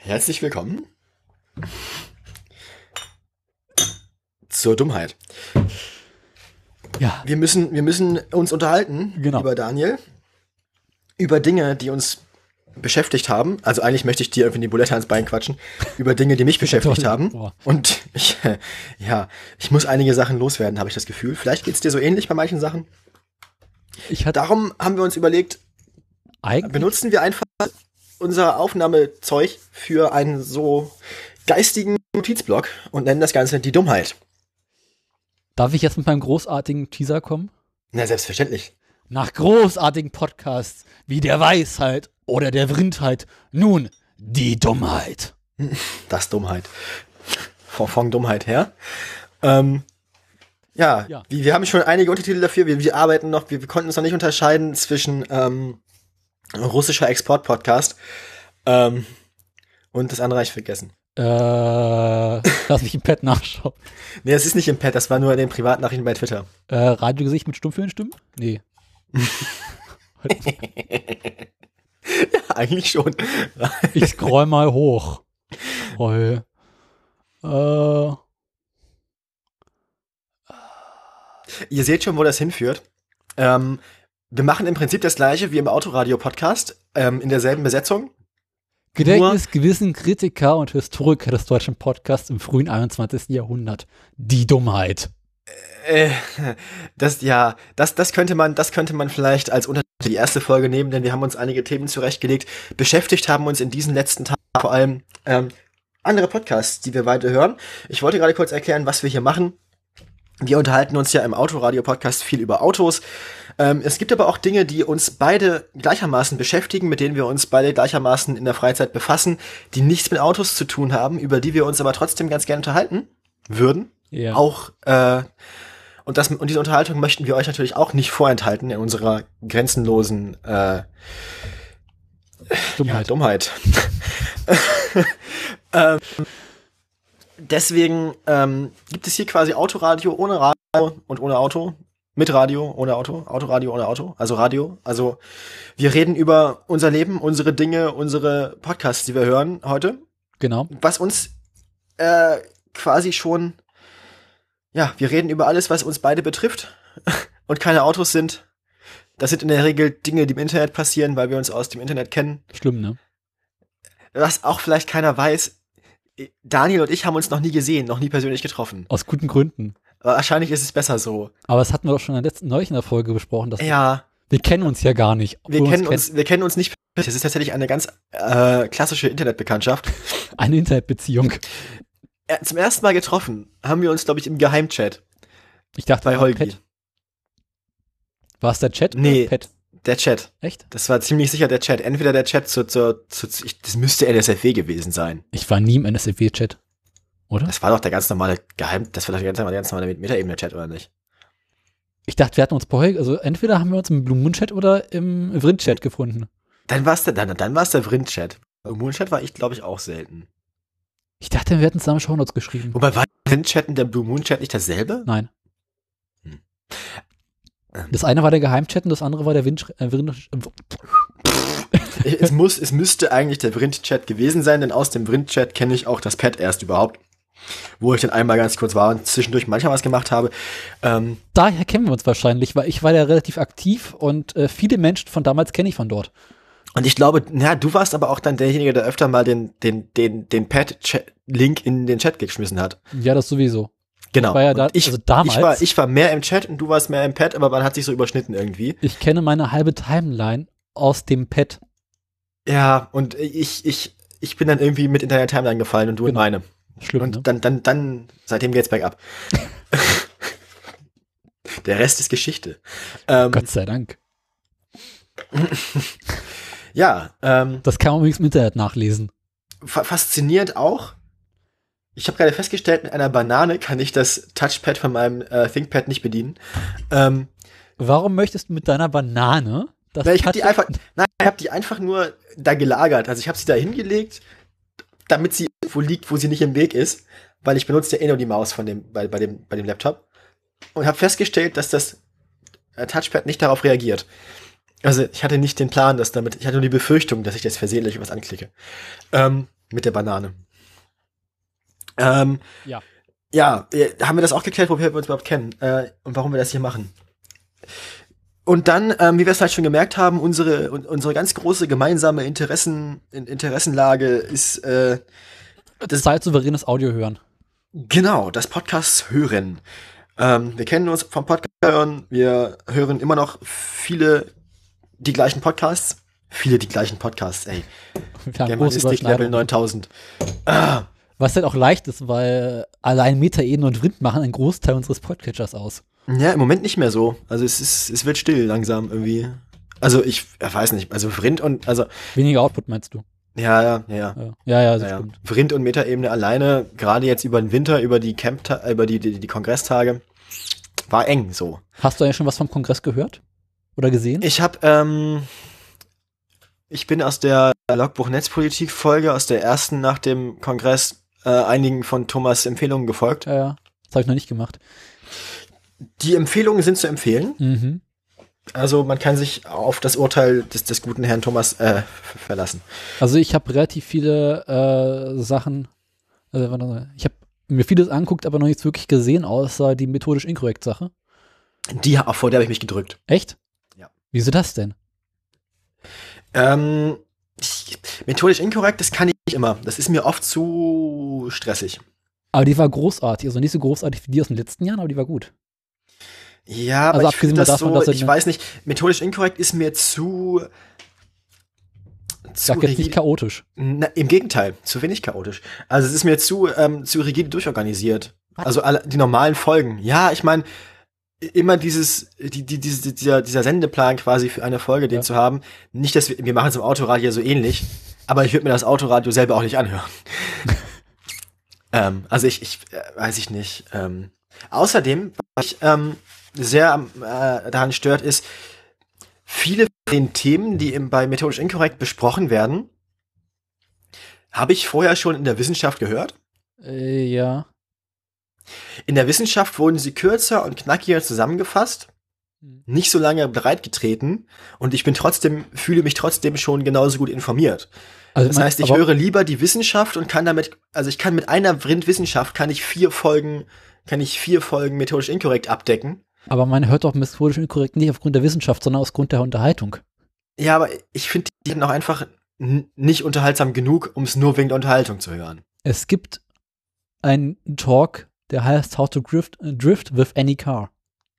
Herzlich willkommen zur Dummheit. Ja. Wir müssen uns unterhalten, lieber Daniel, über Dinge, die uns beschäftigt haben. Also eigentlich möchte ich dir irgendwie die Bulette ans Bein quatschen, über Dinge, die mich beschäftigt haben. Boah. Und ich muss einige Sachen loswerden, habe ich das Gefühl. Vielleicht geht's dir so ähnlich bei manchen Sachen. Darum haben wir uns überlegt, benutzen wir einfach unser Aufnahmezeug für einen so geistigen Notizblock und nennen das Ganze die Dummheit. Darf ich jetzt mit meinem großartigen Teaser kommen? Na, selbstverständlich. Nach großartigen Podcasts wie der Weisheit oder der Vrindheit, nun die Dummheit. Das Dummheit. Von Dummheit her. Wir haben schon einige Untertitel dafür. Wir arbeiten noch, wir konnten uns noch nicht unterscheiden zwischen russischer Export-Podcast und das andere habe ich vergessen. Lass mich im Pad nachschauen. Nee, es ist nicht im Pad, das war nur in den Privatnachrichten bei Twitter. Radiogesicht mit Stummfilmstimmen? Nee. Ja, eigentlich schon. Ich scroll mal hoch. Scroll. Ihr seht schon, wo das hinführt. Wir machen im Prinzip das Gleiche wie im Autoradio-Podcast, in derselben Besetzung. Gedächtnis gewissen Kritiker und Historiker des deutschen Podcasts im frühen 21. Jahrhundert. Die Dummheit. Das könnte man vielleicht als Untertitel die erste Folge nehmen, denn wir haben uns einige Themen zurechtgelegt. Beschäftigt haben uns in diesen letzten Tagen vor allem andere Podcasts, die wir weiter hören. Ich wollte gerade kurz erklären, was wir hier machen. Wir unterhalten uns ja im Autoradio-Podcast viel über Autos. Es gibt aber auch Dinge, die uns beide gleichermaßen beschäftigen, mit denen wir uns beide gleichermaßen in der Freizeit befassen, die nichts mit Autos zu tun haben, über die wir uns aber trotzdem ganz gerne unterhalten würden. Ja. Auch und diese Unterhaltung möchten wir euch natürlich auch nicht vorenthalten in unserer grenzenlosen Dummheit. Deswegen gibt es hier quasi Autoradio ohne Radio und ohne Auto, mit Radio ohne Auto, Autoradio ohne Auto, also Radio. Also wir reden über unser Leben, unsere Dinge, unsere Podcasts, die wir hören heute. Genau. Was uns quasi schon, wir reden über alles, was uns beide betrifft und keine Autos sind. Das sind in der Regel Dinge, die im Internet passieren, weil wir uns aus dem Internet kennen. Schlimm, ne? Was auch vielleicht keiner weiß, Daniel und ich haben uns noch nie gesehen, noch nie persönlich getroffen. Aus guten Gründen. Wahrscheinlich ist es besser so. Aber das hatten wir doch schon in der letzten neulich in der Folge besprochen. Dass wir kennen uns ja gar nicht. Wir kennen uns nicht. Das ist tatsächlich eine ganz klassische Internetbekanntschaft. Eine Internetbeziehung. Zum ersten Mal getroffen haben wir uns, glaube ich, im Geheimchat. Ich dachte bei Holgi. War es der Chat? Nee, oder Pet? Der Chat. Echt? Das war ziemlich sicher der Chat. Entweder der Chat das müsste NSFW gewesen sein. Ich war nie im NSFW-Chat, oder? Das war doch der ganz normale das war doch der ganz normale Metaebene-Chat, oder nicht? Ich dachte, wir hatten uns also entweder haben wir uns im Blue Moon Chat oder im Vrind-Chat gefunden. Dann war es der Vrind-Chat. Im Moon Chat war ich, glaube ich, auch selten. Ich dachte, wir hätten zusammen Shownotes geschrieben. Wobei, war der Vrind-Chat und der Blue Moon Chat nicht dasselbe? Nein. Das eine war der Geheimchat und das andere war der Es müsste eigentlich der Vrind-Chat gewesen sein, denn aus dem Vrind-Chat kenne ich auch das Pad erst überhaupt. Wo ich dann einmal ganz kurz war und zwischendurch manchmal was gemacht habe. Daher kennen wir uns wahrscheinlich, weil ich war ja relativ aktiv und viele Menschen von damals kenne ich von dort. Und ich glaube, du warst aber auch dann derjenige, der öfter mal den Pad-Link in den Chat geschmissen hat. Ja, das sowieso. Genau. War ja damals. Ich war mehr im Chat und du warst mehr im Pad, aber man hat sich so überschnitten irgendwie. Ich kenne meine halbe Timeline aus dem Pad. Ja, und ich bin dann irgendwie mit in deiner Timeline gefallen und du in meine. Schlimm, und ne? dann, seitdem geht's bergab. Der Rest ist Geschichte. Gott sei Dank. Das kann man übrigens im Internet nachlesen. Faszinierend auch. Ich habe gerade festgestellt, mit einer Banane kann ich das Touchpad von meinem ThinkPad nicht bedienen. Warum möchtest du mit deiner Banane das ich habe die einfach nur da gelagert. Also ich habe sie da hingelegt, damit sie irgendwo liegt, wo sie nicht im Weg ist, weil ich benutze ja eh nur die Maus bei dem Laptop und habe festgestellt, dass das Touchpad nicht darauf reagiert. Also ich hatte nicht den Plan, ich hatte nur die Befürchtung, dass ich das versehentlich was anklicke. Mit der Banane. Ja. Ja, haben wir das auch geklärt, woher wir uns überhaupt kennen und warum wir das hier machen. Und dann, wie wir es halt schon gemerkt haben, unsere ganz große gemeinsame Interessenlage ist das Zeit souveränes Audio hören. Genau, das Podcast hören. Wir kennen uns vom Podcast hören, wir hören immer noch die gleichen Podcasts, ey. Wir haben Germanistik Level 9000. Was halt auch leicht ist, weil allein Metaebene und Vrind machen einen Großteil unseres Podcatchers aus. Ja, im Moment nicht mehr so. Also es wird still langsam irgendwie. Also ich weiß nicht, also Vrind und, also. Weniger Output meinst du? Ja. Ja, das stimmt. Vrind und Metaebene alleine, gerade jetzt über den Winter, über die über die Kongresstage, war eng so. Hast du eigentlich schon was vom Kongress gehört? Oder gesehen? Ich bin aus der Logbuch Netzpolitik-Folge, aus der ersten nach dem Kongress, einigen von Thomas' Empfehlungen gefolgt. Ja, das habe ich noch nicht gemacht. Die Empfehlungen sind zu empfehlen. Mhm. Also man kann sich auf das Urteil des guten Herrn Thomas verlassen. Also ich habe relativ viele Sachen, ich habe mir vieles angeguckt, aber noch nichts wirklich gesehen, außer die methodisch inkorrekt Sache. Vor der habe ich mich gedrückt. Echt? Ja. Wieso das denn? Methodisch inkorrekt, das kann ich nicht immer. Das ist mir oft zu stressig. Aber die war großartig. Also nicht so großartig wie die aus den letzten Jahren, aber die war gut. Ja, aber also ich finde das davon, so, ich weiß nicht, methodisch inkorrekt ist mir zu sag jetzt nicht chaotisch. Na, im Gegenteil, zu wenig chaotisch. Also es ist mir zu rigide durchorganisiert. Was? Also die normalen Folgen. Ja, ich meine, immer dieser Sendeplan quasi für eine Folge, den zu haben. Nicht, dass wir machen es im Autoradio so ähnlich, aber ich würde mir das Autoradio selber auch nicht anhören. Also ich weiß ich nicht. Außerdem, was ich sehr daran stört, ist, viele von den Themen, die bei Methodisch Inkorrekt besprochen werden, habe ich vorher schon in der Wissenschaft gehört. Ja. In der Wissenschaft wurden sie kürzer und knackiger zusammengefasst, nicht so lange breitgetreten und ich fühle mich trotzdem schon genauso gut informiert. Also das heißt, ich höre lieber die Wissenschaft und kann mit einer Vrind-Wissenschaft kann ich 4 Folgen methodisch inkorrekt abdecken. Aber man hört doch methodisch inkorrekt nicht aufgrund der Wissenschaft, sondern aus Grund der Unterhaltung. Ja, aber ich finde die sind auch einfach nicht unterhaltsam genug, um es nur wegen der Unterhaltung zu hören. Es gibt einen Talk, der heißt How to Drift with Any Car.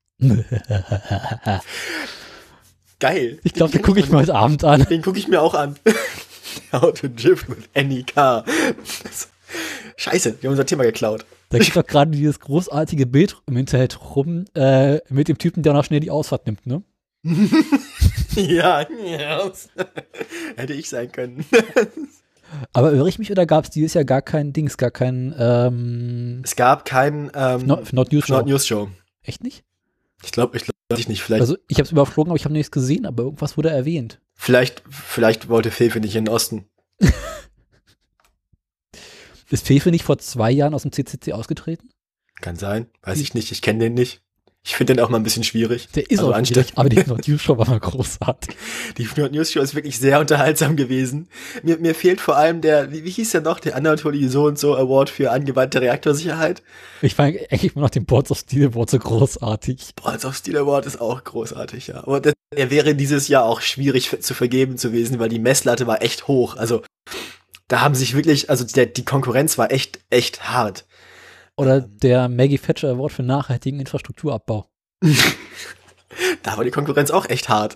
Geil. Ich glaube, den gucke ich mir heute Abend an. Den gucke ich mir auch an. How to Drift with Any Car. Scheiße, wir haben unser Thema geklaut. Da gibt doch gerade dieses großartige Bild im Internet rum mit dem Typen, der noch schnell die Ausfahrt nimmt, ne? Ja. Hätte ich sein können. Aber irre ich mich oder gab es dieses Jahr gar kein es gab kein Not News Show. Echt nicht? Ich glaube nicht. Vielleicht. Also ich habe es überflogen, aber ich habe nichts gesehen, aber irgendwas wurde erwähnt. Vielleicht wollte Fefe nicht in den Osten. Ist Fefe nicht vor 2 Jahren aus dem CCC ausgetreten? Kann sein, weiß ich nicht, ich kenne den nicht. Ich finde den auch mal ein bisschen schwierig. Der ist auch schwierig, aber die Not News Show war mal großartig. Die Not News Show ist wirklich sehr unterhaltsam gewesen. Mir fehlt vor allem wie hieß der noch, der Anatoly so und so Award für angewandte Reaktorsicherheit. Ich fand eigentlich immer noch den Boards of Steel Award so großartig. Boards of Steel Award ist auch großartig, ja. Aber der wäre dieses Jahr auch schwierig zu vergeben gewesen, weil die Messlatte war echt hoch. Also da haben sich wirklich, also die Konkurrenz war echt hart. Oder der Maggie Thatcher Award für nachhaltigen Infrastrukturabbau. Da war die Konkurrenz auch echt hart.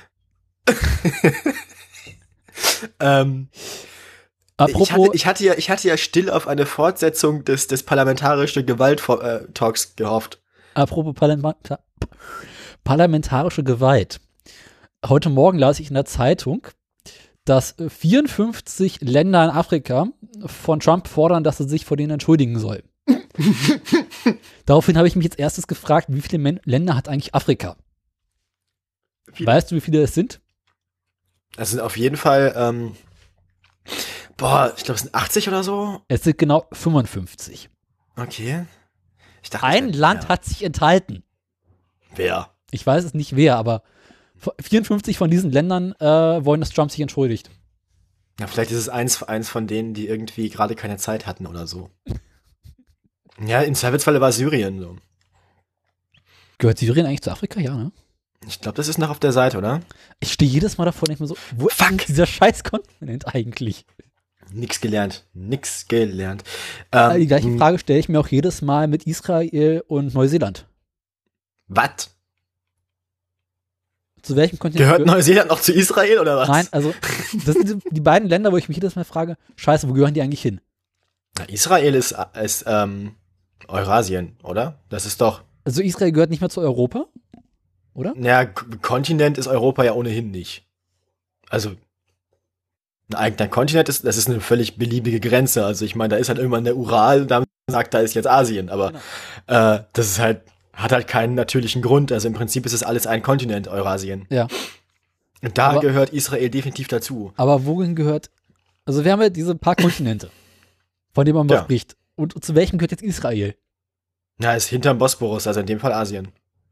Apropos, ich hatte ja still auf eine Fortsetzung des parlamentarischen Gewalt-Talks gehofft. Apropos parlamentarische Gewalt. Heute Morgen las ich in der Zeitung, dass 54 Länder in Afrika von Trump fordern, dass er sich vor denen entschuldigen soll. Daraufhin habe ich mich jetzt erstes gefragt, wie viele Länder hat eigentlich Afrika? Weißt du, wie viele es sind? Das sind auf jeden Fall, ich glaube, es sind 80 oder so. Es sind genau 55. Okay. Ich dachte, ein Land hat sich enthalten. Wer? Ich weiß es nicht wer, aber 54 von diesen Ländern wollen, dass Trump sich entschuldigt. Ja, vielleicht ist es eins von denen, die irgendwie gerade keine Zeit hatten oder so. Ja, im Zweifelsfalle war Syrien so. Gehört Syrien eigentlich zu Afrika? Ja, ne? Ich glaube, das ist noch auf der Seite, oder? Ich stehe jedes Mal davor und denke mir so, wo ist denn dieser scheiß Kontinent eigentlich? Nix gelernt. Die gleiche Frage stelle ich mir auch jedes Mal mit Israel und Neuseeland. Was? Zu welchem Kontinent Gehört Neuseeland noch zu Israel oder was? Nein, also das sind die beiden Länder, wo ich mich jedes Mal frage, scheiße, wo gehören die eigentlich hin? Na, Israel ist Eurasien, oder? Das ist doch. Also Israel gehört nicht mehr zu Europa, oder? Ja, Kontinent ist Europa ja ohnehin nicht. Also ein eigener Kontinent das ist eine völlig beliebige Grenze. Also ich meine, da ist halt irgendwann der Ural und dann sagt, da ist jetzt Asien, aber das ist halt, hat halt keinen natürlichen Grund. Also im Prinzip ist es alles ein Kontinent, Eurasien. Ja. Und da gehört Israel definitiv dazu. Aber wohin gehört, also wir haben ja diese paar Kontinente, von denen man mal spricht. Und zu welchem gehört jetzt Israel? Ja, ist hinterm Bosporus, also in dem Fall Asien.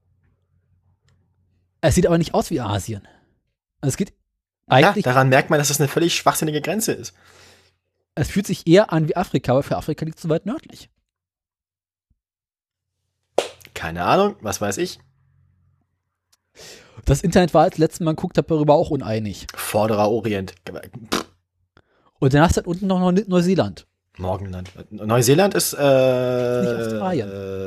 Es sieht aber nicht aus wie Asien. Es geht eigentlich. Ja, daran merkt man, dass das eine völlig schwachsinnige Grenze ist. Es fühlt sich eher an wie Afrika, aber für Afrika liegt es so weit nördlich. Keine Ahnung, was weiß ich. Das Internet war, als letztes Mal geguckt habe, darüber auch uneinig. Vorderer Orient. Und dann hast du halt unten noch Neuseeland. Morgenland. Neuseeland ist Nicht Australien.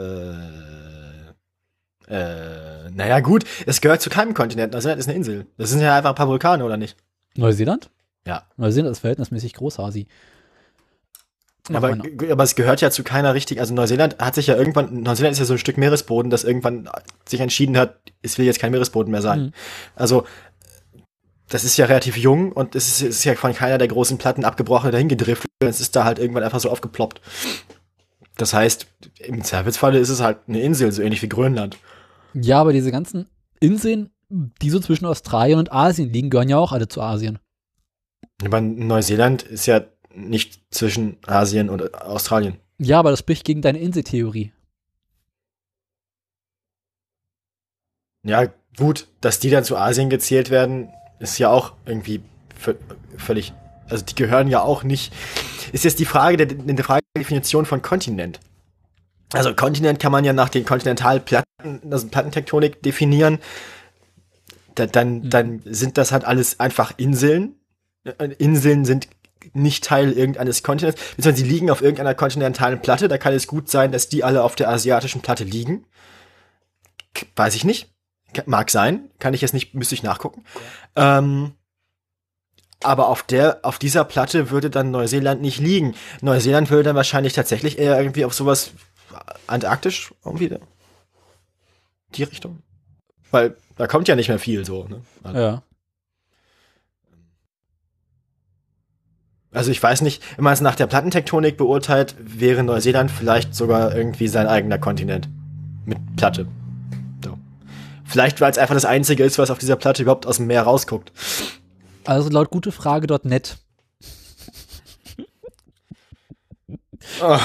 Naja gut, es gehört zu keinem Kontinent. Neuseeland ist eine Insel. Das sind ja einfach ein paar Vulkane, oder nicht? Neuseeland? Ja. Neuseeland ist verhältnismäßig groß, Hasi. Aber es gehört ja zu keiner richtigen, also Neuseeland ist ja so ein Stück Meeresboden, das irgendwann sich entschieden hat, es will jetzt kein Meeresboden mehr sein. Also, das ist ja relativ jung und es ist ja von keiner der großen Platten abgebrochen oder hingedriftet. Es ist da halt irgendwann einfach so aufgeploppt. Das heißt, im Zweifelsfalle ist es halt eine Insel, so ähnlich wie Grönland. Ja, aber diese ganzen Inseln, die so zwischen Australien und Asien liegen, gehören ja auch alle zu Asien. Aber Neuseeland ist ja nicht zwischen Asien und Australien. Ja, aber das spricht gegen deine Inseltheorie. Ja, gut, dass die dann zu Asien gezählt werden, ist ja auch irgendwie völlig, also die gehören ja auch nicht, ist jetzt die Frage der Definition von Kontinent. Also Kontinent kann man ja nach den Kontinentalplatten, also Plattentektonik definieren. Dann sind das halt alles einfach Inseln. Inseln sind nicht Teil irgendeines Kontinents, beziehungsweise sie liegen auf irgendeiner kontinentalen Platte. Da kann es gut sein, dass die alle auf der asiatischen Platte liegen. Weiß ich nicht. Mag sein. Kann ich jetzt nicht, müsste ich nachgucken. Ja. Aber auf dieser Platte würde dann Neuseeland nicht liegen. Neuseeland würde dann wahrscheinlich tatsächlich eher irgendwie auf sowas antarktisch irgendwie die Richtung. Weil da kommt ja nicht mehr viel so. Ne? Ja. Also ich weiß nicht, wenn man es nach der Plattentektonik beurteilt, wäre Neuseeland vielleicht sogar irgendwie sein eigener Kontinent. Mit Platte. So. Vielleicht, weil es einfach das Einzige ist, was auf dieser Platte überhaupt aus dem Meer rausguckt. Also laut gutefrage.net. Oh.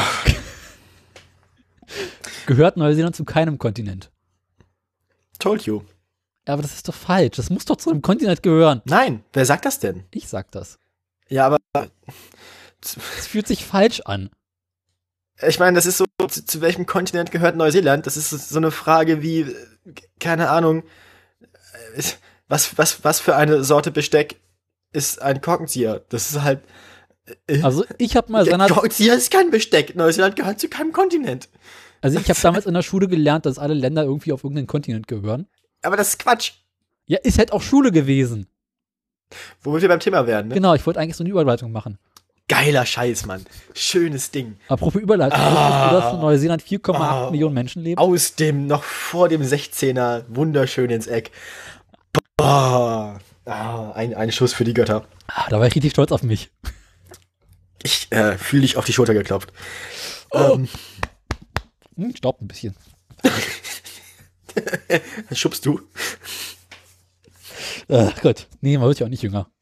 Gehört Neuseeland zu keinem Kontinent. Told you. Aber das ist doch falsch. Das muss doch zu einem Kontinent gehören. Nein, wer sagt das denn? Ich sag das. Ja, aber es fühlt sich falsch an. Ich meine, das ist so, zu welchem Kontinent gehört Neuseeland? Das ist so eine Frage wie, keine Ahnung, was für eine Sorte Besteck ist ein Korkenzieher? Das ist halt. Also ich habe mal Korkenzieher ist kein Besteck. Neuseeland gehört zu keinem Kontinent. Also ich habe damals in der Schule gelernt, dass alle Länder irgendwie auf irgendeinen Kontinent gehören. Aber das ist Quatsch. Ja, ist halt auch Schule gewesen. Womit wir beim Thema werden, ne? Genau, ich wollte eigentlich so eine Überleitung machen. Geiler Scheiß, Mann. Schönes Ding. Apropos Überleitung, dass in Neuseeland 4,8 Millionen Menschen leben. Aus dem, noch vor dem 16er, wunderschön ins Eck. Boah. Ein Schuss für die Götter. Da war ich richtig stolz auf mich. Ich fühle dich auf die Schulter geklopft. Staubt ein bisschen. Schubst du? Gott, nee, man wird ja auch nicht jünger.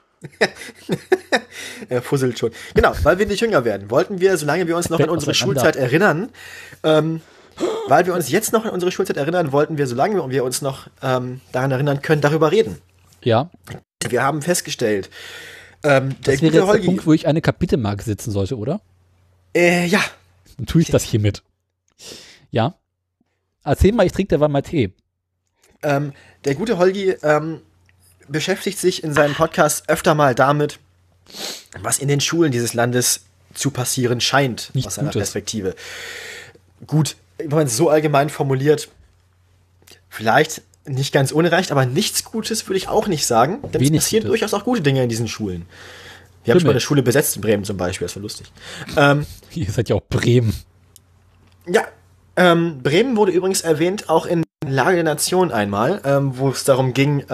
Er fusselt schon. Genau, weil wir nicht jünger werden, wollten wir, solange wir uns noch an unsere Schulzeit erinnern, weil wir uns jetzt noch an unsere Schulzeit erinnern, wollten wir, solange wir uns noch daran erinnern können, darüber reden. Ja. Wir haben festgestellt, Der Das wäre gute jetzt der Holgi. Punkt, wo ich eine Kapitelmarke setzen sollte, oder? Ja. Dann tue ich das hiermit. Ja. Erzähl mal, ich trinke derweil mal Tee. Der gute Holgi beschäftigt sich in seinem Podcast öfter mal damit, was in den Schulen dieses Landes zu passieren scheint, Nichts aus seiner Gutes. Perspektive. Gut, wenn man es so allgemein formuliert, vielleicht nicht ganz unrecht, aber nichts Gutes würde ich auch nicht sagen, denn Wenig es passieren Gutes. durchaus auch gute Dinge in diesen Schulen. Wir haben schon mal eine Schule besetzt in Bremen zum Beispiel, das war lustig. Ihr seid ja auch Bremen. Ja, Bremen wurde übrigens erwähnt, auch in Lage der Nation einmal, wo es darum ging,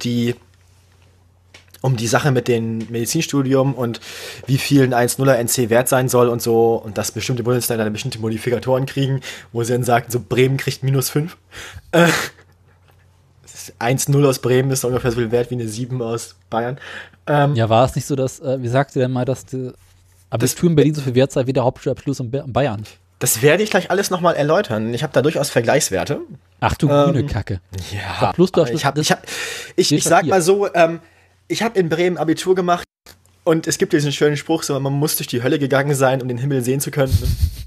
um die Sache mit dem Medizinstudium und wie viel ein 1,0er NC wert sein soll und so, und dass bestimmte Bundesländer dann bestimmte Modifikatoren kriegen, wo sie dann sagten, so Bremen kriegt -5. 1,0 aus Bremen ist ungefähr so viel wert wie eine 7 aus Bayern. Ja, war es nicht so, dass, wie sagte denn mal, dass die Abitur in Berlin so viel wert sei wie der Hauptschulabschluss in Bayern? Das werde ich gleich alles nochmal erläutern. Ich habe da durchaus Vergleichswerte. Ach du grüne Kacke. Ja, Plus du ich sag mal so, ich habe in Bremen Abitur gemacht und es gibt diesen schönen Spruch, so, man muss durch die Hölle gegangen sein, um den Himmel sehen zu können.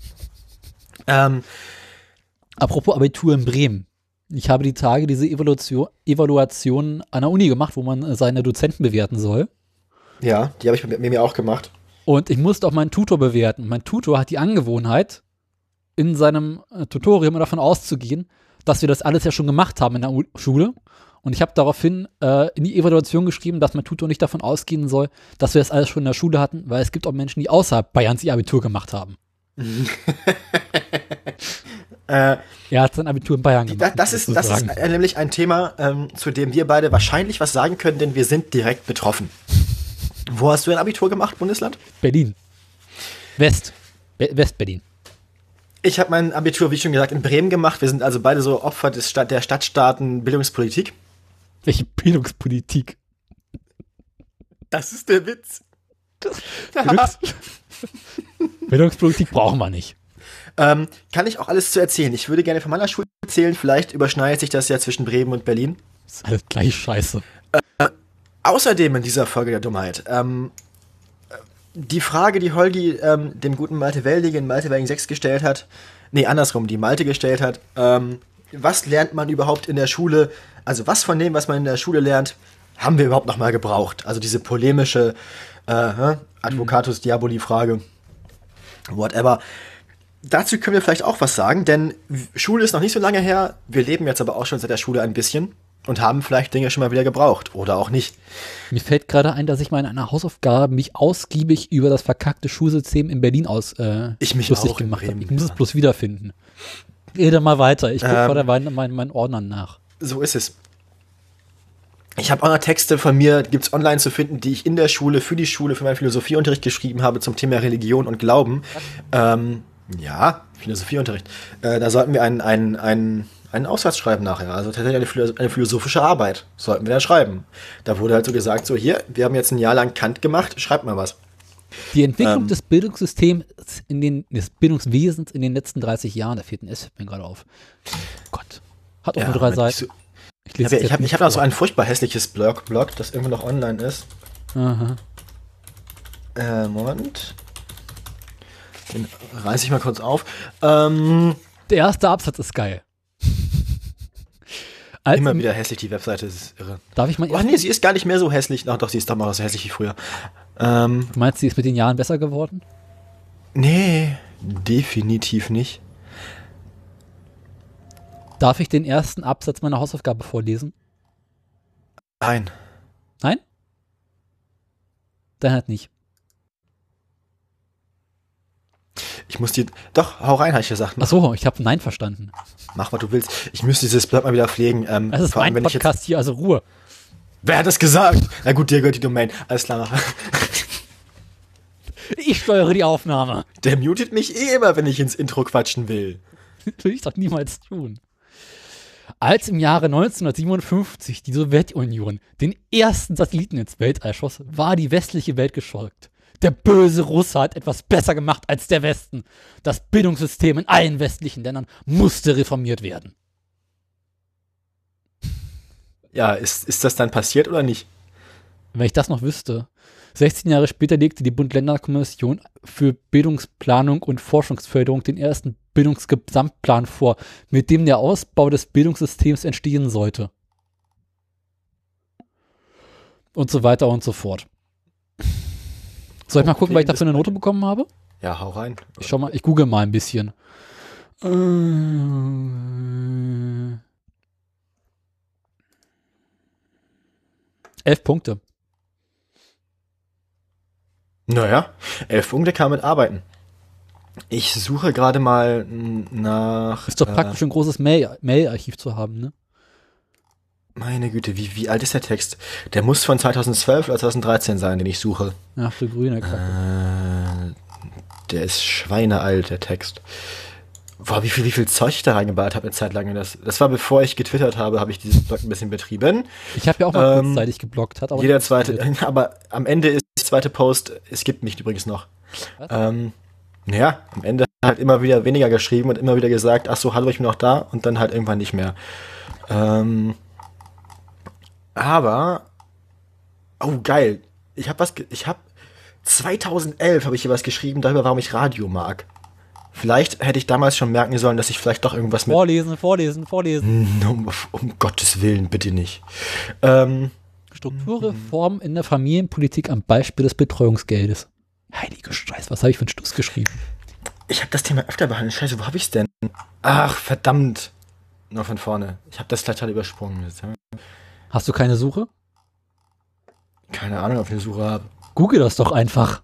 Apropos Abitur in Bremen. Ich habe die Tage diese Evaluation an der Uni gemacht, wo man seine Dozenten bewerten soll. Ja, die habe ich mit mir auch gemacht. Und ich musste auch meinen Tutor bewerten. Mein Tutor hat die Angewohnheit, in seinem Tutorium davon auszugehen, dass wir das alles ja schon gemacht haben in der Schule. Und ich habe daraufhin in die Evaluation geschrieben, dass mein Tutor nicht davon ausgehen soll, dass wir das alles schon in der Schule hatten, weil es gibt auch Menschen, die außerhalb Bayerns ihr Abitur gemacht haben. Er hat sein Abitur in Bayern gemacht. Das ist nämlich ein Thema, zu dem wir beide wahrscheinlich was sagen können, denn wir sind direkt betroffen. Wo hast du dein Abitur gemacht, Bundesland? Berlin. West-Berlin. Ich habe mein Abitur, wie schon gesagt, in Bremen gemacht. Wir sind also beide so Opfer der Stadtstaaten Bildungspolitik. Welche Bildungspolitik? Das ist der Witz. Bildungspolitik brauchen wir nicht. Kann ich auch alles zu erzählen. Ich würde gerne von meiner Schule erzählen. Vielleicht überschneidet sich das ja zwischen Bremen und Berlin. Das ist alles gleich scheiße. Außerdem in dieser Folge der Dummheit, die Frage, die Holgi dem guten Malte Welding in Malte Welding 6 gestellt hat, nee, andersrum, die Malte gestellt hat, was lernt man überhaupt in der Schule, also was von dem, was man in der Schule lernt, haben wir überhaupt noch mal gebraucht? Also diese polemische Advocatus Diaboli-Frage, whatever. Dazu können wir vielleicht auch was sagen, denn Schule ist noch nicht so lange her, wir leben jetzt aber auch schon seit der Schule ein bisschen und haben vielleicht Dinge schon mal wieder gebraucht oder auch nicht. Mir fällt gerade ein, dass ich mal in einer Hausaufgabe mich ausgiebig über das verkackte Schulsystem in Berlin lustig gemacht habe. Ich muss es bloß wiederfinden. Rede mal weiter, ich gucke gerade meinen Ordnern nach. So ist es. Ich habe auch noch Texte von mir, gibt's online zu finden, die ich in der Schule, für meinen Philosophieunterricht geschrieben habe zum Thema Religion und Glauben. Ja, Philosophieunterricht. Da sollten wir einen Aufsatz schreiben nachher. Also tatsächlich eine philosophische Arbeit sollten wir da schreiben. Da wurde halt so gesagt, so hier, wir haben jetzt ein Jahr lang Kant gemacht, schreibt mal was. Die Entwicklung des Bildungssystems, des Bildungswesens in den letzten 30 Jahren, da fehlt ein S, fällt mir gerade auf. Gott. Hat auch nur 3 Seiten. Ich hab noch so ein furchtbar hässliches Blog, das irgendwo noch online ist. Aha. Moment. Den reiße ich mal kurz auf. Der erste Absatz ist geil. Immer wieder hässlich, die Webseite, das ist irre. Darf ich mal nee, sie ist gar nicht mehr so hässlich. Ach doch, sie ist doch mal so hässlich wie früher. Du meinst, sie ist mit den Jahren besser geworden? Nee, definitiv nicht. Darf ich den ersten Absatz meiner Hausaufgabe vorlesen? Nein. Nein? Dann halt nicht. Ich muss dir. Doch, hau rein, habe ich gesagt. Achso, ich habe Nein verstanden. Mach, was du willst. Ich müsste dieses Blog mal wieder pflegen. Das ist mein Podcast hier, also Ruhe. Wer hat das gesagt? Na gut, dir gehört die Domain. Alles klar. Ich steuere die Aufnahme. Der mutet mich immer, wenn ich ins Intro quatschen will. Will ich doch niemals tun. Als im Jahre 1957 die Sowjetunion den ersten Satelliten ins Weltall schoss, war die westliche Welt geschockt. Der böse Russe hat etwas besser gemacht als der Westen. Das Bildungssystem in allen westlichen Ländern musste reformiert werden. Ja, ist das dann passiert oder nicht? Wenn ich das noch wüsste. 16 Jahre später legte die Bund-Länder-Kommission für Bildungsplanung und Forschungsförderung den ersten Bildungsgesamtplan vor, mit dem der Ausbau des Bildungssystems entstehen sollte. Und so weiter und so fort. Soll ich mal gucken, was ich da für eine Note bekommen habe? Ja, hau rein. Ich schau mal, ich google mal ein bisschen. 11 Punkte. Naja, 11 Punkte kann man mitarbeiten. Ich suche gerade mal nach... Ist doch praktisch ein großes Mail-Archiv zu haben, ne? Meine Güte, wie alt ist der Text? Der muss von 2012 oder 2013 sein, den ich suche. Ach du grüne Kacke. Der ist schweinealt, der Text. Boah, wie viel Zeug ich da reingeballt habe eine Zeit lang. Das war bevor ich getwittert habe ich diesen Blog ein bisschen betrieben. Ich habe ja auch mal kurzzeitig geblockt. Hat aber jeder zweite, aber am Ende ist der zweite Post, es gibt mich übrigens noch. Naja, am Ende halt immer wieder weniger geschrieben und immer wieder gesagt, ach so, hallo, ich bin noch da und dann halt irgendwann nicht mehr. Aber, oh geil, ich habe 2011 habe ich hier was geschrieben darüber, warum ich Radio mag. Vielleicht hätte ich damals schon merken sollen, dass ich vielleicht doch irgendwas mit... Vorlesen. Um Gottes Willen, bitte nicht. Strukturreform in der Familienpolitik am Beispiel des Betreuungsgeldes. Heilige Scheiße, was habe ich für einen Stuss geschrieben? Ich habe das Thema öfter behandelt. Scheiße, wo habe ich es denn? Ach, verdammt. Noch von vorne. Ich habe das total übersprungen. Hast du keine Suche? Keine Ahnung, ob ich eine Suche habe. Google das doch einfach.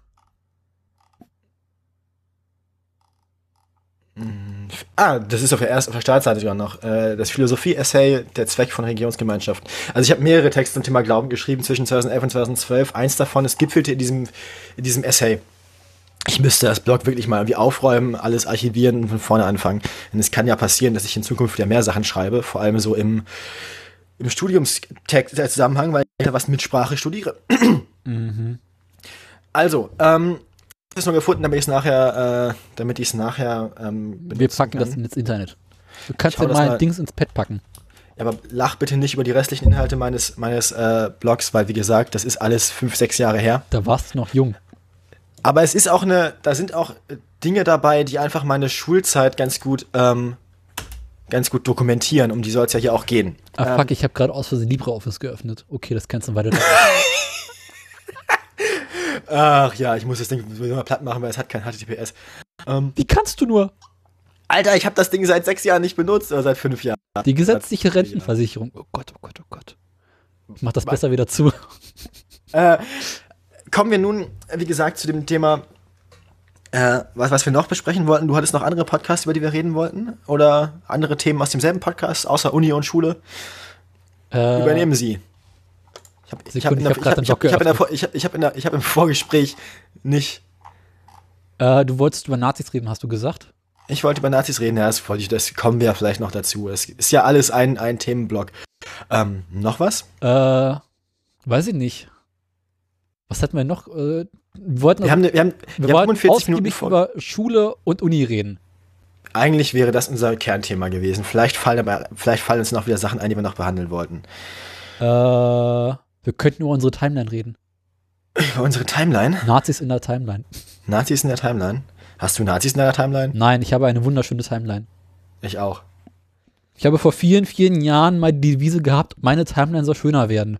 Das ist auf der Startseite sogar noch. Das Philosophie-Essay, der Zweck von Religionsgemeinschaften. Also ich habe mehrere Texte zum Thema Glauben geschrieben zwischen 2011 und 2012. Eins davon, es gipfelte in diesem Essay. Ich müsste das Blog wirklich mal irgendwie aufräumen, alles archivieren und von vorne anfangen. Denn es kann ja passieren, dass ich in Zukunft wieder mehr Sachen schreibe, vor allem so im Studiumstext-Zusammenhang, weil ich da was mit Sprache studiere. Mhm. Also, ich habe es nur gefunden, damit ich es nachher wir packen das ins Internet. Du kannst ja mal Dings ins Pad packen. Ja, aber lach bitte nicht über die restlichen Inhalte meines Blogs, weil, wie gesagt, das ist alles 5, 6 Jahre her. Da warst du noch jung. Aber es ist auch da sind auch Dinge dabei, die einfach meine Schulzeit ganz gut dokumentieren. Um die soll es ja hier auch gehen. Ah, fuck, ich habe gerade aus Versehen LibreOffice geöffnet. Okay, das kannst du weiter. Ach ja, ich muss das Ding mal platt machen, weil es hat kein HTTPS. Wie kannst du nur? Alter, ich habe das Ding seit 6 Jahren nicht benutzt, oder seit 5 Jahren. Die gesetzliche Rentenversicherung. Oh Gott. Ich mach das besser wieder zu. Kommen wir nun, wie gesagt, zu dem Thema, was wir noch besprechen wollten. Du hattest noch andere Podcasts, über die wir reden wollten? Oder andere Themen aus demselben Podcast, außer Uni und Schule? Übernehmen Sie. Ich habe im Vorgespräch nicht... Du wolltest über Nazis reden, hast du gesagt? Ich wollte über Nazis reden, ja, das kommen wir ja vielleicht noch dazu. Es ist ja alles ein Themenblock. Noch was? Weiß ich nicht. Was hatten wir noch? Wir haben 45 Minuten über Schule und Uni reden. Eigentlich wäre das unser Kernthema gewesen. Vielleicht fallen uns noch wieder Sachen ein, die wir noch behandeln wollten. Wir könnten über unsere Timeline reden. Über unsere Timeline? Nazis in der Timeline. Nazis in der Timeline? Hast du Nazis in deiner Timeline? Nein, ich habe eine wunderschöne Timeline. Ich auch. Ich habe vor vielen, vielen Jahren mal die Devise gehabt, meine Timeline soll schöner werden.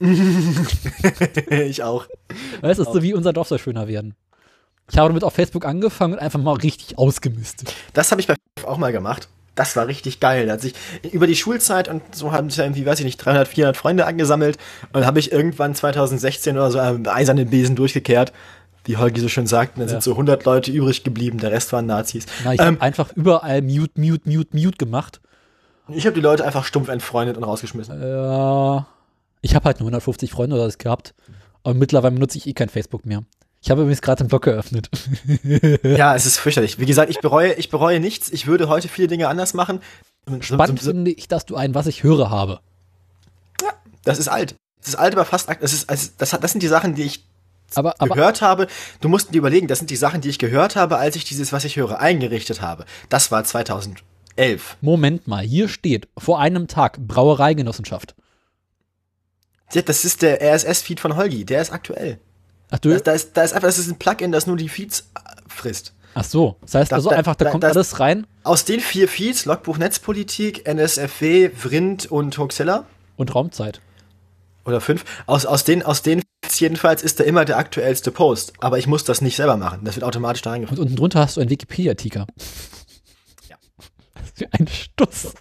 Ich auch. Es ist so wie unser Dorf soll schöner werden. Ich habe damit auf Facebook angefangen und einfach mal richtig ausgemistet. Das habe ich bei Facebook auch mal gemacht. Das war richtig geil. Da hat sich über die Schulzeit und so haben sich irgendwie, weiß ich nicht, 300, 400 Freunde angesammelt. Und dann habe ich irgendwann 2016 oder so einen eisernen Besen durchgekehrt, wie Holgi so schön sagt. Und dann sind so 100 Leute übrig geblieben. Der Rest waren Nazis. Na, ich habe einfach überall Mute gemacht. Ich habe die Leute einfach stumpf entfreundet und rausgeschmissen. Ich habe halt nur 150 Freunde oder was gehabt. Und mittlerweile benutze ich kein Facebook mehr. Ich habe übrigens gerade den Blog geöffnet. Ja, es ist fürchterlich. Wie gesagt, ich bereue nichts. Ich würde heute viele Dinge anders machen. Spannend finde ich, dass du ein Was ich höre habe. Ja, das ist alt. Das ist alt, aber fast alt. Das sind die Sachen, die ich gehört habe. Du musst dir überlegen, das sind die Sachen, die ich gehört habe, als ich dieses Was ich höre eingerichtet habe. Das war 2011. Moment mal, hier steht vor einem Tag Brauereigenossenschaft. Ja, das ist der RSS-Feed von Holgi, der ist aktuell. Ach, du? Da ist einfach, das ist ein Plugin, das nur die Feeds frisst. Ach so, das heißt also einfach, da kommt alles rein. Aus den 4 Feeds, Logbuch Netzpolitik, NSFW, Vrind und Hoaxilla. Und Raumzeit. Oder 5. Aus den Feeds jedenfalls ist da immer der aktuellste Post. Aber ich muss das nicht selber machen. Das wird automatisch da reingefügt. Und unten drunter hast du einen Wikipedia-Ticker. Ja. Das ist wie ein Stuss.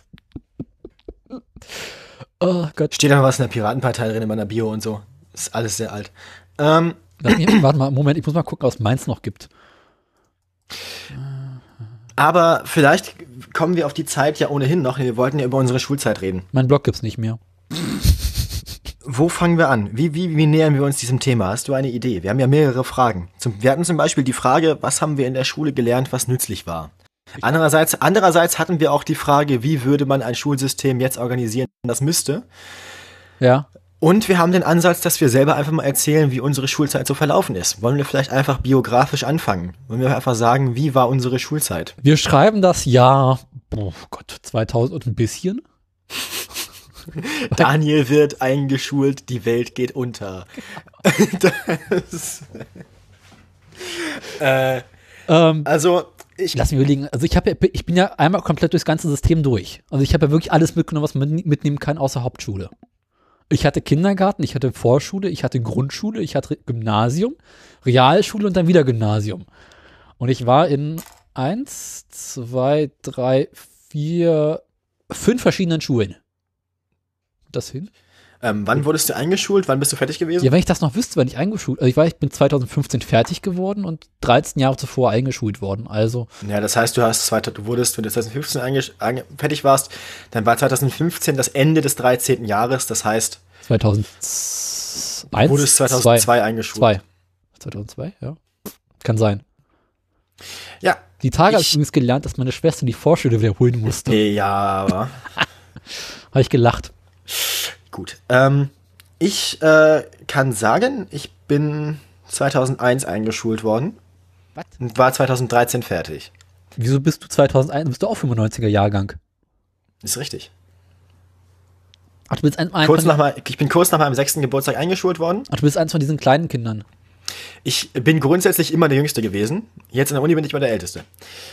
Oh Gott. Steht da was in der Piratenpartei drin in meiner Bio und so. Ist alles sehr alt. Warte mal, Moment, ich muss mal gucken, was meins noch gibt. Aber vielleicht kommen wir auf die Zeit ja ohnehin noch. Wir wollten ja über unsere Schulzeit reden. Mein Blog gibt's nicht mehr. Wo fangen wir an? Wie nähern wir uns diesem Thema? Hast du eine Idee? Wir haben ja mehrere Fragen. Wir hatten zum Beispiel die Frage, was haben wir in der Schule gelernt, was nützlich war? Andererseits hatten wir auch die Frage, wie würde man ein Schulsystem jetzt organisieren, das müsste? Ja. Und wir haben den Ansatz, dass wir selber einfach mal erzählen, wie unsere Schulzeit so verlaufen ist. Wollen wir vielleicht einfach biografisch anfangen? Wollen wir einfach sagen, wie war unsere Schulzeit? Wir schreiben das Jahr, 2000 und ein bisschen. Daniel wird eingeschult, die Welt geht unter. Also, lass mich überlegen. Also ich bin ja einmal komplett durchs ganze System durch. Also ich habe ja wirklich alles mitgenommen, was man mitnehmen kann, außer Hauptschule. Ich hatte Kindergarten, ich hatte Vorschule, ich hatte Grundschule, ich hatte Gymnasium, Realschule und dann wieder Gymnasium. Und ich war in 1, 2, 3, 4, 5 verschiedenen Schulen. Das hin? Wann wurdest du eingeschult? Wann bist du fertig gewesen? Ja, wenn ich das noch wüsste, wann ich eingeschult. Also ich bin 2015 fertig geworden und 13 Jahre zuvor eingeschult worden. Also. Ja, das heißt, du wurdest, wenn du 2015 fertig warst, dann war 2015 das Ende des 13. Jahres. Das heißt, 2001. Du wurdest 2002 eingeschult. 2002, ja. Kann sein. Ja. Die Tage habe ich übrigens gelernt, dass meine Schwester die Vorschule wiederholen musste. Ja, aber. Habe ich gelacht. Gut. Ich kann sagen, ich bin 2001 eingeschult worden. Was? Und war 2013 fertig. Wieso bist du 2001? Bist du auch 95er Jahrgang? Ist richtig. Ach, du bist Ich bin kurz nach meinem 6. Geburtstag eingeschult worden. Ach, du bist eins von diesen kleinen Kindern. Ich bin grundsätzlich immer der Jüngste gewesen. Jetzt in der Uni bin ich immer der Älteste.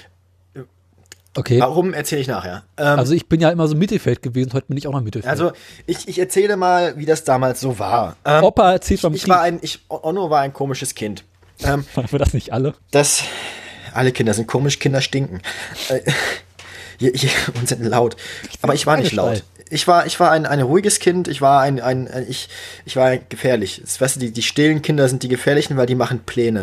Okay. Warum, erzähle ich nachher. Also ich bin ja immer so Mittelfeld gewesen, heute bin ich auch noch Mittelfeld. Also ich erzähle mal, wie das damals so war. Opa erzählt vom Krieg. Onno war ein komisches Kind. Waren wir das nicht alle? Alle Kinder sind komisch, Kinder stinken. Und sind laut. Aber ich war nicht laut. Ich war ein ruhiges Kind, ich war gefährlich. Weißt du, die stillen Kinder sind die gefährlichen, weil die machen Pläne.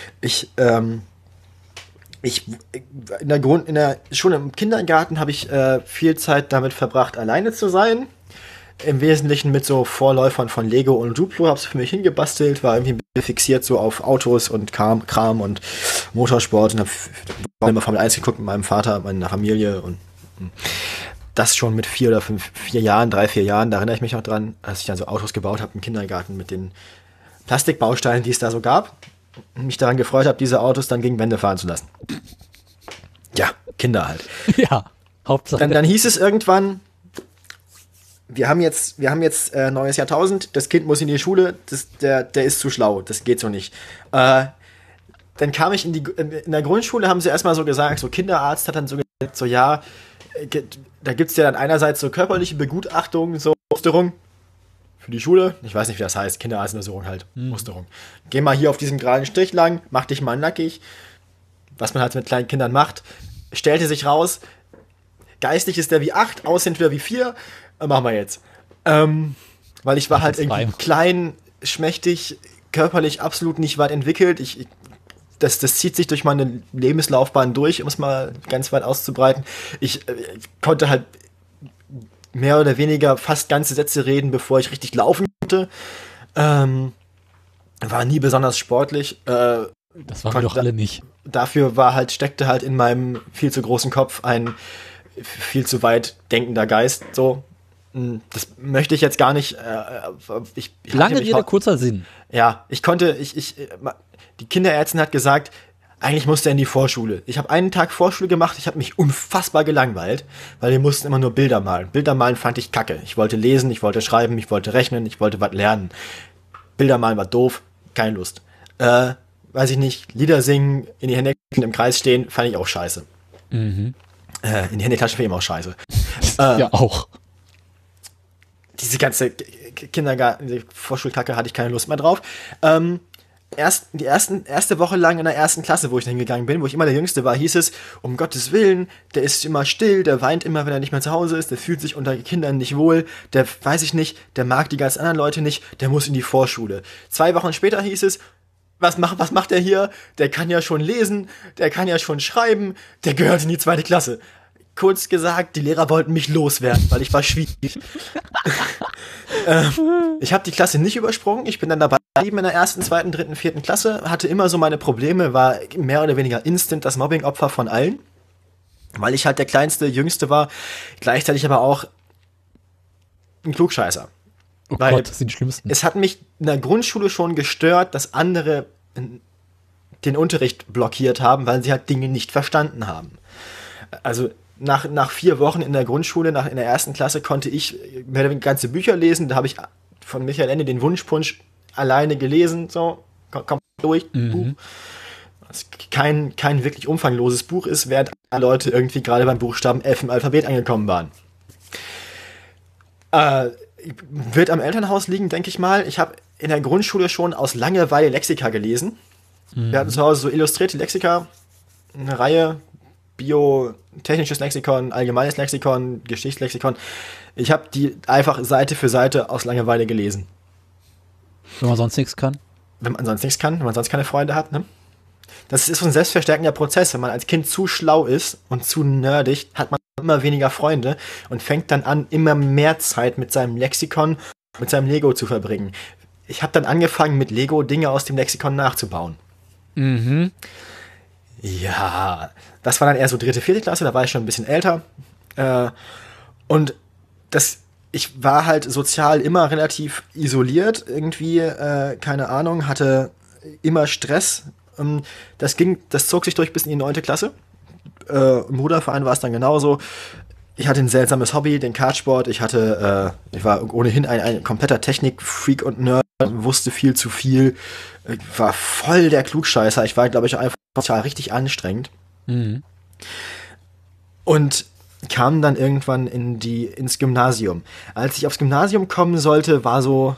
Schon im Kindergarten habe ich viel Zeit damit verbracht, alleine zu sein. Im Wesentlichen mit so Vorläufern von Lego und Duplo, hab's für mich hingebastelt, war irgendwie ein bisschen fixiert so auf Autos und Kram und Motorsport und hab immer Formel 1 geguckt mit meinem Vater, meiner Familie und das schon mit 4 Jahren, 3, 4 Jahren, da erinnere ich mich noch dran, als ich dann so Autos gebaut habe im Kindergarten mit den Plastikbausteinen, die es da so gab. Und mich daran gefreut habe, diese Autos dann gegen Wände fahren zu lassen. Ja, Kinder halt. Ja, Hauptsache. Dann hieß es irgendwann, wir haben jetzt neues Jahrtausend, das Kind muss in die Schule, der ist zu schlau, das geht so nicht. Dann kam ich in der Grundschule, haben sie erstmal so gesagt, so Kinderarzt hat dann so gesagt, so ja, da gibt's ja dann einerseits so körperliche Begutachtung, so Musterung für die Schule. Ich weiß nicht, wie das heißt, Kinderarztuntersuchung halt, Musterung. Geh mal hier auf diesem geraden Strich lang, mach dich mal nackig, was man halt mit kleinen Kindern macht. Stellte sich raus, geistig ist der wie 8, aussehend wieder wie 4, machen wir jetzt. Weil ich war halt irgendwie klein, schmächtig, körperlich absolut nicht weit entwickelt. Das zieht sich durch meine Lebenslaufbahn durch, um es mal ganz weit auszubreiten. Ich konnte halt mehr oder weniger fast ganze Sätze reden, bevor ich richtig laufen konnte. War nie besonders sportlich. Das waren wir doch alle nicht. Dafür steckte halt in meinem viel zu großen Kopf ein viel zu weit denkender Geist. So, das möchte ich jetzt gar nicht. Lange Rede, kurzer Sinn. Ja, die Kinderärztin hat gesagt, Eigentlich musste er in die Vorschule. Ich habe einen Tag Vorschule gemacht, ich habe mich unfassbar gelangweilt, weil wir mussten immer nur Bilder malen. Bilder malen fand ich kacke. Ich wollte lesen, ich wollte schreiben, ich wollte rechnen, ich wollte was lernen. Bilder malen war doof, keine Lust. Weiß ich nicht, Lieder singen, in die Hände im Kreis stehen, fand ich auch scheiße. Mhm. In die Hände klatschen finde ich immer auch scheiße. Ja, auch. Diese ganze Kindergarten, die Vorschulkacke hatte ich keine Lust mehr drauf. Erste Woche lang in der ersten Klasse, wo ich hingegangen bin, wo ich immer der Jüngste war, hieß es, um Gottes Willen, der ist immer still, der weint immer, wenn er nicht mehr zu Hause ist, der fühlt sich unter Kindern nicht wohl, der, weiß ich nicht, der mag die ganzen anderen Leute nicht, der muss in die Vorschule. 2 Wochen später hieß es, was macht der hier? Der kann ja schon lesen, der kann ja schon schreiben, der gehört in die 2. Klasse. Kurz gesagt, die Lehrer wollten mich loswerden, weil ich war schwierig. Ich habe die Klasse nicht übersprungen. Ich bin dann dabei geblieben in der 1., 2., 3., 4. Klasse. Hatte immer so meine Probleme, war mehr oder weniger instant das Mobbing-Opfer von allen. Weil ich halt der kleinste, jüngste war. Gleichzeitig aber auch ein Klugscheißer. Oh Weil Gott, das sind die Schlimmsten. es hat mich in der Grundschule schon gestört, dass andere den Unterricht blockiert haben, weil sie halt Dinge nicht verstanden haben. Also nach 4 Wochen in der Grundschule, in der 1. Klasse, konnte ich mehr oder weniger ganze Bücher lesen. Da habe ich von Michael Ende den Wunschpunsch alleine gelesen, so, kommt durch, Buch. Was kein wirklich umfangloses Buch ist, während alle Leute irgendwie gerade beim Buchstaben F im Alphabet angekommen waren. Wird am Elternhaus liegen, denke ich mal. Ich habe in der Grundschule schon aus Langeweile Lexika gelesen. Wir hatten zu Hause so illustrierte Lexika, eine Reihe, Bio, technisches Lexikon, allgemeines Lexikon, Geschichtslexikon. Ich habe die einfach Seite für Seite aus Langeweile gelesen. Wenn man sonst nichts kann. Wenn man sonst nichts kann, wenn man sonst keine Freunde hat, ne? Das ist so ein selbstverstärkender Prozess. Wenn man als Kind zu schlau ist und zu nerdig, hat man immer weniger Freunde und fängt dann an, immer mehr Zeit mit seinem Lexikon, mit seinem Lego zu verbringen. Ich habe dann angefangen, mit Lego Dinge aus dem Lexikon nachzubauen. Mhm. Ja, das war dann eher so 3., 4. Klasse, da war ich schon ein bisschen älter. Und ich war halt sozial immer relativ isoliert, irgendwie, keine Ahnung, hatte immer Stress. Das zog sich durch bis in die 9. Klasse. Im Ruderverein war es dann genauso. Ich hatte ein seltsames Hobby, den Kartsport. Ich war ohnehin ein kompletter Technik-Freak und Nerd, wusste viel zu viel. Ich war voll der Klugscheißer. Ich war, glaube ich, einfach total richtig anstrengend. Mhm. Und kam dann irgendwann ins Gymnasium. Als ich aufs Gymnasium kommen sollte, war so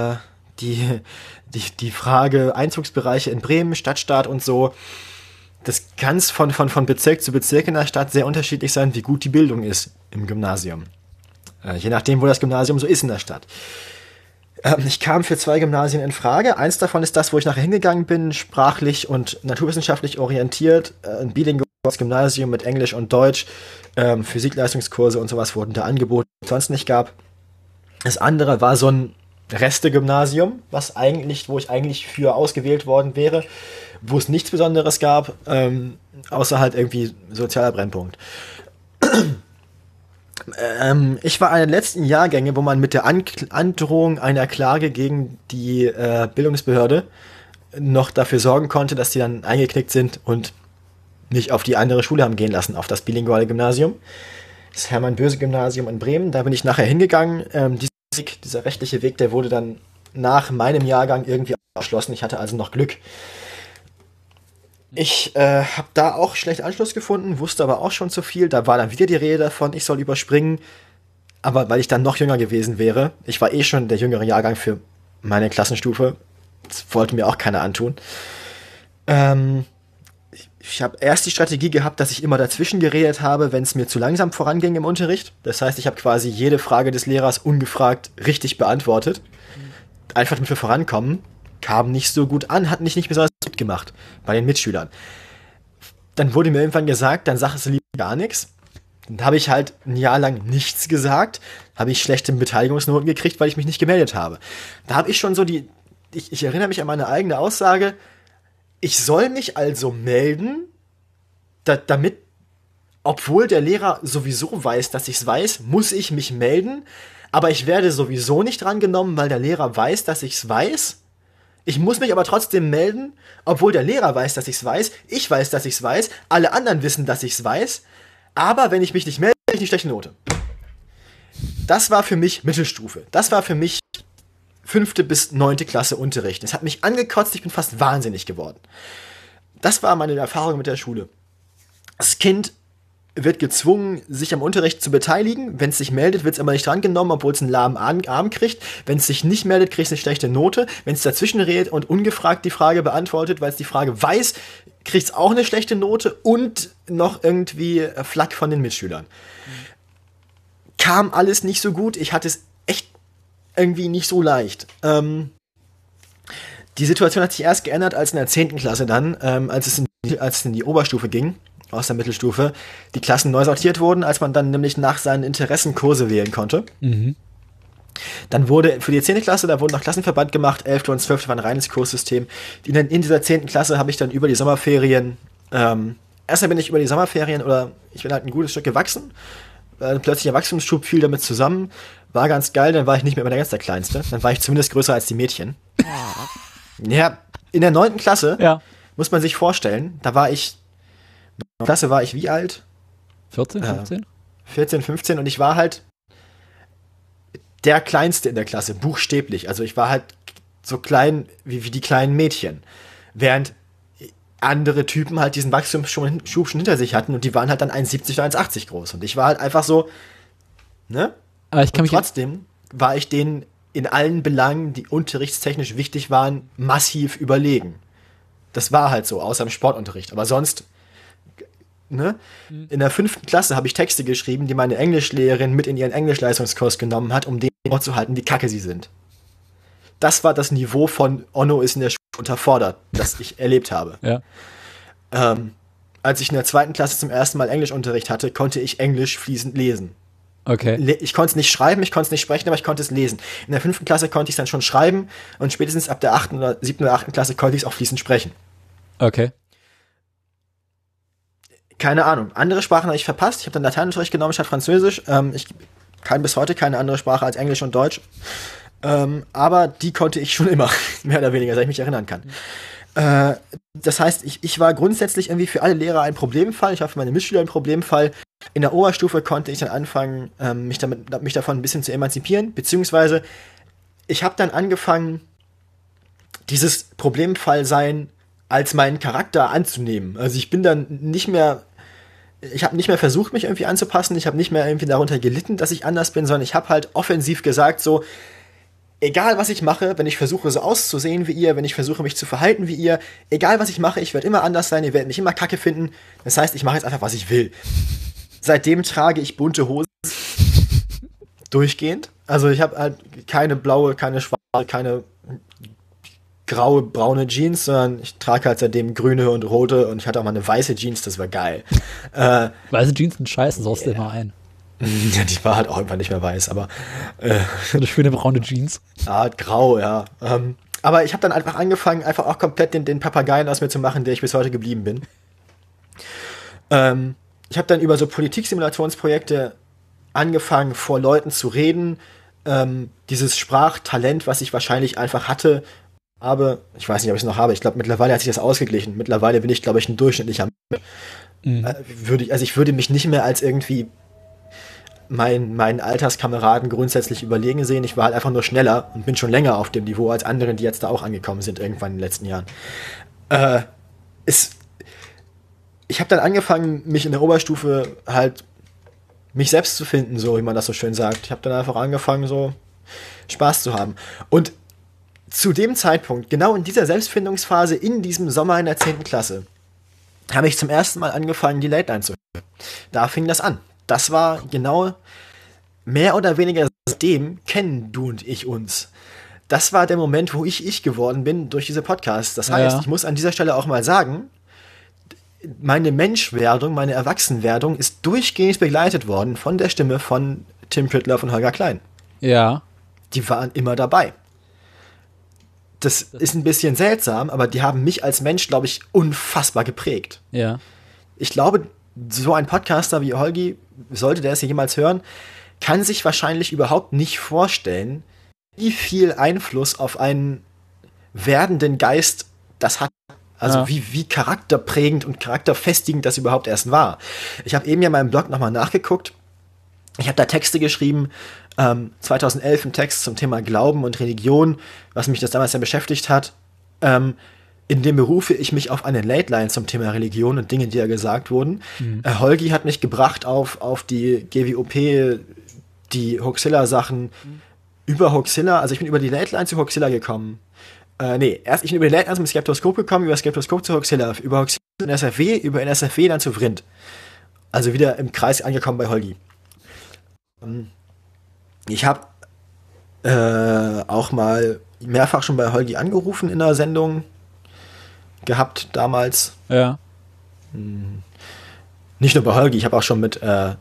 die Frage Einzugsbereiche in Bremen, Stadtstaat und so. Das kann von Bezirk zu Bezirk in der Stadt sehr unterschiedlich sein, wie gut die Bildung ist im Gymnasium. Je nachdem, wo das Gymnasium so ist in der Stadt. Ich kam für 2 Gymnasien in Frage. Eins davon ist das, wo ich nachher hingegangen bin, sprachlich und naturwissenschaftlich orientiert. Ein bilinguales Gymnasium mit Englisch und Deutsch. Physikleistungskurse und sowas wurden da angeboten, die es sonst nicht gab. Das andere war so ein Reste-Gymnasium, wo ich eigentlich für ausgewählt worden wäre, wo es nichts Besonderes gab, außer halt irgendwie sozialer Brennpunkt. Ich war einer der letzten Jahrgänge, wo man mit der Androhung einer Klage gegen die Bildungsbehörde noch dafür sorgen konnte, dass die dann eingeknickt sind und nicht auf die andere Schule haben gehen lassen, auf das bilinguale Gymnasium. Das Hermann-Böse-Gymnasium in Bremen. Da bin ich nachher hingegangen. Dieser rechtliche Weg, der wurde dann nach meinem Jahrgang irgendwie abgeschlossen. Ich hatte also noch Glück. Ich habe da auch schlecht Anschluss gefunden, wusste aber auch schon zu viel. Da war dann wieder die Rede davon, ich soll überspringen. Aber weil ich dann noch jünger gewesen wäre, ich war eh schon der jüngere Jahrgang für meine Klassenstufe, das wollte mir auch keiner antun. Ich habe erst die Strategie gehabt, dass ich immer dazwischen geredet habe, wenn es mir zu langsam voranging im Unterricht. Das heißt, ich habe quasi jede Frage des Lehrers ungefragt richtig beantwortet. Einfach damit wir vorankommen. Kam nicht so gut an, hat nicht besonders gut gemacht bei den Mitschülern. Dann wurde mir irgendwann gesagt, dann sag es lieber gar nichts. Dann habe ich halt ein Jahr lang nichts gesagt, habe ich schlechte Beteiligungsnoten gekriegt, weil ich mich nicht gemeldet habe. Da habe ich schon so ich erinnere mich an meine eigene Aussage, ich soll mich also melden, damit, obwohl der Lehrer sowieso weiß, dass ich es weiß, muss ich mich melden, aber ich werde sowieso nicht drangenommen, weil der Lehrer weiß, dass ich es weiß. Ich muss mich aber trotzdem melden, obwohl der Lehrer weiß, dass ich es weiß, ich weiß, dass ich es weiß, alle anderen wissen, dass ich es weiß, aber wenn ich mich nicht melde, kriege ich eine schlechte Note. Das war für mich Mittelstufe. Das war für mich 5. bis 9. Klasse Unterricht. Es hat mich angekotzt, ich bin fast wahnsinnig geworden. Das war meine Erfahrung mit der Schule. Das Kind wird gezwungen, sich am Unterricht zu beteiligen. Wenn es sich meldet, wird es aber nicht drangenommen, obwohl es einen lahmen Arm kriegt. Wenn es sich nicht meldet, kriegt es eine schlechte Note. Wenn es dazwischen redet und ungefragt die Frage beantwortet, weil es die Frage weiß, kriegt es auch eine schlechte Note und noch irgendwie Flack von den Mitschülern. Kam alles nicht so gut. Ich hatte es echt irgendwie nicht so leicht. Die Situation hat sich erst geändert, als in der 10. Klasse dann, als es in die Oberstufe ging, aus der Mittelstufe, die Klassen neu sortiert wurden, als man dann nämlich nach seinen Interessen Kurse wählen konnte. Mhm. Dann wurde für die 10. Klasse, da wurde noch Klassenverband gemacht, 11. und 12. war ein reines Kurssystem. In dieser 10. Klasse habe ich dann über die Sommerferien, erstmal bin ich über die Sommerferien, oder ich bin halt ein gutes Stück gewachsen, plötzlich ein Wachstumsschub fiel damit zusammen, war ganz geil, dann war ich nicht mehr immer der Kleinste, dann war ich zumindest größer als die Mädchen. Ja, in der 9. Klasse muss man sich vorstellen, Klasse war ich wie alt? 14, 15? 14, 15 und ich war halt der Kleinste in der Klasse, buchstäblich. Also ich war halt so klein wie die kleinen Mädchen. Während andere Typen halt diesen Wachstumsschub schon hinter sich hatten und die waren halt dann 1,70 oder 1,80 groß. Und ich war halt einfach so, ne? Aber trotzdem war ich denen in allen Belangen, die unterrichtstechnisch wichtig waren, massiv überlegen. Das war halt so, außer im Sportunterricht. Aber sonst, ne? In der 5. Klasse habe ich Texte geschrieben, die meine Englischlehrerin mit in ihren Englischleistungskurs genommen hat, um denen vorzuhalten, wie kacke sie sind. Das war das Niveau von Onno ist in der Schule unterfordert, das ich erlebt habe. Ja. Als ich in der 2. Klasse zum ersten Mal Englischunterricht hatte, konnte ich Englisch fließend lesen. Okay. Ich konnte es nicht schreiben, ich konnte es nicht sprechen, aber ich konnte es lesen. In der 5. Klasse konnte ich es dann schon schreiben und spätestens ab der 8. oder 7. oder 8. Klasse konnte ich es auch fließend sprechen. Okay. Keine Ahnung. Andere Sprachen habe ich verpasst. Ich habe dann Lateinunterricht genommen statt Französisch. Ich kann bis heute keine andere Sprache als Englisch und Deutsch. Aber die konnte ich schon immer, mehr oder weniger, seit ich mich erinnern kann. Das heißt, ich war grundsätzlich irgendwie für alle Lehrer ein Problemfall. Ich war für meine Mitschüler ein Problemfall. In der Oberstufe konnte ich dann anfangen, mich davon ein bisschen zu emanzipieren. Beziehungsweise ich habe dann angefangen, dieses Problemfallsein als meinen Charakter anzunehmen. Also ich bin dann ich habe nicht mehr versucht, mich irgendwie anzupassen, ich habe nicht mehr irgendwie darunter gelitten, dass ich anders bin, sondern ich habe halt offensiv gesagt so, egal was ich mache, wenn ich versuche so auszusehen wie ihr, wenn ich versuche mich zu verhalten wie ihr, egal was ich mache, ich werde immer anders sein, ihr werdet mich immer kacke finden, das heißt, ich mache jetzt einfach, was ich will. Seitdem trage ich bunte Hosen durchgehend, also ich habe halt keine blaue, keine schwarze, keine graue, braune Jeans, sondern ich trage halt seitdem grüne und rote und ich hatte auch mal eine weiße Jeans, das war geil. Weiße Jeans sind scheiße, saust du immer ein. Ja, die war halt auch irgendwann nicht mehr weiß, aber eine schöne braune Jeans. Grau, ja. Aber ich habe dann einfach angefangen, einfach auch komplett den Papageien aus mir zu machen, der ich bis heute geblieben bin. Ich habe dann über so Politiksimulationsprojekte angefangen, vor Leuten zu reden. Dieses Sprachtalent, was ich wahrscheinlich einfach hatte, ich weiß nicht, ob ich es noch habe, ich glaube, mittlerweile hat sich das ausgeglichen. Mittlerweile bin ich, glaube ich, ein durchschnittlicher Mensch. Ich würde mich nicht mehr als irgendwie meinen Alterskameraden grundsätzlich überlegen sehen. Ich war halt einfach nur schneller und bin schon länger auf dem Niveau als andere, die jetzt da auch angekommen sind, irgendwann in den letzten Jahren. Ich habe dann angefangen, mich in der Oberstufe halt mich selbst zu finden, so wie man das so schön sagt. Ich habe dann einfach angefangen, so Spaß zu haben. Und zu dem Zeitpunkt, genau in dieser Selbstfindungsphase, in diesem Sommer in der 10. Klasse, habe ich zum ersten Mal angefangen, die Late Night zu hören. Da fing das an. Das war genau mehr oder weniger seitdem kennen du und ich uns. Das war der Moment, wo ich geworden bin durch diese Podcasts. Das heißt, ich muss an dieser Stelle auch mal sagen, meine Menschwerdung, meine Erwachsenwerdung ist durchgehend begleitet worden von der Stimme von Tim Pritlove und Holger Klein. Ja. Die waren immer dabei. Das ist ein bisschen seltsam, aber die haben mich als Mensch, glaube ich, unfassbar geprägt. Ja. Ich glaube, so ein Podcaster wie Holgi, sollte der es jemals hören, kann sich wahrscheinlich überhaupt nicht vorstellen, wie viel Einfluss auf einen werdenden Geist das hat. Also wie charakterprägend und charakterfestigend das überhaupt erst war. Ich habe eben ja in meinem Blog nochmal nachgeguckt. Ich habe da Texte geschrieben, 2011 ein Text zum Thema Glauben und Religion, was mich das damals ja beschäftigt hat. In dem berufe ich mich auf eine Late-Line zum Thema Religion und Dinge, die ja gesagt wurden. Holgi hat mich gebracht auf die GWOP, die Hoaxilla-Sachen über Hoaxilla. Also ich bin über die Late-Line zu Hoaxilla gekommen. Ich bin über die Late-Line zum Skeptoskop gekommen, über Skeptoskop zu Hoaxilla, über Hoaxilla zu NSFW, über NSFW dann zu Vrind. Also wieder im Kreis angekommen bei Holgi. Ich habe auch mal mehrfach schon bei Holgi angerufen in einer Sendung gehabt damals. Ja. Nicht nur bei Holgi, ich habe auch schon mit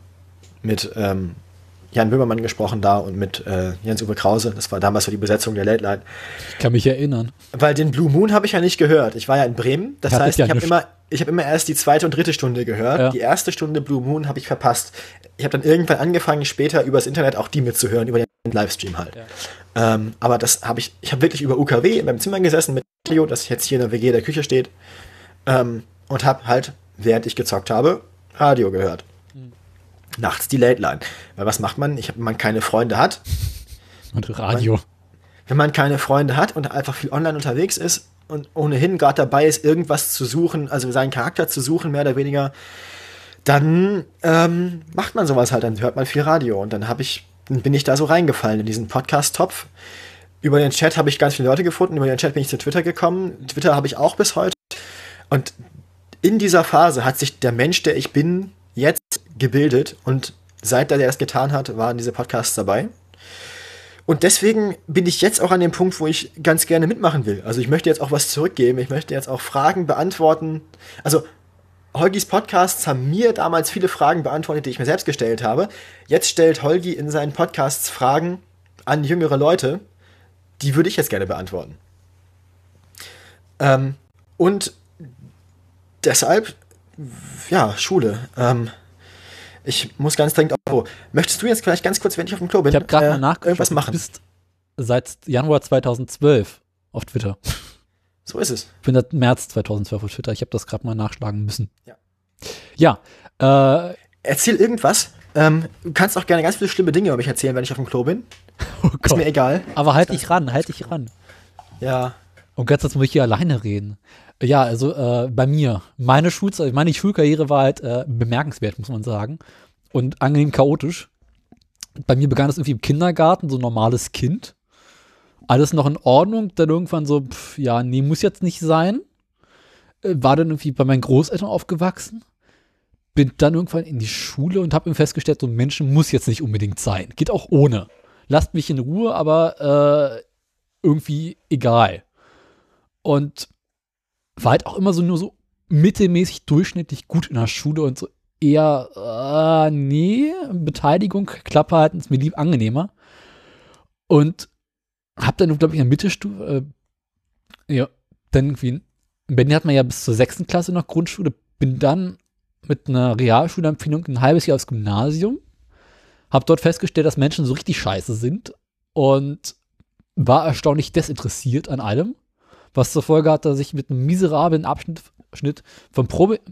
Jan Böhmermann gesprochen da und mit Jens-Uwe Krause. Das war damals so die Besetzung der Late Line. Ich kann mich erinnern. Weil den Blue Moon habe ich ja nicht gehört. Ich war ja in Bremen. Das heißt, ich habe immer erst die zweite und dritte Stunde gehört. Ja. Die erste Stunde Blue Moon habe ich verpasst. Ich habe dann irgendwann angefangen, später übers Internet auch die mitzuhören, über den Livestream halt. Ja. Aber das habe ich habe wirklich über UKW in meinem Zimmer gesessen mit Radio, das jetzt hier in der WG der Küche steht, und habe halt, während ich gezockt habe, Radio gehört. Nachts die Late Line. Weil was macht man? Wenn man keine Freunde hat. Und Radio. Wenn man keine Freunde hat und einfach viel online unterwegs ist und ohnehin gerade dabei ist, irgendwas zu suchen, also seinen Charakter zu suchen, mehr oder weniger, dann macht man sowas halt, dann hört man viel Radio. Und dann bin ich da so reingefallen in diesen Podcast-Topf. Über den Chat habe ich ganz viele Leute gefunden, über den Chat bin ich zu Twitter gekommen. Twitter habe ich auch bis heute. Und in dieser Phase hat sich der Mensch, der ich bin, jetzt gebildet, und seit er das getan hat, waren diese Podcasts dabei. Und deswegen bin ich jetzt auch an dem Punkt, wo ich ganz gerne mitmachen will. Also ich möchte jetzt auch was zurückgeben, ich möchte jetzt auch Fragen beantworten. Also Holgis Podcasts haben mir damals viele Fragen beantwortet, die ich mir selbst gestellt habe. Jetzt stellt Holgi in seinen Podcasts Fragen an jüngere Leute, die würde ich jetzt gerne beantworten. Und deshalb, ja, Schule. Ich muss ganz dringend auf. Möchtest du jetzt vielleicht ganz kurz, wenn ich auf dem Klo bin, ich habe gerade mal nachgeschaut, irgendwas machen? Du bist seit Januar 2012 auf Twitter. So ist es. Ich bin seit März 2012 auf Twitter. Ich habe das gerade mal nachschlagen müssen. Ja. Erzähl irgendwas. Du kannst auch gerne ganz viele schlimme Dinge über mich erzählen, wenn ich auf dem Klo bin. Oh Gott. Ist mir egal. Aber halt dich ran. Ja. Und ganz jetzt muss ich hier alleine reden. Ja, also bei mir. Meine Schulkarriere war halt bemerkenswert, muss man sagen. Und angenehm chaotisch. Bei mir begann es irgendwie im Kindergarten, so ein normales Kind. Alles noch in Ordnung. Dann irgendwann so, muss jetzt nicht sein. War dann irgendwie bei meinen Großeltern aufgewachsen. Bin dann irgendwann in die Schule und habe festgestellt, so ein Menschen muss jetzt nicht unbedingt sein. Geht auch ohne. Lasst mich in Ruhe, aber irgendwie egal. Und war halt auch immer so nur so mittelmäßig durchschnittlich gut in der Schule und so eher, Beteiligung, Klappe halten ist mir lieb angenehmer. Und hab dann, glaube ich, in der Mittelstufe, dann irgendwie, in Berlin hat man ja bis zur 6. Klasse noch Grundschule, bin dann mit einer Realschulempfehlung ein halbes Jahr aufs Gymnasium, hab dort festgestellt, dass Menschen so richtig scheiße sind und war erstaunlich desinteressiert an allem. Was zur Folge hat, dass ich mit einem miserablen Durchschnitt vom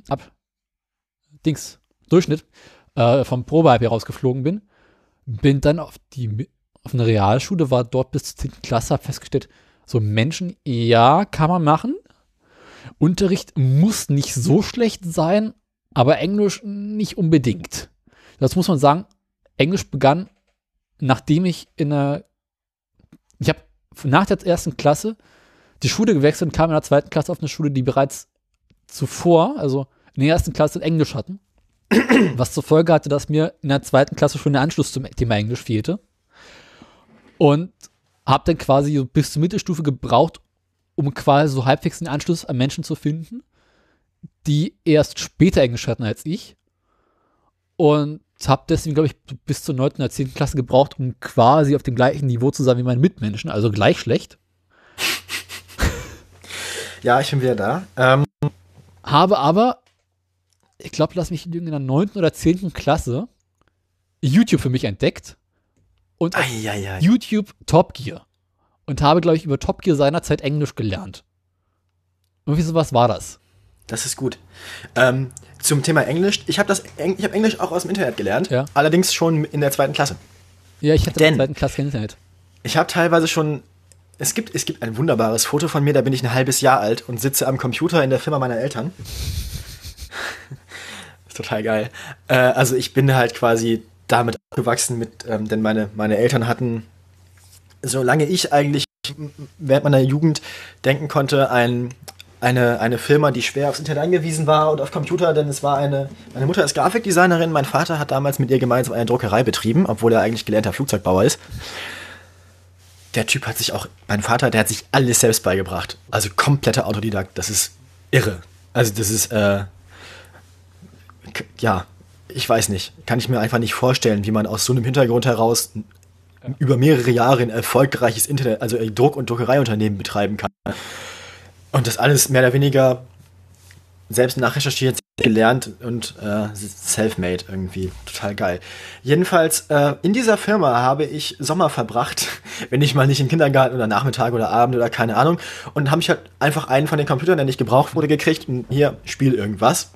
Probehalbjahr rausgeflogen bin. Bin dann auf eine Realschule, war dort bis zur 10. Klasse, hab festgestellt, so Menschen, ja, kann man machen. Unterricht muss nicht so schlecht sein, aber Englisch nicht unbedingt. Das muss man sagen, Englisch begann, nachdem ich nach der 1. Klasse die Schule gewechselt und kam in der 2. Klasse auf eine Schule, die bereits zuvor, also in der 1. Klasse Englisch hatten. Was zur Folge hatte, dass mir in der 2. Klasse schon der Anschluss zum Thema Englisch fehlte. Und habe dann quasi bis zur Mittelstufe gebraucht, um quasi so halbwegs einen Anschluss an Menschen zu finden, die erst später Englisch hatten als ich. Und habe deswegen, glaube ich, bis zur 9. oder 10. Klasse gebraucht, um quasi auf dem gleichen Niveau zu sein wie meine Mitmenschen, also gleich schlecht. Ja, ich bin wieder da. Habe aber, ich glaube, lass mich lügen, in der 9. oder 10. Klasse YouTube für mich entdeckt und auf YouTube Top Gear. und habe, glaube ich, über Top Gear seinerzeit Englisch gelernt. Irgendwie sowas war das. Das ist gut. Zum Thema Englisch, ich habe Englisch auch aus dem Internet gelernt, Ja. allerdings schon in der 2. Klasse. Ja, ich hatte in Denn- der 2. Klasse kein Internet. Ich habe teilweise schon, es gibt ein wunderbares Foto von mir, da bin ich ein halbes Jahr alt und sitze am Computer in der Firma meiner Eltern. Ist total geil. Also ich bin halt quasi damit aufgewachsen, denn meine Eltern hatten, solange ich eigentlich während meiner Jugend denken konnte, eine Firma, die schwer aufs Internet angewiesen war und auf Computer, denn meine Mutter ist Grafikdesignerin, mein Vater hat damals mit ihr gemeinsam eine Druckerei betrieben, obwohl er eigentlich gelernter Flugzeugbauer ist. Der Typ mein Vater, der hat sich alles selbst beigebracht. Also kompletter Autodidakt, das ist irre. Also das ist, ja, ich weiß nicht, kann ich mir einfach nicht vorstellen, wie man aus so einem Hintergrund heraus über mehrere Jahre ein erfolgreiches Internet, also ein Druck- und Druckereiunternehmen betreiben kann. Und das alles mehr oder weniger selbst nachrecherchiert, gelernt und self-made irgendwie. Total geil. Jedenfalls, in dieser Firma habe ich Sommer verbracht, wenn ich mal nicht im Kindergarten oder Nachmittag oder Abend oder keine Ahnung. Und habe ich halt einfach einen von den Computern, der nicht gebraucht wurde, gekriegt und hier, spiel irgendwas.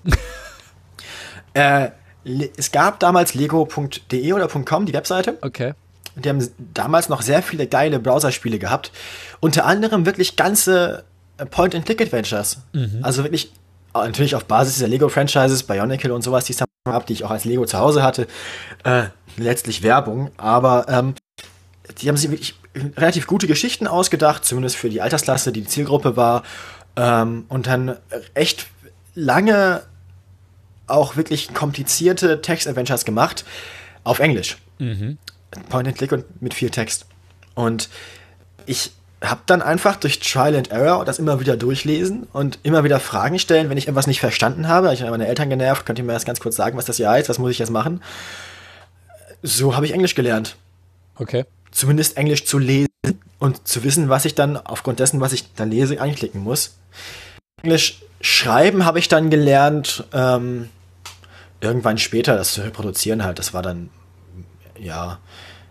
Es gab damals lego.de oder .com, die Webseite. Okay. Die haben damals noch sehr viele geile Browserspiele gehabt. Unter anderem wirklich ganze Point-and-Click-Adventures. Also wirklich, natürlich auf Basis dieser Lego-Franchises, Bionicle und sowas, die es gab, die ich auch als Lego zu Hause hatte. Letztlich Werbung, aber die haben sich wirklich relativ gute Geschichten ausgedacht, zumindest für die Altersklasse, die Zielgruppe war. Und dann echt lange auch wirklich komplizierte Text-Adventures gemacht, auf Englisch. Point-and-Click und mit viel Text. Und ich habe dann einfach durch Trial and Error das immer wieder durchlesen und immer wieder Fragen stellen, wenn ich irgendwas nicht verstanden habe. Ich habe meine Eltern genervt, könnt ihr mir das ganz kurz sagen, was das hier heißt, was muss ich jetzt machen? So habe ich Englisch gelernt. Okay. Zumindest Englisch zu lesen und zu wissen, was ich dann aufgrund dessen, was ich dann lese, anklicken muss. Englisch schreiben habe ich dann gelernt, irgendwann später, das zu reproduzieren halt, das war dann, ja,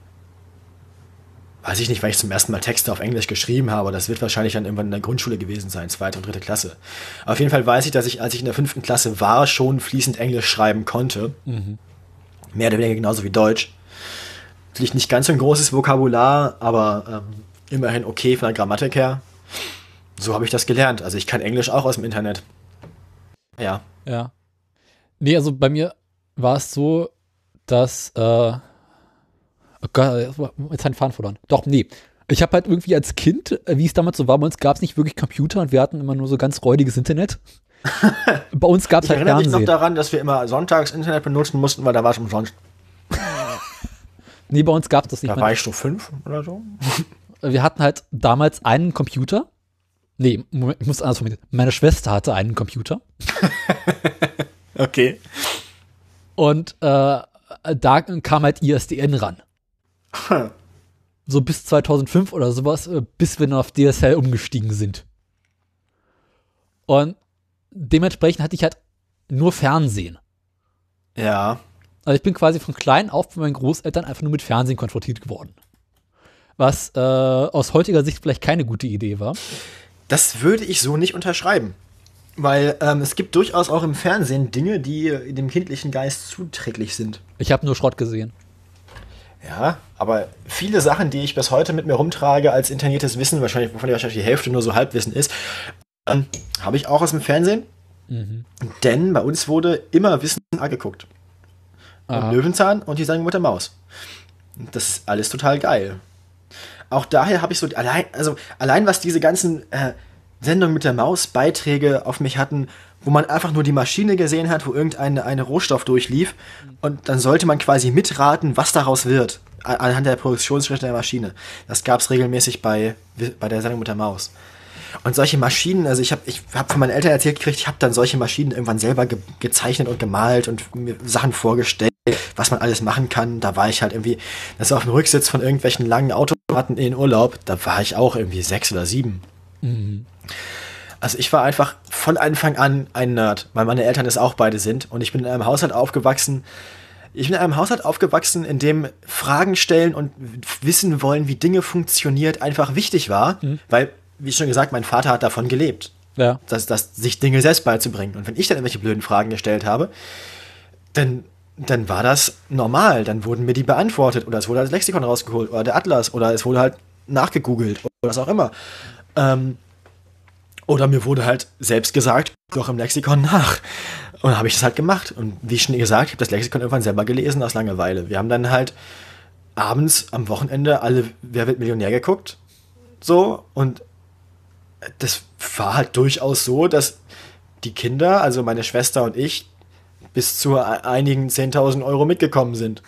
weiß ich nicht, weil ich zum ersten Mal Texte auf Englisch geschrieben habe, das wird wahrscheinlich dann irgendwann in der Grundschule gewesen sein, 2. und 3. Klasse. Auf jeden Fall weiß ich, dass ich, als ich in der 5. Klasse war, schon fließend Englisch schreiben konnte. Mehr oder weniger genauso wie Deutsch. Natürlich nicht ganz so ein großes Vokabular, aber immerhin okay von der Grammatik her. So habe ich das gelernt. Also ich kann Englisch auch aus dem Internet. Ja. Ja. Nee, also bei mir war es so, dass, oh Gott, jetzt habe ich den Faden verloren. Doch, nee. Ich habe halt irgendwie als Kind, wie es damals so war, bei uns gab es nicht wirklich Computer und wir hatten immer nur so ganz räudiges Internet. Bei uns gab es halt Ich erinnere mich Fernsehen. noch daran, dass wir immer sonntags Internet benutzen mussten, weil da war es umsonst. Nee, bei uns gab es das nicht. Da war ich so 5 oder so. Wir hatten halt damals einen Computer. Nee, Moment, ich muss anders formulieren. Meine Schwester hatte einen Computer. Okay. Und da kam halt ISDN ran. So bis 2005 oder sowas, bis wir dann auf DSL umgestiegen sind. Und dementsprechend hatte ich halt nur Fernsehen. Ja. Also ich bin quasi von klein auf von meinen Großeltern einfach nur mit Fernsehen konfrontiert geworden. Was aus heutiger Sicht vielleicht keine gute Idee war. Das würde ich so nicht unterschreiben. Weil es gibt durchaus auch im Fernsehen Dinge, die dem kindlichen Geist zuträglich sind. Ich habe nur Schrott gesehen. Ja, aber viele Sachen, die ich bis heute mit mir rumtrage als interniertes Wissen, wovon wahrscheinlich die Hälfte nur so Halbwissen ist, habe ich auch aus dem Fernsehen. Denn bei uns wurde immer Wissen angeguckt. Und Löwenzahn und die Sendung mit der Maus. Das ist alles total geil. Auch daher habe ich so, allein was diese ganzen Sendungen mit der Maus Beiträge auf mich hatten, wo man einfach nur die Maschine gesehen hat, wo eine Rohstoff durchlief und dann sollte man quasi mitraten, was daraus wird, anhand der Produktionsschritte der Maschine. Das gab es regelmäßig bei der Sendung mit der Maus. Und solche Maschinen, also ich hab von meinen Eltern erzählt gekriegt, ich habe dann solche Maschinen irgendwann selber gezeichnet und gemalt und mir Sachen vorgestellt, was man alles machen kann. Da war ich halt irgendwie, das auf dem Rücksitz von irgendwelchen langen Autofahrten in Urlaub, da war ich auch irgendwie 6 oder 7. Also ich war einfach von Anfang an ein Nerd, weil meine Eltern es auch beide sind und ich bin in einem Haushalt aufgewachsen, Ich bin in einem Haushalt aufgewachsen, in dem Fragen stellen und wissen wollen, wie Dinge funktioniert, einfach wichtig war, weil, wie schon gesagt, mein Vater hat davon gelebt, Ja. dass sich Dinge selbst beizubringen. Und wenn ich dann irgendwelche blöden Fragen gestellt habe, dann war das normal. Dann wurden mir die beantwortet oder es wurde das Lexikon rausgeholt oder der Atlas oder es wurde halt nachgegoogelt oder was auch immer. Oder mir wurde halt selbst gesagt, doch im Lexikon nach. Und dann habe ich das halt gemacht. Und wie schon gesagt, ich habe das Lexikon irgendwann selber gelesen aus Langeweile. Wir haben dann halt abends am Wochenende alle Wer wird Millionär geguckt. So. Und das war halt durchaus so, dass die Kinder, also meine Schwester und ich, bis zu einigen 10.000 Euro mitgekommen sind.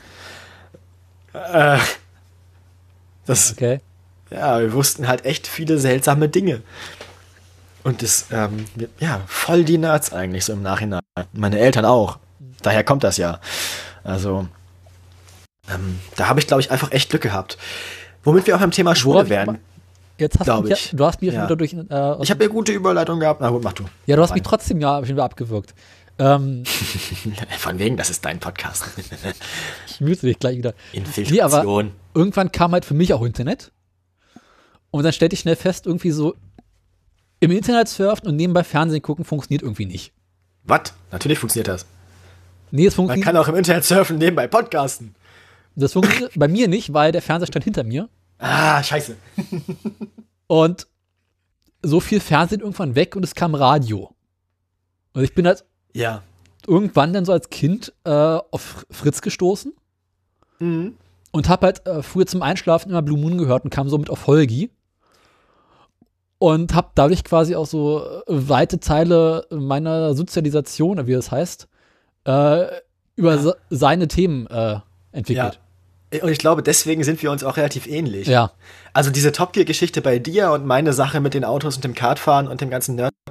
Das, Okay. ja, wir wussten halt echt viele seltsame Dinge. Und das, ja, voll die Nerds eigentlich so im Nachhinein. Meine Eltern auch. Daher kommt das ja. Also, da habe ich, glaube ich, einfach echt Glück gehabt. Womit wir auch beim Thema Schule wären. Jetzt hast Glaub du mich, ich. du hast mich Ja. wieder durch. Ich habe eine gute Überleitung gehabt. Na gut, mach du. Ja, du hast mich trotzdem ja wieder abgewürgt. Von wegen, das ist dein Podcast. Ich müsste dich gleich wieder. Infiltration. aber irgendwann kam halt für mich auch Internet. Und dann stellte ich schnell fest, irgendwie so im Internet surfen und nebenbei Fernsehen gucken funktioniert irgendwie nicht. Was? Natürlich funktioniert das. Nee, es Man funktioniert, kann auch im Internet surfen, nebenbei podcasten. das funktioniert bei mir nicht, weil der Fernseher stand hinter mir. Ah, scheiße. Und so viel Fernsehen irgendwann weg und es kam Radio. Und ich bin halt Ja. irgendwann dann so als Kind auf Fritz gestoßen Mhm. und habe halt früher zum Einschlafen immer Blue Moon gehört und kam somit auf Holgi. Und habe dadurch quasi auch so weite Teile meiner Sozialisation, oder wie das heißt, über seine Themen entwickelt. Ja. Und ich glaube, deswegen sind wir uns auch relativ ähnlich. Ja. Also diese Top Gear-Geschichte bei dir und meine Sache mit den Autos und dem Kartfahren und dem ganzen Nerd.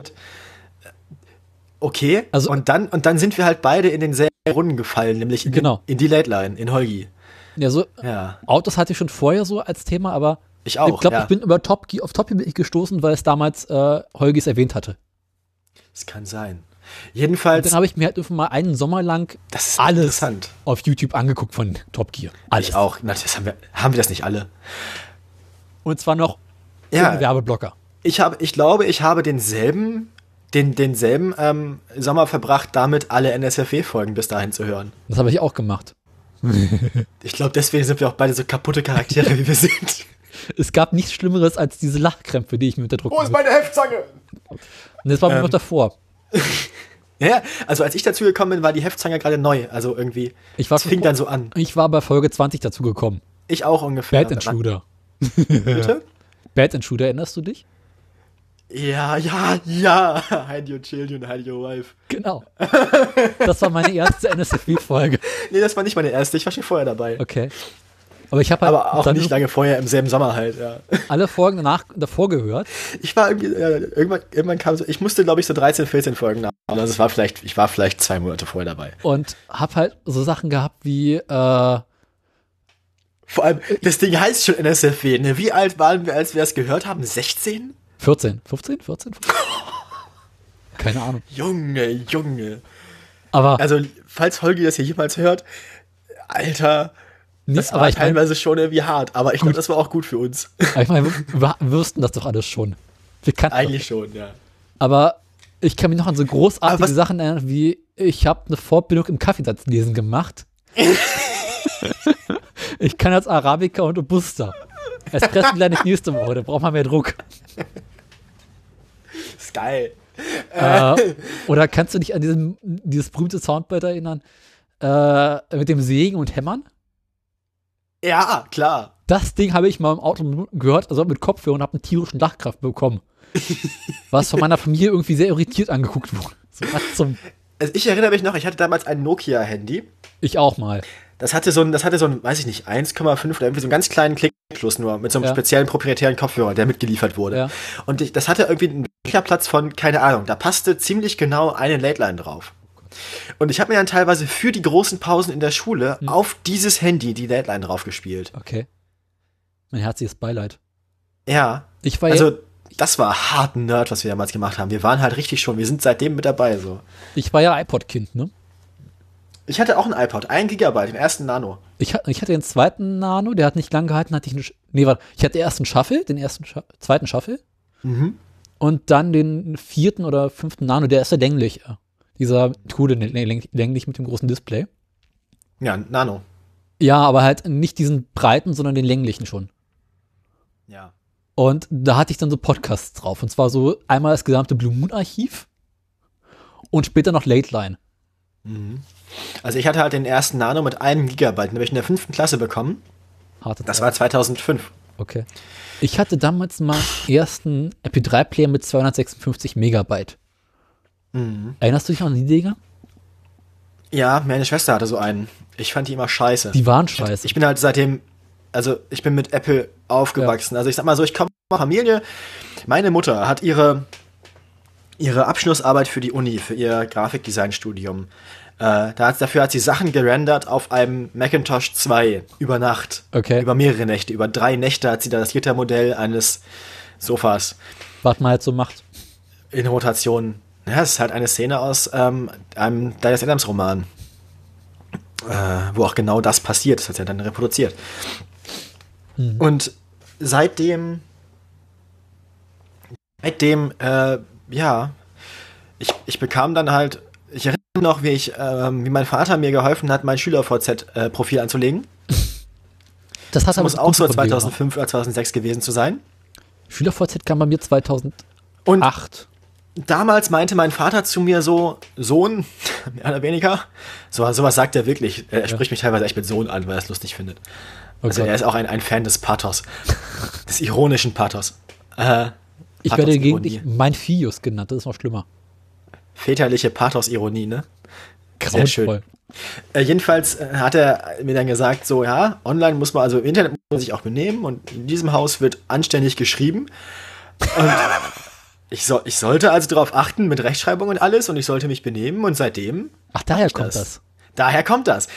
Okay. Also- und dann sind wir halt beide in denselben Runden gefallen, nämlich Genau. in die Late Line, in Holgi. Ja, so Ja. Autos hatte ich schon vorher so als Thema, aber Ich auch. ich glaube, ja. ich bin über auf Top Gear bin ich gestoßen, weil es damals Holgis erwähnt hatte. Das kann sein. Und Jedenfalls, dann habe ich mir halt einfach mal einen Sommer lang das ist alles interessant. auf YouTube angeguckt von Top Gear. Alles. Ich auch. Na, das haben wir das nicht alle? Und zwar noch Ja. ohne Werbeblocker. Ich glaube, ich habe denselben Sommer verbracht, damit alle NSFW-Folgen bis dahin zu hören. Das habe ich auch gemacht. Ich glaube, deswegen sind wir auch beide so kaputte Charaktere, wie wir sind. Es gab nichts Schlimmeres als diese Lachkrämpfe, die ich mir unter Druck Wo ist meine Heftzange? Und das war mir noch davor. Ja, also als ich dazu gekommen bin, war die Heftzange gerade neu. Also irgendwie, Ich war es fing dann so an. Ich war bei Folge 20 dazu gekommen. Ich auch ungefähr. Bad Intruder. Bitte? Bad Intruder, erinnerst du dich? Ja. Hide your children, hide your wife. Genau. Das war meine erste NSFW-Folge. Nee, das war nicht meine erste. Ich war schon vorher dabei. Okay. Aber ich habe halt Aber auch dann nicht lange vorher, im selben Sommer halt, ja. alle Folgen davor gehört. Ich war irgendwie, irgendwann kam so, ich musste, glaube ich, so 13, 14 Folgen nach. Also ich war vielleicht 2 Monate vorher dabei. Und habe halt so Sachen gehabt wie Vor allem, das Ding heißt schon NSFW, ne? Wie alt waren wir, als wir es gehört haben? 16? 14. 15? 14? Keine Ahnung. Junge. Aber, Also, falls Holgi das hier jemals hört, Alter, das war aber ich meine, teilweise schon irgendwie hart. Aber ich glaube, das war auch gut für uns. wir wussten das doch alles schon. Wir kannten das. Eigentlich schon, ja. Aber ich kann mich noch an so Aber großartige was- Sachen erinnern, wie ich habe eine Fortbildung im Kaffeesatzlesen gemacht. Ich kann jetzt Arabica und Robusta. Espresso lerne ich nächste Woche, da braucht man mehr Druck. Ist geil. Oder kannst du dich an dieses berühmte Soundbite erinnern? Mit dem Sägen und Hämmern? Ja, klar. Das Ding habe ich mal im Auto gehört, also mit Kopfhörer und habe einen tierischen Lachkraft bekommen. Was von meiner Familie irgendwie sehr irritiert angeguckt wurde. So, was zum Also ich erinnere mich noch, ich hatte damals ein Nokia-Handy. ich auch mal. Das hatte so ein, weiß ich nicht, 1,5 oder irgendwie so einen ganz kleinen Klickschluss nur, mit so einem Ja. speziellen proprietären Kopfhörer, der mitgeliefert wurde. Ja. Und das hatte irgendwie einen Speicherplatz von, keine Ahnung, da passte ziemlich genau eine Late-Line drauf. Und ich habe mir dann teilweise für die großen Pausen in der Schule auf dieses Handy die Late-Line drauf gespielt. Okay. Mein herzliches Beileid. Ja. Ich war Also, das war hart Nerd, was wir damals gemacht haben. Wir waren halt richtig schon, wir sind seitdem mit dabei, so. Ich war ja iPod-Kind, ne? Ich hatte auch einen iPod, 1 Gigabyte, den ersten Nano. Ich hatte den zweiten Nano, der hat nicht lang gehalten, ich hatte erst einen Shuffle, zweiten Shuffle. Und dann den 4. oder 5. Nano, der ist ja länglich. Dieser coole länglich mit dem großen Display. Ja, Nano. Ja, aber halt nicht diesen breiten, sondern den länglichen schon. Ja. Und da hatte ich dann so Podcasts drauf. Und zwar so einmal das gesamte Blue Moon Archiv und später noch Late Line. Also ich hatte halt den ersten Nano mit 1 Gigabyte, den habe ich in der 5. Klasse bekommen. Das war 2005. Okay. Ich hatte damals mal ersten MP3-Player mit 256 Megabyte. Erinnerst du dich noch an die Dinger? Ja, meine Schwester hatte so einen. Ich fand die immer scheiße. Die waren scheiße. Ich bin halt seitdem, also ich bin mit Apple aufgewachsen. Ja. Also ich sag mal so, ich komme aus einer Familie. Meine Mutter hat ihre Abschlussarbeit für die Uni, für ihr Grafikdesign-Studium. Dafür hat sie Sachen gerendert auf einem Macintosh 2 über Nacht. Okay. Über mehrere Nächte. Über 3 Nächte hat sie da das Gittermodell eines Sofas. Was man halt so macht. In Rotation. Ja, das ist halt eine Szene aus einem Douglas Adams Roman. Wo auch genau das passiert. Das hat sie dann reproduziert. Und seitdem, ja, ich bekam dann halt, ich erinnere mich noch, wie mein Vater mir geholfen hat, mein SchülerVZ-Profil anzulegen. Das muss auch so 2005 oder 2006 gewesen zu sein. SchülerVZ kam bei mir 2008. Und damals meinte mein Vater zu mir so, Sohn, mehr oder weniger, sowas sagt er wirklich. Er spricht mich teilweise echt mit Sohn an, weil er es lustig findet. Also er ist auch ein Fan des Pathos, des ironischen Pathos. Ich werde gelegentlich mein Fius genannt, das ist noch schlimmer. Väterliche Pathos-Ironie, ne? Grauenvoll. Sehr schön. Jedenfalls hat er mir dann gesagt, so ja, online muss man, also im Internet muss man sich auch benehmen und in diesem Haus wird anständig geschrieben. Und ich sollte also darauf achten mit Rechtschreibung und alles und ich sollte mich benehmen und seitdem. Ach, daher kommt das. Daher kommt das.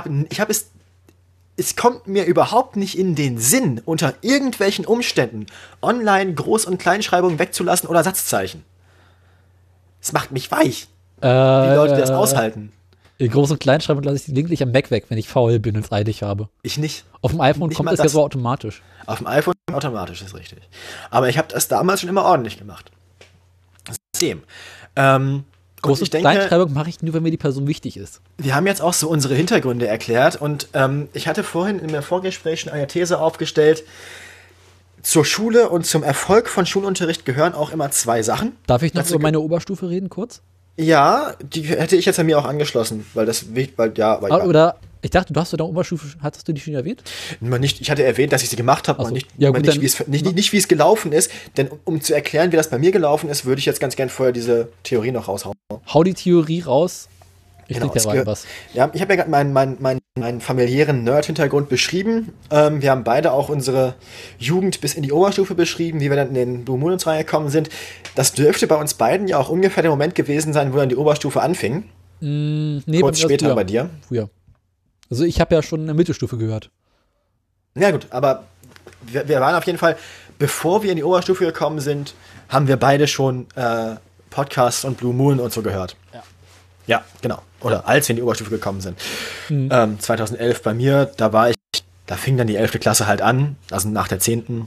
Es kommt mir überhaupt nicht in den Sinn, unter irgendwelchen Umständen online Groß- und Kleinschreibung wegzulassen oder Satzzeichen. Es macht mich weich, wie Leute das aushalten. In Groß- und Kleinschreibung lasse ich die lediglich am Mac weg, wenn ich faul bin und es eilig habe. Ich nicht. Auf dem iPhone nicht kommt das ja so automatisch. Auf dem iPhone automatisch, ist richtig. Aber ich habe das damals schon immer ordentlich gemacht. System. Groß- und Kleinschreibung mache ich nur, wenn mir die Person wichtig ist. Wir haben jetzt auch so unsere Hintergründe erklärt und ich hatte vorhin in der Vorgespräch schon eine These aufgestellt. Zur Schule und zum Erfolg von Schulunterricht gehören auch immer 2 Sachen. Darf ich noch über meine Oberstufe reden, kurz? Ja, die hätte ich jetzt an mir auch angeschlossen, Oder ich dachte, hattest du die schon erwähnt? Ich hatte erwähnt, dass ich sie gemacht habe, so. nicht wie es gelaufen ist, denn um zu erklären, wie das bei mir gelaufen ist, würde ich jetzt ganz gern vorher diese Theorie noch raushauen. Hau die Theorie raus. Ich genau, leg dir rein was. Ja, ich habe ja gerade meinen familiären Nerd-Hintergrund beschrieben. Wir haben beide auch unsere Jugend bis in die Oberstufe beschrieben, wie wir dann in den Blue Moon reingekommen sind. Das dürfte bei uns beiden ja auch ungefähr der Moment gewesen sein, wo dann die Oberstufe anfing. Nee, kurz später bei dir. Früher. Also ich habe ja schon eine Mittelstufe gehört. Ja gut, aber wir waren auf jeden Fall, bevor wir in die Oberstufe gekommen sind, haben wir beide schon Podcasts und Blue Moon und so gehört. Ja, genau. Oder als wir in die Oberstufe gekommen sind. 2011 bei mir, da fing dann die 11. Klasse halt an, also nach der 10.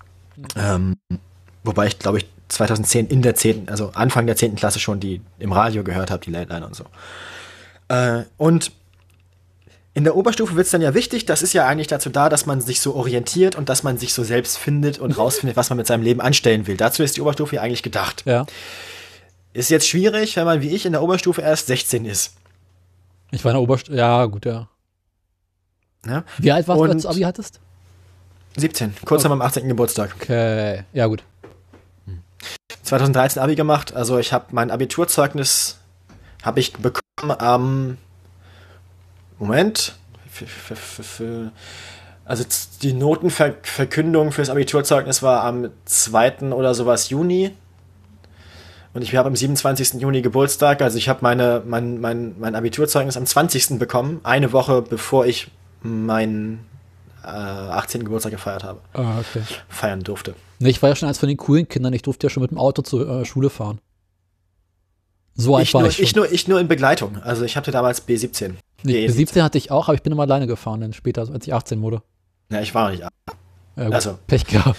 Wobei ich, glaube ich, 2010 in der 10., also Anfang der 10. Klasse schon die im Radio gehört habe, die Late Line und so. Und in der Oberstufe wird es dann ja wichtig, das ist ja eigentlich dazu da, dass man sich so orientiert und dass man sich so selbst findet und rausfindet, was man mit seinem Leben anstellen will. Dazu ist die Oberstufe ja eigentlich gedacht. Ja. Ist jetzt schwierig, wenn man wie ich in der Oberstufe erst 16 ist. Ich war in der Oberstufe, ja gut, ja. Ja? Wie alt warst du, als du Abi hattest? 17, kurz nach meinem 18. Geburtstag. Okay, ja gut. 2013 Abi gemacht, also ich habe mein Abiturzeugnis bekommen am Moment. Also die Notenverkündung fürs Abiturzeugnis war am 2. oder sowas Juni. Und ich habe am 27. Juni Geburtstag, also ich habe mein Abiturzeugnis am 20. bekommen, eine Woche bevor ich meinen 18. Geburtstag gefeiert habe. Ah, okay. Feiern durfte. Ne, ich war ja schon eins von den coolen Kindern, ich durfte ja schon mit dem Auto zur Schule fahren. So alt war ich schon. Ich nur in Begleitung, also ich hatte damals B17. Nee, bis 17 hatte ich auch, aber ich bin immer alleine gefahren, dann später, als ich 18 wurde. Ja, ich war noch nicht. Ja, gut, Also. Pech gehabt.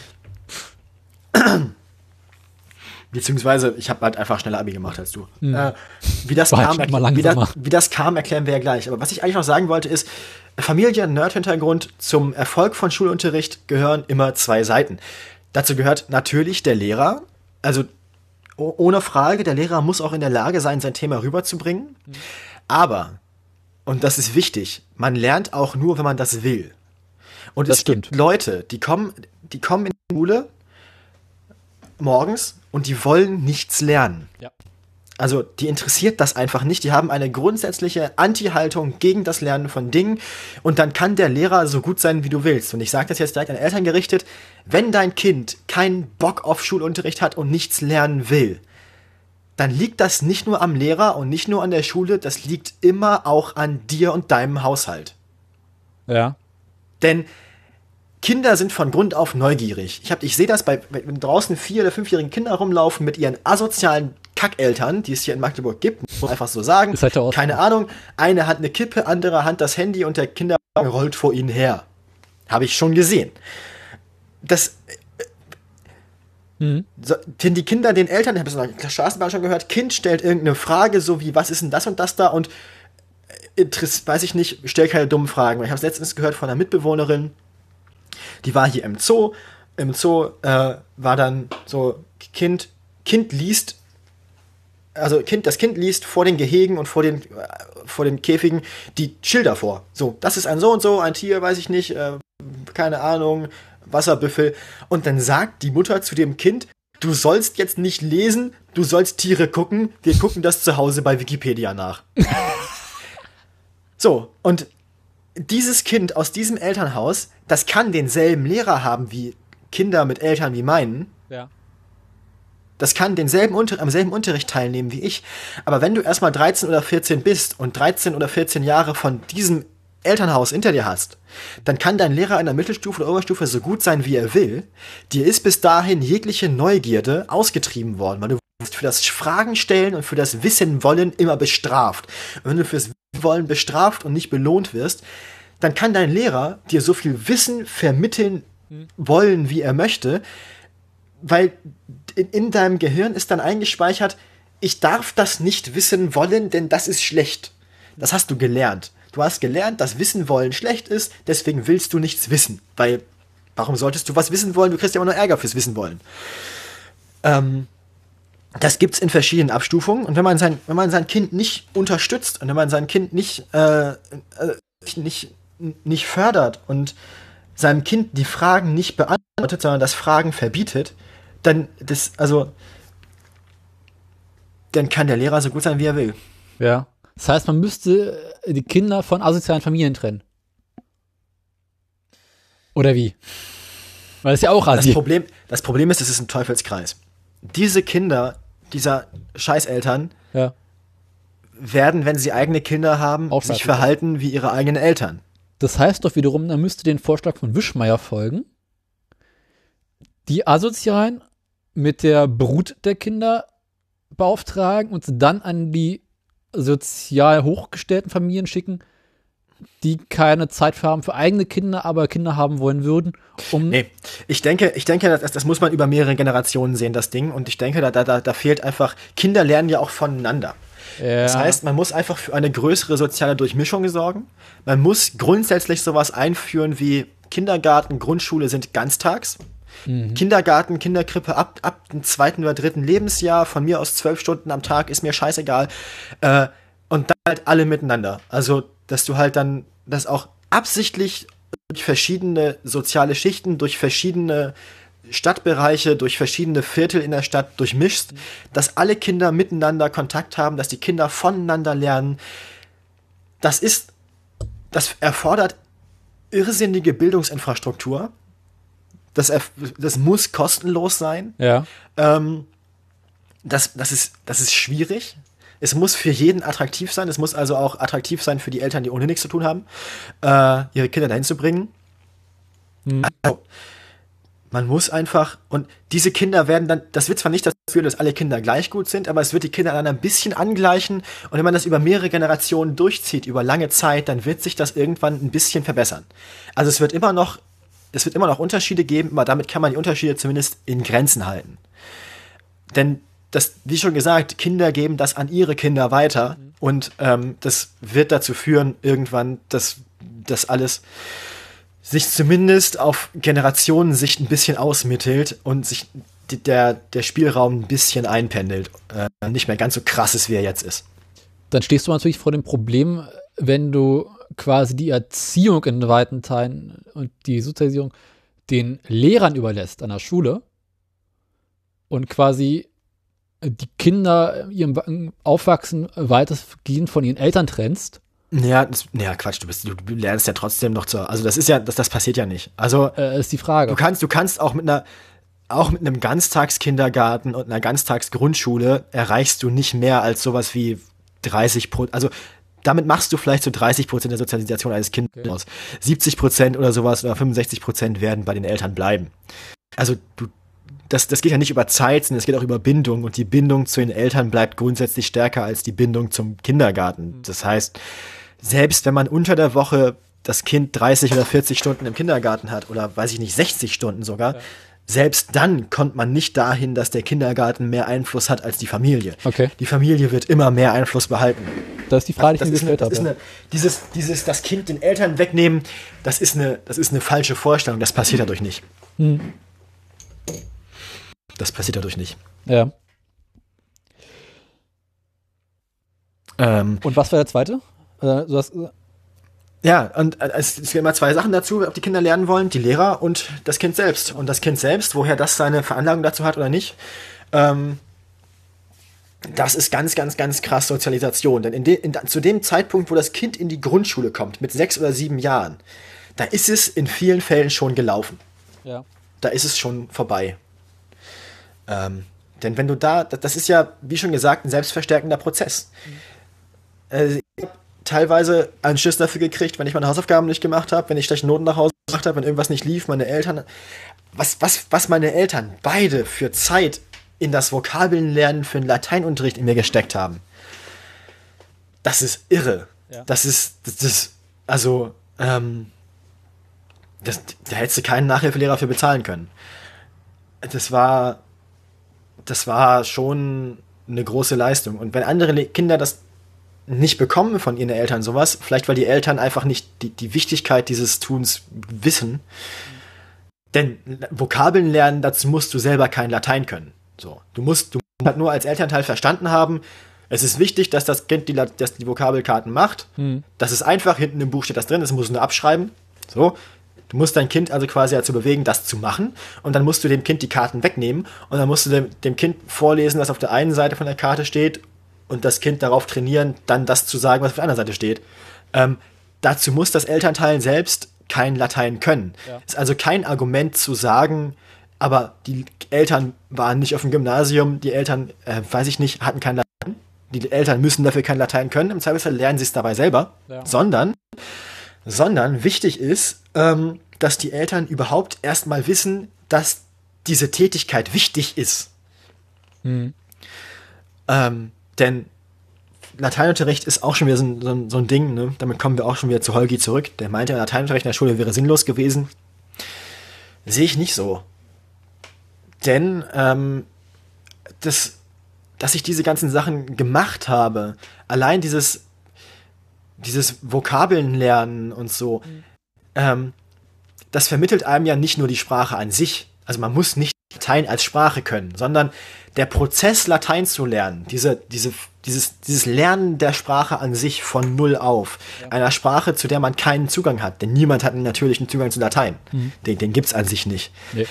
Beziehungsweise, ich habe halt einfach schneller Abi gemacht als du. Wie das War kam, halt mal langsamer. wie das kam, erklären wir ja gleich. Aber was ich eigentlich noch sagen wollte, ist, Familien-Nerd-Hintergrund, zum Erfolg von Schulunterricht gehören immer zwei Seiten. Dazu gehört natürlich der Lehrer. Also ohne Frage, der Lehrer muss auch in der Lage sein, sein Thema rüberzubringen. Aber, und das ist wichtig, man lernt auch nur, wenn man das will. Und Das es gibt stimmt. Leute, die kommen in die Schule morgens und die wollen nichts lernen. Ja. Also die interessiert das einfach nicht. Die haben eine grundsätzliche Anti-Haltung gegen das Lernen von Dingen. Und dann kann der Lehrer so gut sein, wie du willst. Und ich sage das jetzt direkt an Eltern gerichtet. Wenn dein Kind keinen Bock auf Schulunterricht hat und nichts lernen will, dann liegt das nicht nur am Lehrer und nicht nur an der Schule. Das liegt immer auch an dir und deinem Haushalt. Ja. Denn Kinder sind von Grund auf neugierig. Ich sehe das wenn draußen 4- oder 5-jährigen Kinder rumlaufen mit ihren asozialen Kackeltern, die es hier in Magdeburg gibt, muss man einfach so sagen. Ist halt der Ausdruck. Keine Ahnung, eine hat eine Kippe, andere Hand das Handy und der Kinderwagen rollt vor ihnen her. Habe ich schon gesehen. So, wenn die Kinder den Eltern, ich habe es in der Straßenbahn schon gehört, Kind stellt irgendeine Frage, so wie, was ist denn das und das da und weiß ich nicht, stell keine dummen Fragen. Ich habe es letztens gehört von einer Mitbewohnerin, die war hier im Zoo. Im Zoo war dann so, das Kind liest vor den Gehegen und vor den Käfigen die Schilder vor. So, das ist ein so und so, ein Tier, weiß ich nicht, keine Ahnung, Wasserbüffel. Und dann sagt die Mutter zu dem Kind, du sollst jetzt nicht lesen, du sollst Tiere gucken, wir gucken das zu Hause bei Wikipedia nach. So, und dieses Kind aus diesem Elternhaus, das kann denselben Lehrer haben wie Kinder mit Eltern wie meinen. Ja. Das kann am selben Unterricht teilnehmen wie ich. Aber wenn du erstmal 13 oder 14 bist und 13 oder 14 Jahre von diesem Elternhaus hinter dir hast, dann kann dein Lehrer in der Mittelstufe oder Oberstufe so gut sein, wie er will. Dir ist bis dahin jegliche Neugierde ausgetrieben worden, weil du wirst für das Fragen stellen und für das Wissen wollen immer bestraft. Und wenn du fürs Wollen bestraft und nicht belohnt wirst, dann kann dein Lehrer dir so viel Wissen vermitteln wollen, wie er möchte, weil in deinem Gehirn ist dann eingespeichert, ich darf das nicht wissen wollen, denn das ist schlecht. Das hast du gelernt. Du hast gelernt, dass Wissen wollen schlecht ist, deswegen willst du nichts wissen. Weil, warum solltest du was wissen wollen? Du kriegst ja immer nur Ärger fürs Wissen wollen. Das gibt's in verschiedenen Abstufungen. Und wenn man sein Kind nicht unterstützt und wenn man sein Kind nicht fördert und seinem Kind die Fragen nicht beantwortet, sondern das Fragen verbietet, dann kann der Lehrer so gut sein, wie er will. Ja. Das heißt, man müsste die Kinder von asozialen Familien trennen. Oder wie? Weil das ist ja auch rasiert. Das Problem ist, es ist ein Teufelskreis. Diese Kinder, dieser Scheißeltern, Ja. werden, wenn sie eigene Kinder haben, Auch sich rasiert. verhalten wie ihre eigenen Eltern. Das heißt doch wiederum, man müsste den Vorschlag von Wischmeier folgen. Die Asozialen mit der Brut der Kinder beauftragen und sie dann an die sozial hochgestellten Familien schicken, die keine Zeit für haben für eigene Kinder, aber Kinder haben wollen würden. Nee, ich denke, das muss man über mehrere Generationen sehen, das Ding. Und ich denke, da fehlt einfach, Kinder lernen ja auch voneinander. Ja. Das heißt, man muss einfach für eine größere soziale Durchmischung sorgen. Man muss grundsätzlich sowas einführen wie Kindergarten, Grundschule sind ganztags. Kindergarten, Kinderkrippe ab dem 2. oder 3. Lebensjahr, von mir aus 12 Stunden am Tag, ist mir scheißegal. Und dann halt alle miteinander. Also, dass du halt dann das auch absichtlich durch verschiedene soziale Schichten, durch verschiedene Stadtbereiche, durch verschiedene Viertel in der Stadt durchmischst, dass alle Kinder miteinander Kontakt haben, dass die Kinder voneinander lernen. Das erfordert irrsinnige Bildungsinfrastruktur. Das muss kostenlos sein. Ja. Das ist schwierig. Es muss für jeden attraktiv sein. Es muss also auch attraktiv sein für die Eltern, die ohne nichts zu tun haben, ihre Kinder dahin zu bringen. Also, man muss einfach, und diese Kinder werden dann, das wird zwar nicht dazu führen, dass alle Kinder gleich gut sind, aber es wird die Kinder dann ein bisschen angleichen, und wenn man das über mehrere Generationen durchzieht, über lange Zeit, dann wird sich das irgendwann ein bisschen verbessern. Also es wird immer noch Unterschiede geben, aber damit kann man die Unterschiede zumindest in Grenzen halten. Denn das, wie schon gesagt, Kinder geben das an ihre Kinder weiter, und das wird dazu führen, irgendwann, dass das alles sich zumindest auf Generationensicht ein bisschen ausmittelt und sich der Spielraum ein bisschen einpendelt. Nicht mehr ganz so krass ist, wie er jetzt ist. Dann stehst du natürlich vor dem Problem, wenn du quasi die Erziehung in weiten Teilen und die Sozialisierung den Lehrern überlässt an der Schule und quasi die Kinder ihrem Aufwachsen weitestgehend von ihren Eltern trennst. Ja, Quatsch, du lernst ja trotzdem noch also das ist ja, das passiert ja nicht. Also ist die Frage. Du kannst auch mit einem Ganztagskindergarten und einer Ganztagsgrundschule erreichst du nicht mehr als sowas wie 30%, also damit machst du vielleicht so 30% der Sozialisation eines Kindes aus. 70% oder sowas oder 65% werden bei den Eltern bleiben. Also das geht ja nicht über Zeit, sondern es geht auch über Bindung, und die Bindung zu den Eltern bleibt grundsätzlich stärker als die Bindung zum Kindergarten. Das heißt, selbst wenn man unter der Woche das Kind 30 oder 40 Stunden im Kindergarten hat oder, weiß ich nicht, 60 Stunden sogar, selbst dann kommt man nicht dahin, dass der Kindergarten mehr Einfluss hat als die Familie. Okay. Die Familie wird immer mehr Einfluss behalten. Das ist die Frage, die ich mir gestellt habe. Dieses das Kind den Eltern wegnehmen, das ist eine falsche Vorstellung. Das passiert dadurch nicht. Das passiert dadurch nicht. Ja. Und was war der zweite? Ja, und es gibt immer zwei Sachen dazu, ob die Kinder lernen wollen, die Lehrer und das Kind selbst. Und das Kind selbst, woher das seine Veranlagung dazu hat oder nicht, das ist ganz, ganz, ganz krass Sozialisation. Denn zu dem Zeitpunkt, wo das Kind in die Grundschule kommt, mit 6 oder 7 Jahren, da ist es in vielen Fällen schon gelaufen. Ja. Da ist es schon vorbei. Denn wenn du das ist ja, wie schon gesagt, ein selbstverstärkender Prozess. Ich habe teilweise einen Schiss dafür gekriegt, wenn ich meine Hausaufgaben nicht gemacht habe, wenn ich schlechte Noten nach Hause gemacht habe, wenn irgendwas nicht lief, meine Eltern, was meine Eltern beide für Zeit in das Vokabelnlernen für den Lateinunterricht in mir gesteckt haben. Das ist irre. Ja. Da hättest du keinen Nachhilfelehrer für bezahlen können. Das war schon eine große Leistung. Und wenn andere Kinder das nicht bekommen von ihren Eltern sowas, vielleicht weil die Eltern einfach nicht die Wichtigkeit dieses Tuns wissen, denn Vokabeln lernen, dazu musst du selber kein Latein können. So, du musst halt nur als Elternteil verstanden haben, es ist wichtig, dass das Kind die Vokabelkarten macht. Das ist einfach, hinten im Buch steht das drin, das musst du nur abschreiben. So, du musst dein Kind also quasi dazu bewegen, das zu machen, und dann musst du dem Kind die Karten wegnehmen und dann musst du dem Kind vorlesen, was auf der einen Seite von der Karte steht, und das Kind darauf trainieren, dann das zu sagen, was auf der anderen Seite steht. Dazu muss das Elternteil selbst kein Latein können. Ja. Ist also kein Argument zu sagen, aber die Eltern waren nicht auf dem Gymnasium, die Eltern, weiß ich nicht, hatten kein Latein. Die Eltern müssen dafür kein Latein können, im Zweifelsfall lernen sie es dabei selber. Ja. Sondern wichtig ist, dass die Eltern überhaupt erstmal wissen, dass diese Tätigkeit wichtig ist. Denn Lateinunterricht ist auch schon wieder so ein Ding, ne? Damit kommen wir auch schon wieder zu Holgi zurück. Der meinte, Lateinunterricht in der Schule wäre sinnlos gewesen. Sehe ich nicht so. Denn dass ich diese ganzen Sachen gemacht habe, allein dieses Vokabeln lernen und so, das vermittelt einem ja nicht nur die Sprache an sich. Also man muss nicht Latein als Sprache können, sondern der Prozess, Latein zu lernen, dieses Lernen der Sprache an sich von null auf, einer Sprache, zu der man keinen Zugang hat, denn niemand hat einen natürlichen Zugang zu Latein. Den gibt's an sich nicht. Nee.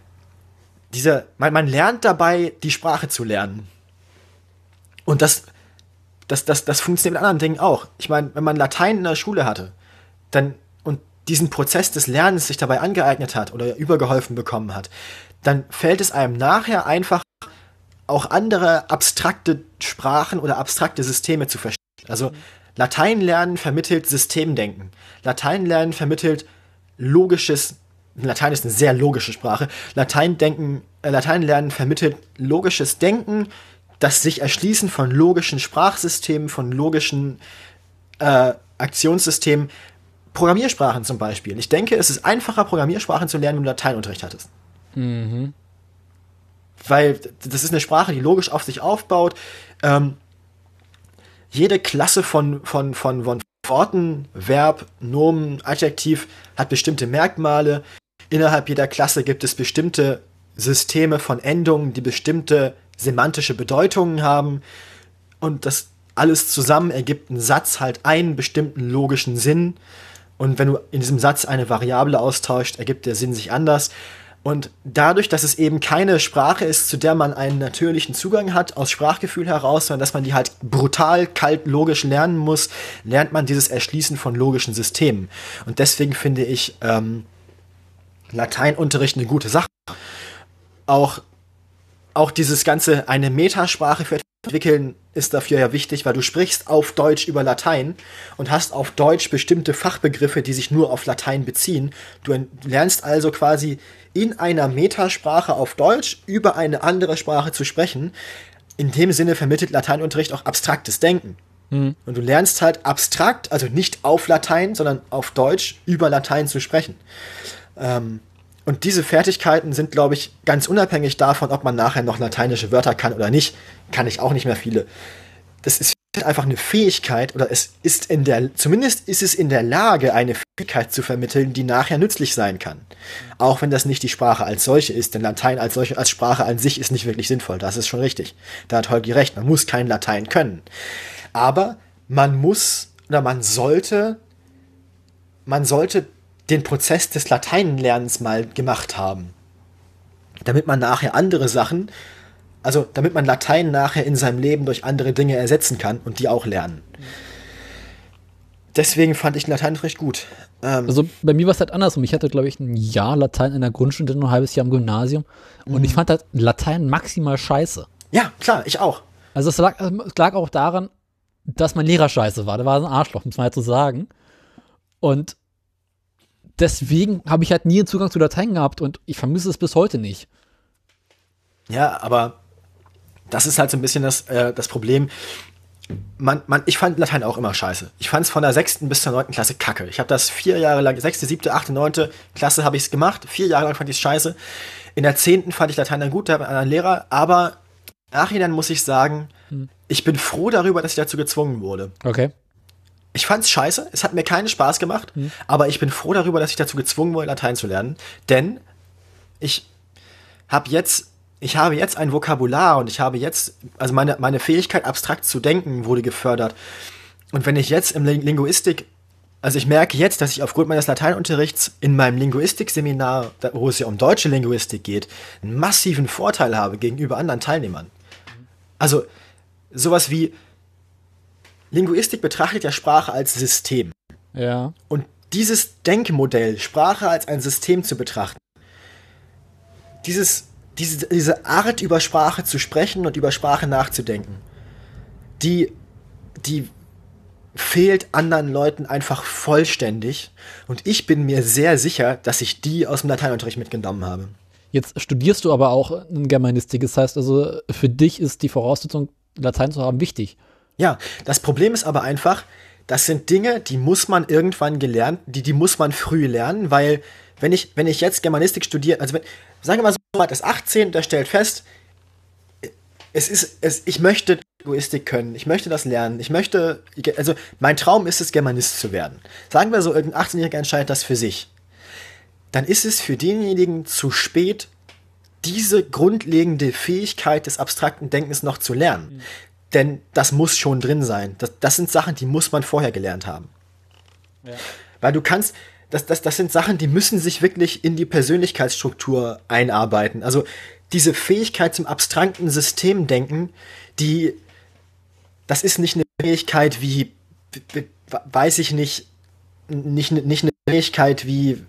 Man lernt dabei, die Sprache zu lernen. Und das funktioniert mit anderen Dingen auch. Ich meine, wenn man Latein in der Schule hatte, und diesen Prozess des Lernens sich dabei angeeignet hat oder übergeholfen bekommen hat, dann fällt es einem nachher einfach, auch andere abstrakte Sprachen oder abstrakte Systeme zu verstehen. Also Latein lernen vermittelt Systemdenken. Latein lernen vermittelt logisches Latein ist eine sehr logische Sprache. Latein lernen vermittelt logisches Denken, das sich Erschließen von logischen Sprachsystemen, von logischen Aktionssystemen, Programmiersprachen zum Beispiel. Ich denke, es ist einfacher, Programmiersprachen zu lernen, wenn du Lateinunterricht hattest. Mhm. Weil das ist eine Sprache, die logisch auf sich aufbaut. Jede Klasse von Worten, Verb, Nomen, Adjektiv hat bestimmte Merkmale. Innerhalb jeder Klasse gibt es bestimmte Systeme von Endungen, die bestimmte semantische Bedeutungen haben. Und das alles zusammen ergibt einen Satz halt einen bestimmten logischen Sinn. Und wenn du in diesem Satz eine Variable austauscht, ergibt der Sinn sich anders. Und dadurch, dass es eben keine Sprache ist, zu der man einen natürlichen Zugang hat, aus Sprachgefühl heraus, sondern dass man die halt brutal, kalt, logisch lernen muss, lernt man dieses Erschließen von logischen Systemen. Und deswegen finde ich Lateinunterricht eine gute Sache. Auch dieses ganze, eine Metasprache für entwickeln, ist dafür ja wichtig, weil du sprichst auf Deutsch über Latein und hast auf Deutsch bestimmte Fachbegriffe, die sich nur auf Latein beziehen. Du lernst also quasi in einer Metasprache auf Deutsch über eine andere Sprache zu sprechen. In dem Sinne vermittelt Lateinunterricht auch abstraktes Denken. Und du lernst halt abstrakt, also nicht auf Latein, sondern auf Deutsch über Latein zu sprechen. Und diese Fertigkeiten sind, glaube ich, ganz unabhängig davon, ob man nachher noch lateinische Wörter kann oder nicht. Kann ich auch nicht mehr viele. Das ist einfach eine Fähigkeit, oder zumindest ist es in der Lage, eine Fähigkeit zu vermitteln, die nachher nützlich sein kann. Auch wenn das nicht die Sprache als solche ist, denn Latein als Sprache an sich ist nicht wirklich sinnvoll. Das ist schon richtig. Da hat Holgi recht. Man muss kein Latein können. Aber man sollte den Prozess des Lateinlernens mal gemacht haben. Damit man nachher andere Sachen, also damit man Latein nachher in seinem Leben durch andere Dinge ersetzen kann und die auch lernen. Deswegen fand ich Latein recht gut. Also bei mir war es halt andersrum. Ich hatte, glaube ich, ein Jahr Latein in der Grundschule und ein halbes Jahr im Gymnasium. Und ich fand halt Latein maximal scheiße. Ja, klar, ich auch. Also es lag auch daran, dass mein Lehrer scheiße war. Der war ein Arschloch, muss man halt so sagen. Und deswegen habe ich halt nie einen Zugang zu Latein gehabt und ich vermisse es bis heute nicht. Ja, aber das ist halt so ein bisschen das Problem. Ich fand Latein auch immer scheiße. Ich fand es von der 6. bis zur 9. Klasse kacke. Ich habe das 4 Jahre lang, 6., 7., 8., 9. Klasse habe ich es gemacht. 4 Jahre lang fand ich es scheiße. In der 10. fand ich Latein dann gut, da habe ich einen Lehrer, aber im Nachhinein muss ich sagen, ich bin froh darüber, dass ich dazu gezwungen wurde. Okay. Ich fand's scheiße, es hat mir keinen Spaß gemacht, aber ich bin froh darüber, dass ich dazu gezwungen wurde, Latein zu lernen, denn ich habe jetzt ein Vokabular und ich habe jetzt, also meine Fähigkeit, abstrakt zu denken, wurde gefördert. Und wenn ich jetzt im Linguistik, also ich merke jetzt, dass ich aufgrund meines Lateinunterrichts in meinem Linguistikseminar, wo es ja um deutsche Linguistik geht, einen massiven Vorteil habe gegenüber anderen Teilnehmern. Also sowas wie Linguistik betrachtet ja Sprache als System. Ja. Und dieses Denkmodell, Sprache als ein System zu betrachten, diese Art, über Sprache zu sprechen und über Sprache nachzudenken, die fehlt anderen Leuten einfach vollständig. Und ich bin mir sehr sicher, dass ich die aus dem Lateinunterricht mitgenommen habe. Jetzt studierst du aber auch in Germanistik. Das heißt also, für dich ist die Voraussetzung, Latein zu haben, wichtig. Ja, das Problem ist aber einfach, das sind Dinge, die muss man irgendwann die muss man früh lernen, weil wenn ich jetzt Germanistik studiere, also sagen wir mal so, jemand ist 18, der stellt fest, ich möchte Linguistik können, ich möchte das lernen, also mein Traum ist es, Germanist zu werden. Sagen wir so, irgendein 18-Jähriger entscheidet das für sich. Dann ist es für denjenigen zu spät, diese grundlegende Fähigkeit des abstrakten Denkens noch zu lernen. Denn das muss schon drin sein. Das sind Sachen, die muss man vorher gelernt haben. Ja. Weil du kannst, das sind Sachen, die müssen sich wirklich in die Persönlichkeitsstruktur einarbeiten. Also diese Fähigkeit zum abstrakten Systemdenken, das ist nicht eine Fähigkeit wie, weiß ich nicht eine Fähigkeit wie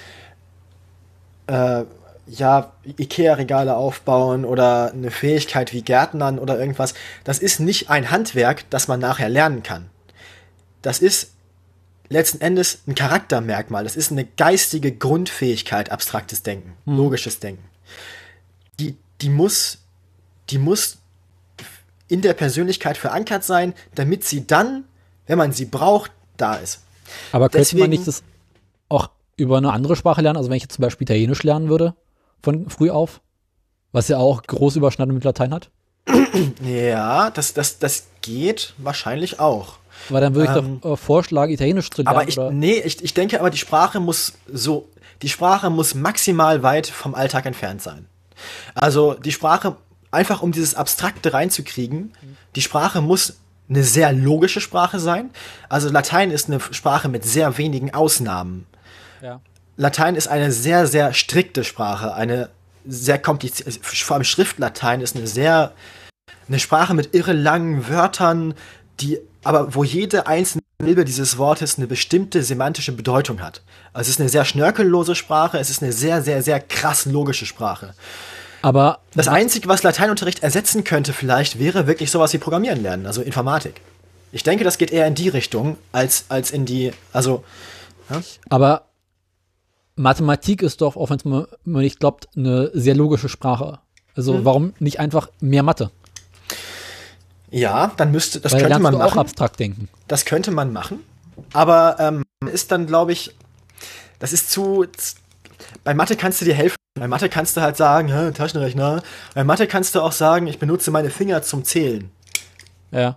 Ikea-Regale aufbauen oder eine Fähigkeit wie Gärtnern oder irgendwas. Das ist nicht ein Handwerk, das man nachher lernen kann. Das ist letzten Endes ein Charaktermerkmal. Das ist eine geistige Grundfähigkeit, abstraktes Denken, logisches Denken. Die muss in der Persönlichkeit verankert sein, damit sie dann, wenn man sie braucht, da ist. Aber könnte man nicht das auch über eine andere Sprache lernen? Also wenn ich jetzt zum Beispiel Italienisch lernen würde, von früh auf, was ja auch große Überschneidung mit Latein hat? Ja, das geht wahrscheinlich auch. Weil dann würde ich doch vorschlagen, Italienisch zu lernen. Aber ich denke aber, die Sprache muss maximal weit vom Alltag entfernt sein. Also die Sprache, einfach um dieses Abstrakte reinzukriegen, die Sprache muss eine sehr logische Sprache sein. Also Latein ist eine Sprache mit sehr wenigen Ausnahmen. Ja. Latein ist eine sehr, sehr strikte Sprache, eine sehr komplizierte, vor allem Schriftlatein ist eine Sprache mit irre langen Wörtern, aber wo jede einzelne Silbe dieses Wortes eine bestimmte semantische Bedeutung hat. Also es ist eine sehr schnörkellose Sprache, es ist eine sehr, sehr, sehr krass logische Sprache. Aber das Einzige, was Lateinunterricht ersetzen könnte vielleicht, wäre wirklich sowas wie Programmieren lernen, also Informatik. Ich denke, das geht eher in die Richtung, als in die, also. Ja? Aber Mathematik ist doch, auch wenn man nicht glaubt, eine sehr logische Sprache. Also warum nicht einfach mehr Mathe? Ja, dann das Weil könnte man du machen. auch abstrakt denken. Das könnte man machen. Aber ist dann, glaube ich, das ist bei Mathe kannst du dir helfen. Bei Mathe kannst du halt sagen, Taschenrechner. Bei Mathe kannst du auch sagen, ich benutze meine Finger zum Zählen. Ja.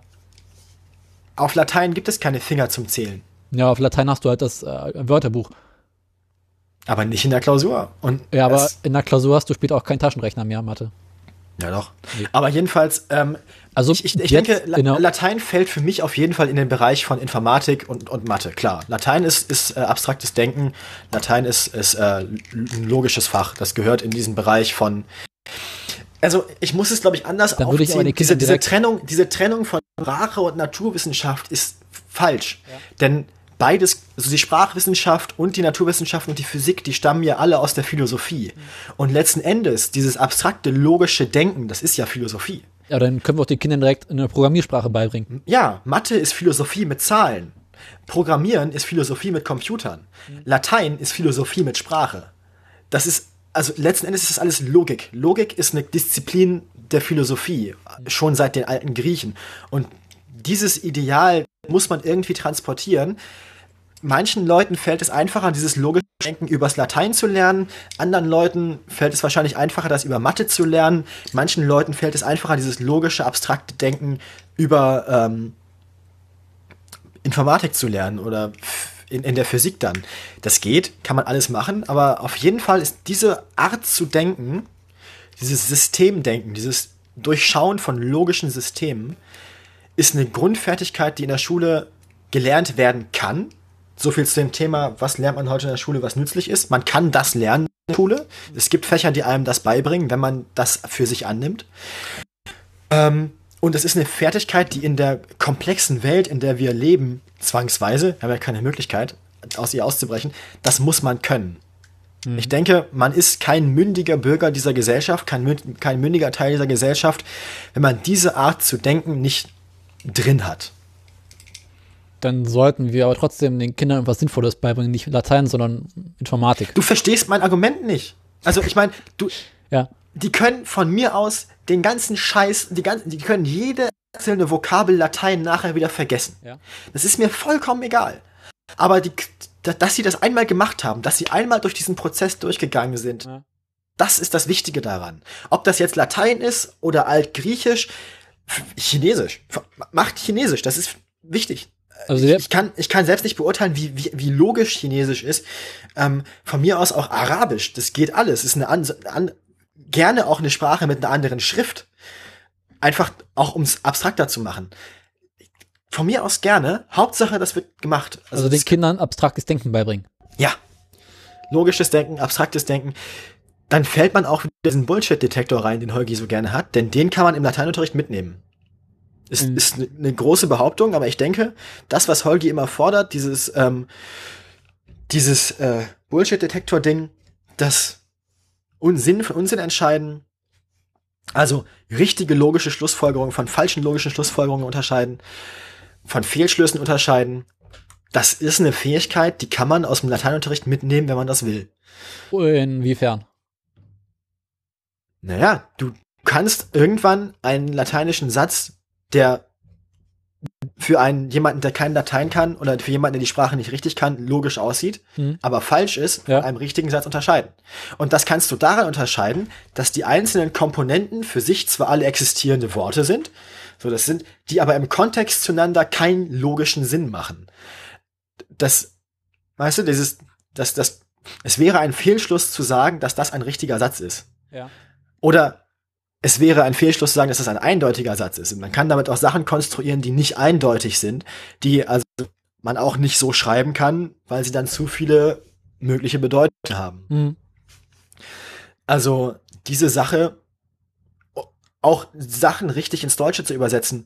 Auf Latein gibt es keine Finger zum Zählen. Ja, auf Latein hast du halt das Wörterbuch. Aber nicht in der Klausur. Ja, aber in der Klausur hast du später auch keinen Taschenrechner mehr, Mathe. Ja, doch. Nee. Aber jedenfalls, also ich denke, Latein fällt für mich auf jeden Fall in den Bereich von Informatik und Mathe. Klar, Latein ist abstraktes Denken. Latein ist ein logisches Fach. Das gehört in diesen Bereich von. Also, ich muss es, glaube ich, anders Dann würde ich aber aufziehen. Diese Trennung von Sprache und Naturwissenschaft ist falsch. Ja. Denn beides, also die Sprachwissenschaft und die Naturwissenschaft und die Physik, die stammen ja alle aus der Philosophie. Und letzten Endes, dieses abstrakte, logische Denken, das ist ja Philosophie. Ja, dann können wir auch den Kindern direkt eine Programmiersprache beibringen. Ja, Mathe ist Philosophie mit Zahlen. Programmieren ist Philosophie mit Computern. Latein ist Philosophie mit Sprache. Das ist, also letzten Endes ist das alles Logik. Logik ist eine Disziplin der Philosophie, schon seit den alten Griechen. Und dieses Ideal muss man irgendwie transportieren. Manchen Leuten fällt es einfacher, dieses logische Denken übers Latein zu lernen. Anderen Leuten fällt es wahrscheinlich einfacher, das über Mathe zu lernen. Manchen Leuten fällt es einfacher, dieses logische, abstrakte Denken über Informatik zu lernen oder in der Physik dann. Das geht, kann man alles machen, aber auf jeden Fall ist diese Art zu denken, dieses Systemdenken, dieses Durchschauen von logischen Systemen, ist eine Grundfertigkeit, die in der Schule gelernt werden kann. So viel zu dem Thema, was lernt man heute in der Schule, was nützlich ist. Man kann das lernen in der Schule. Es gibt Fächer, die einem das beibringen, wenn man das für sich annimmt. Und es ist eine Fertigkeit, die in der komplexen Welt, in der wir leben, zwangsweise, wir haben ja keine Möglichkeit, aus ihr auszubrechen, das muss man können. Ich denke, man ist kein mündiger Bürger dieser Gesellschaft, kein mündiger Teil dieser Gesellschaft, wenn man diese Art zu denken nicht drin hat. Dann sollten wir aber trotzdem den Kindern etwas Sinnvolles beibringen, nicht Latein, sondern Informatik. Du verstehst mein Argument nicht. Also ich meine, die können von mir aus den ganzen Scheiß, die können jede einzelne Vokabel Latein nachher wieder vergessen. Ja. Das ist mir vollkommen egal. Aber dass sie das einmal gemacht haben, dass sie einmal durch diesen Prozess durchgegangen sind, das ist das Wichtige daran. Ob das jetzt Latein ist oder Altgriechisch, Chinesisch. Macht Chinesisch, das ist wichtig. Also ich kann selbst nicht beurteilen, wie logisch Chinesisch ist. Von mir aus auch Arabisch, das geht alles. Ist gerne auch eine Sprache mit einer anderen Schrift. Einfach auch, um es abstrakter zu machen. Von mir aus gerne. Hauptsache, das wird gemacht. Also den Kindern abstraktes Denken beibringen. Ja. Logisches Denken, abstraktes Denken. Dann fällt man auch wieder diesen Bullshit-Detektor rein, den Holgi so gerne hat, denn den kann man im Lateinunterricht mitnehmen. Ist eine große Behauptung, aber ich denke, das, was Holgi immer fordert, dieses Bullshit-Detektor-Ding, das Unsinn von Unsinn entscheiden, also richtige logische Schlussfolgerungen von falschen logischen Schlussfolgerungen unterscheiden, von Fehlschlüssen unterscheiden, das ist eine Fähigkeit, die kann man aus dem Lateinunterricht mitnehmen, wenn man das will. Inwiefern? Naja, du kannst irgendwann einen lateinischen Satz, der für jemanden, der kein Latein kann oder für jemanden, der die Sprache nicht richtig kann, logisch aussieht, aber falsch ist, von einem richtigen Satz unterscheiden. Und das kannst du daran unterscheiden, dass die einzelnen Komponenten für sich zwar alle existierende Worte sind, die aber im Kontext zueinander keinen logischen Sinn machen. Es wäre ein Fehlschluss zu sagen, dass das ein richtiger Satz ist. Ja. Oder es wäre ein Fehlschluss zu sagen, dass das ein eindeutiger Satz ist. Und man kann damit auch Sachen konstruieren, die nicht eindeutig sind, die also man auch nicht so schreiben kann, weil sie dann zu viele mögliche Bedeutungen haben. Mhm. Also diese Sache, auch Sachen richtig ins Deutsche zu übersetzen,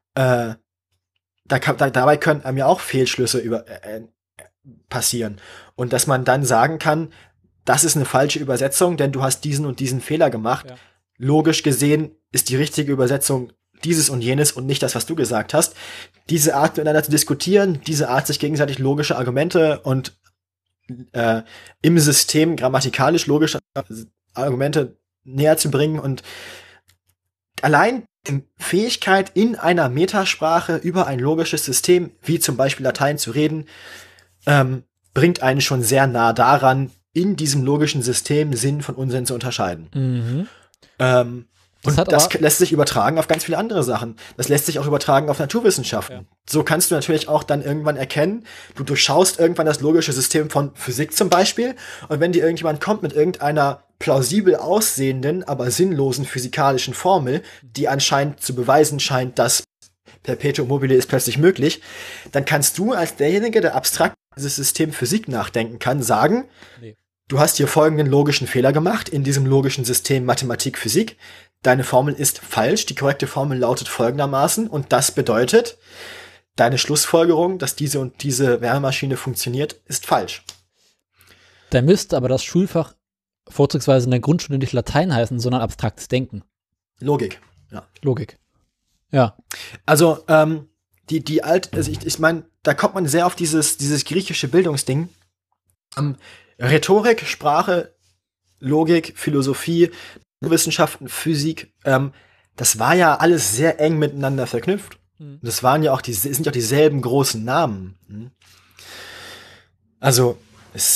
dabei können einem ja auch Fehlschlüsse passieren. Und dass man dann sagen kann, das ist eine falsche Übersetzung, denn du hast diesen und diesen Fehler gemacht. Ja. Logisch gesehen ist die richtige Übersetzung dieses und jenes und nicht das, was du gesagt hast. Diese Art miteinander zu diskutieren, diese Art sich gegenseitig logische Argumente und im System grammatikalisch logische Argumente näher zu bringen und allein die Fähigkeit, in einer Metasprache über ein logisches System, wie zum Beispiel Latein, zu reden, bringt einen schon sehr nah daran, in diesem logischen System Sinn von Unsinn zu unterscheiden. Mhm. Das lässt sich übertragen auf ganz viele andere Sachen. Das lässt sich auch übertragen auf Naturwissenschaften. Ja. So kannst du natürlich auch dann irgendwann erkennen, du durchschaust irgendwann das logische System von Physik zum Beispiel, und wenn dir irgendjemand kommt mit irgendeiner plausibel aussehenden, aber sinnlosen physikalischen Formel, die anscheinend zu beweisen scheint, dass Perpetuum mobile ist plötzlich möglich, dann kannst du als derjenige, der abstrakt dieses System Physik nachdenken kann, sagen, nee. Du hast hier folgenden logischen Fehler gemacht in diesem logischen System Mathematik, Physik. Deine Formel ist falsch. Die korrekte Formel lautet folgendermaßen. Und das bedeutet, deine Schlussfolgerung, dass diese und diese Wärmemaschine funktioniert, ist falsch. Da müsste aber das Schulfach vorzugsweise in der Grundschule nicht Latein heißen, sondern abstraktes Denken. Logik, ja. Logik. Ja. Also, ich meine, da kommt man sehr auf dieses griechische Bildungsding. Rhetorik, Sprache, Logik, Philosophie, Wissenschaften, Physik, das war ja alles sehr eng miteinander verknüpft. Mhm. Das waren ja auch sind ja auch dieselben großen Namen. Also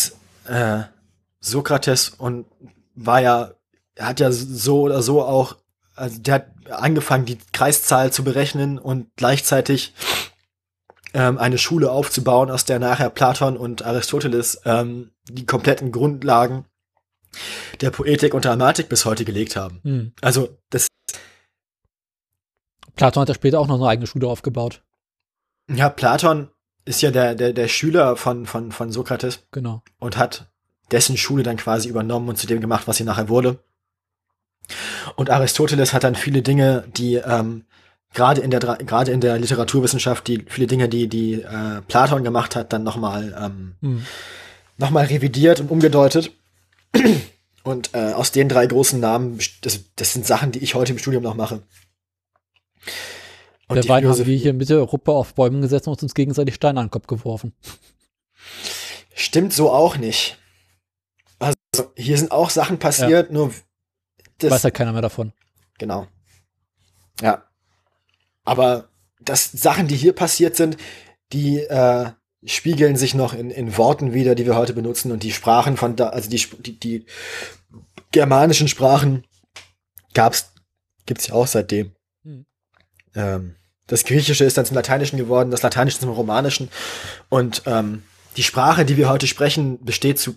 Sokrates und hat ja so oder so auch, also der hat angefangen, die Kreiszahl zu berechnen und gleichzeitig eine Schule aufzubauen, aus der nachher Platon und Aristoteles die kompletten Grundlagen der Poetik und der Grammatik bis heute gelegt haben. Mhm. Also Platon hat ja später auch noch eine eigene Schule aufgebaut. Ja, Platon ist ja der Schüler von Sokrates. Genau. Und hat dessen Schule dann quasi übernommen und zu dem gemacht, was sie nachher wurde. Und Aristoteles hat dann viele Dinge, die gerade in der Literaturwissenschaft, viele Dinge, die Platon gemacht hat, dann nochmal revidiert und umgedeutet. Und aus den 3 großen Namen, das sind Sachen, die ich heute im Studium noch mache. Und Derweil haben wir hier in Mitteleuropa auf Bäumen gesessen und uns gegenseitig Steine an den Kopf geworfen. Stimmt so auch nicht. Also hier sind auch Sachen passiert, nur weiß ja keiner mehr davon. Genau. Ja. Aber Sachen, die hier passiert sind, die spiegeln sich noch in Worten wieder, die wir heute benutzen, und die Sprachen von da, also die germanischen Sprachen gibt's ja auch seitdem. Das Griechische ist dann zum Lateinischen geworden, das Lateinische zum Romanischen, und die Sprache, die wir heute sprechen, besteht zu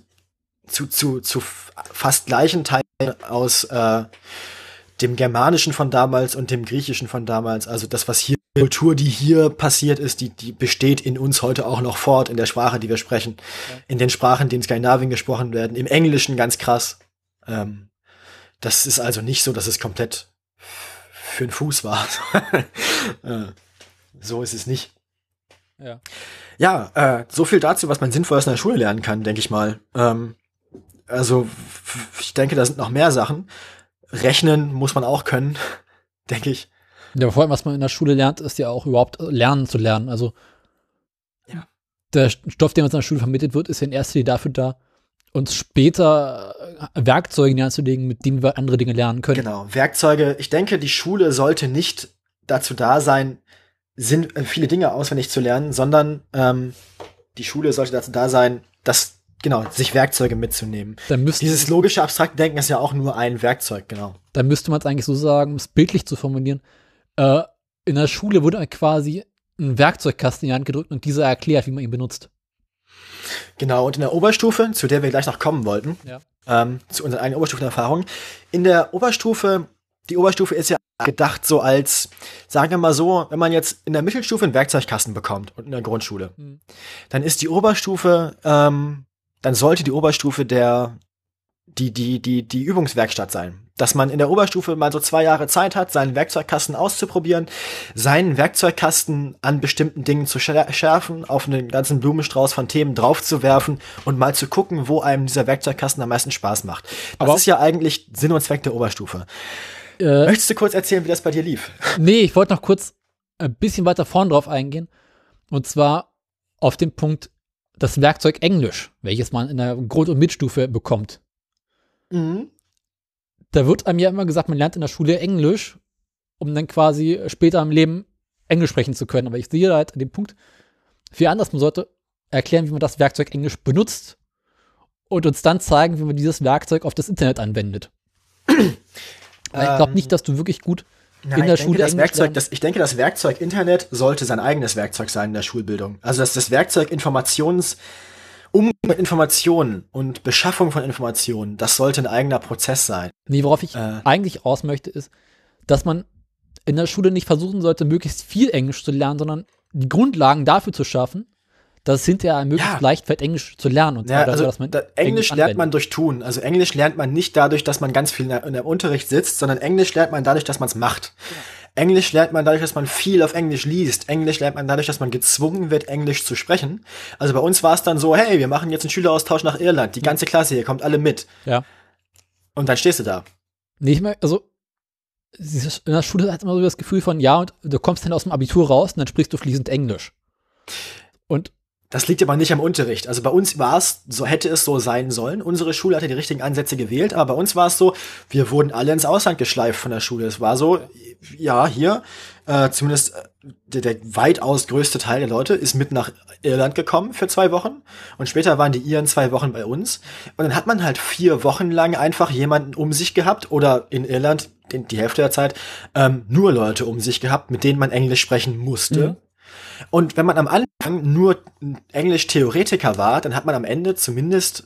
fast gleichen Teilen aus dem Germanischen von damals und dem Griechischen von damals. Also das, was hier, die Kultur, die hier passiert ist, die besteht in uns heute auch noch fort, in der Sprache, die wir sprechen. Ja. In den Sprachen, die in Skandinavien gesprochen werden. Im Englischen ganz krass. Das ist also nicht so, dass es komplett für den Fuß war. So ist es nicht. Ja. Ja, so viel dazu, was man sinnvoll aus einer Schule lernen kann, denke ich mal. Also, ich denke, da sind noch mehr Sachen. Rechnen muss man auch können, denke ich. Ja, vor allem, was man in der Schule lernt, ist ja auch überhaupt lernen zu lernen. Also, ja. der Stoff, der uns in der Schule vermittelt wird, ist ja in erster Linie dafür da, uns später Werkzeuge in die Hand zu legen, mit denen wir andere Dinge lernen können. Genau, Werkzeuge. Ich denke, die Schule sollte nicht dazu da sein, viele Dinge auswendig zu lernen, sondern die Schule sollte dazu da sein, sich Werkzeuge mitzunehmen. Dieses logische, abstrakte Denken ist ja auch nur ein Werkzeug, genau. Da müsste man es eigentlich so sagen, um es bildlich zu formulieren. In der Schule wurde quasi ein Werkzeugkasten in die Hand gedrückt und dieser erklärt, wie man ihn benutzt. Genau, und in der Oberstufe, zu der wir gleich noch kommen wollten, zu unseren eigenen Oberstufenerfahrungen, in der Oberstufe, die Oberstufe ist ja gedacht so als, sagen wir mal so, wenn man jetzt in der Mittelstufe einen Werkzeugkasten bekommt und in der Grundschule, dann ist die Oberstufe, dann sollte die Oberstufe die Übungswerkstatt sein. Dass man in der Oberstufe mal so 2 Jahre Zeit hat, seinen Werkzeugkasten auszuprobieren, seinen Werkzeugkasten an bestimmten Dingen zu schärfen, auf einen ganzen Blumenstrauß von Themen draufzuwerfen und mal zu gucken, wo einem dieser Werkzeugkasten am meisten Spaß macht. Das ist ja eigentlich Sinn und Zweck der Oberstufe. Möchtest du kurz erzählen, wie das bei dir lief? Nee, ich wollte noch kurz ein bisschen weiter vorn drauf eingehen. Und zwar auf den Punkt, das Werkzeug Englisch, welches man in der Grund- und Mittelstufe bekommt. Mhm. Da wird einem ja immer gesagt, man lernt in der Schule Englisch, um dann quasi später im Leben Englisch sprechen zu können. Aber ich sehe halt an dem Punkt viel anders. Man sollte erklären, wie man das Werkzeug Englisch benutzt und uns dann zeigen, wie man dieses Werkzeug auf das Internet anwendet. Ich glaube nicht, dass du wirklich gut in der Schule ich denke, das Werkzeug Internet sollte sein eigenes Werkzeug sein in der Schulbildung. Also das Werkzeug Umgang mit Informationen und Beschaffung von Informationen, das sollte ein eigener Prozess sein. Nee, worauf ich eigentlich raus möchte, ist, dass man in der Schule nicht versuchen sollte, möglichst viel Englisch zu lernen, sondern die Grundlagen dafür zu schaffen, dass es hinterher möglichst leicht fällt, Englisch zu lernen. Und zwar also dass man Englisch lernt man durch Tun. Also Englisch lernt man nicht dadurch, dass man ganz viel in der Unterricht sitzt, sondern Englisch lernt man dadurch, dass man es macht. Genau. Englisch lernt man dadurch, dass man viel auf Englisch liest. Englisch lernt man dadurch, dass man gezwungen wird, Englisch zu sprechen. Also bei uns war es dann so, hey, wir machen jetzt einen Schüleraustausch nach Irland. Die ganze Klasse hier kommt alle mit. Ja. Und dann stehst du da. Nee, in der Schule hat man so das Gefühl von, ja, und du kommst dann aus dem Abitur raus und dann sprichst du fließend Englisch. Und das liegt aber nicht am Unterricht. Also bei uns war es, so hätte es so sein sollen. Unsere Schule hatte die richtigen Ansätze gewählt, aber bei uns war es so, wir wurden alle ins Ausland geschleift von der Schule. Es war so, ja, hier, zumindest der weitaus größte Teil der Leute ist mit nach Irland gekommen für 2 Wochen und später waren die Iren 2 Wochen bei uns. Und dann hat man halt 4 Wochen lang einfach jemanden um sich gehabt oder in Irland die Hälfte der Zeit nur Leute um sich gehabt, mit denen man Englisch sprechen musste. Mhm. Und wenn man am Anfang nur Englisch-Theoretiker war, dann war man am Ende zumindest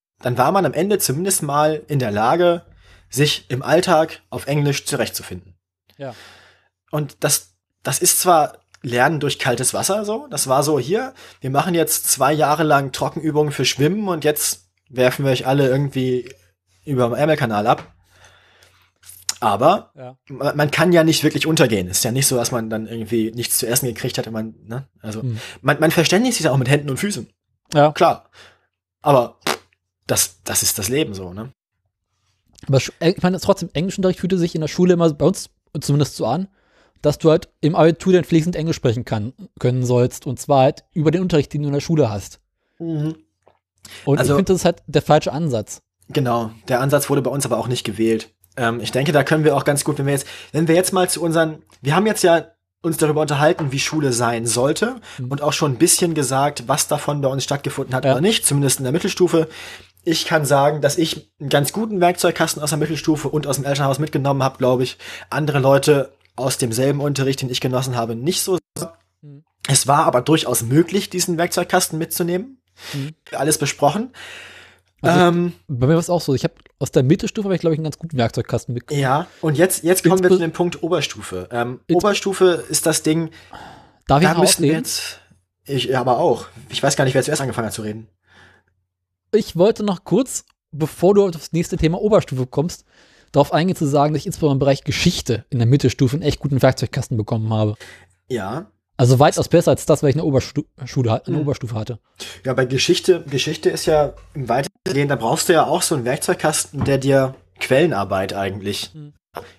mal in der Lage, sich im Alltag auf Englisch zurechtzufinden. Ja. Und das ist zwar Lernen durch kaltes Wasser so, das war so, hier, wir machen jetzt 2 Jahre lang Trockenübungen für Schwimmen und jetzt werfen wir euch alle irgendwie über den Ärmelkanal ab. Aber man kann ja nicht wirklich untergehen. Es ist ja nicht so, dass man dann irgendwie nichts zu essen gekriegt hat. Man verständigt sich ja auch mit Händen und Füßen. Ja. Klar. Aber das ist das Leben so, ne? Aber ich meine, trotzdem, Englischunterricht fühlte sich in der Schule immer bei uns zumindest so an, dass du halt im Abitur dann fließend Englisch sprechen können sollst. Und zwar halt über den Unterricht, den du in der Schule hast. Mhm. Und ich finde, das ist halt der falsche Ansatz. Genau. Der Ansatz wurde bei uns aber auch nicht gewählt. Ich denke, da können wir auch ganz gut, wenn wir jetzt mal wir haben jetzt ja uns darüber unterhalten, wie Schule sein sollte und auch schon ein bisschen gesagt, was davon bei uns stattgefunden hat oder nicht, zumindest in der Mittelstufe. Ich kann sagen, dass ich einen ganz guten Werkzeugkasten aus der Mittelstufe und aus dem Elternhaus mitgenommen habe, glaube ich. Andere Leute aus demselben Unterricht, den ich genossen habe, nicht so. Es war aber durchaus möglich, diesen Werkzeugkasten mitzunehmen. Alles besprochen. Also bei mir war es auch so. Ich habe aus der Mittelstufe, glaube ich, einen ganz guten Werkzeugkasten mitgenommen. Ja, und jetzt kommen wir zu dem Punkt Oberstufe. Oberstufe ist das Ding. Darf ich mal ausreden? Ich aber auch. Ich weiß gar nicht, wer zuerst angefangen hat zu reden. Ich wollte noch kurz, bevor du auf das nächste Thema Oberstufe kommst, darauf eingehen zu sagen, dass ich insbesondere im Bereich Geschichte in der Mittelstufe einen echt guten Werkzeugkasten bekommen habe. Ja. Also weitaus besser als das, was ich in der Oberstufe hatte. Ja, bei Geschichte ist ja im weiteren Gehen, da brauchst du ja auch so einen Werkzeugkasten, der dir Quellenarbeit eigentlich.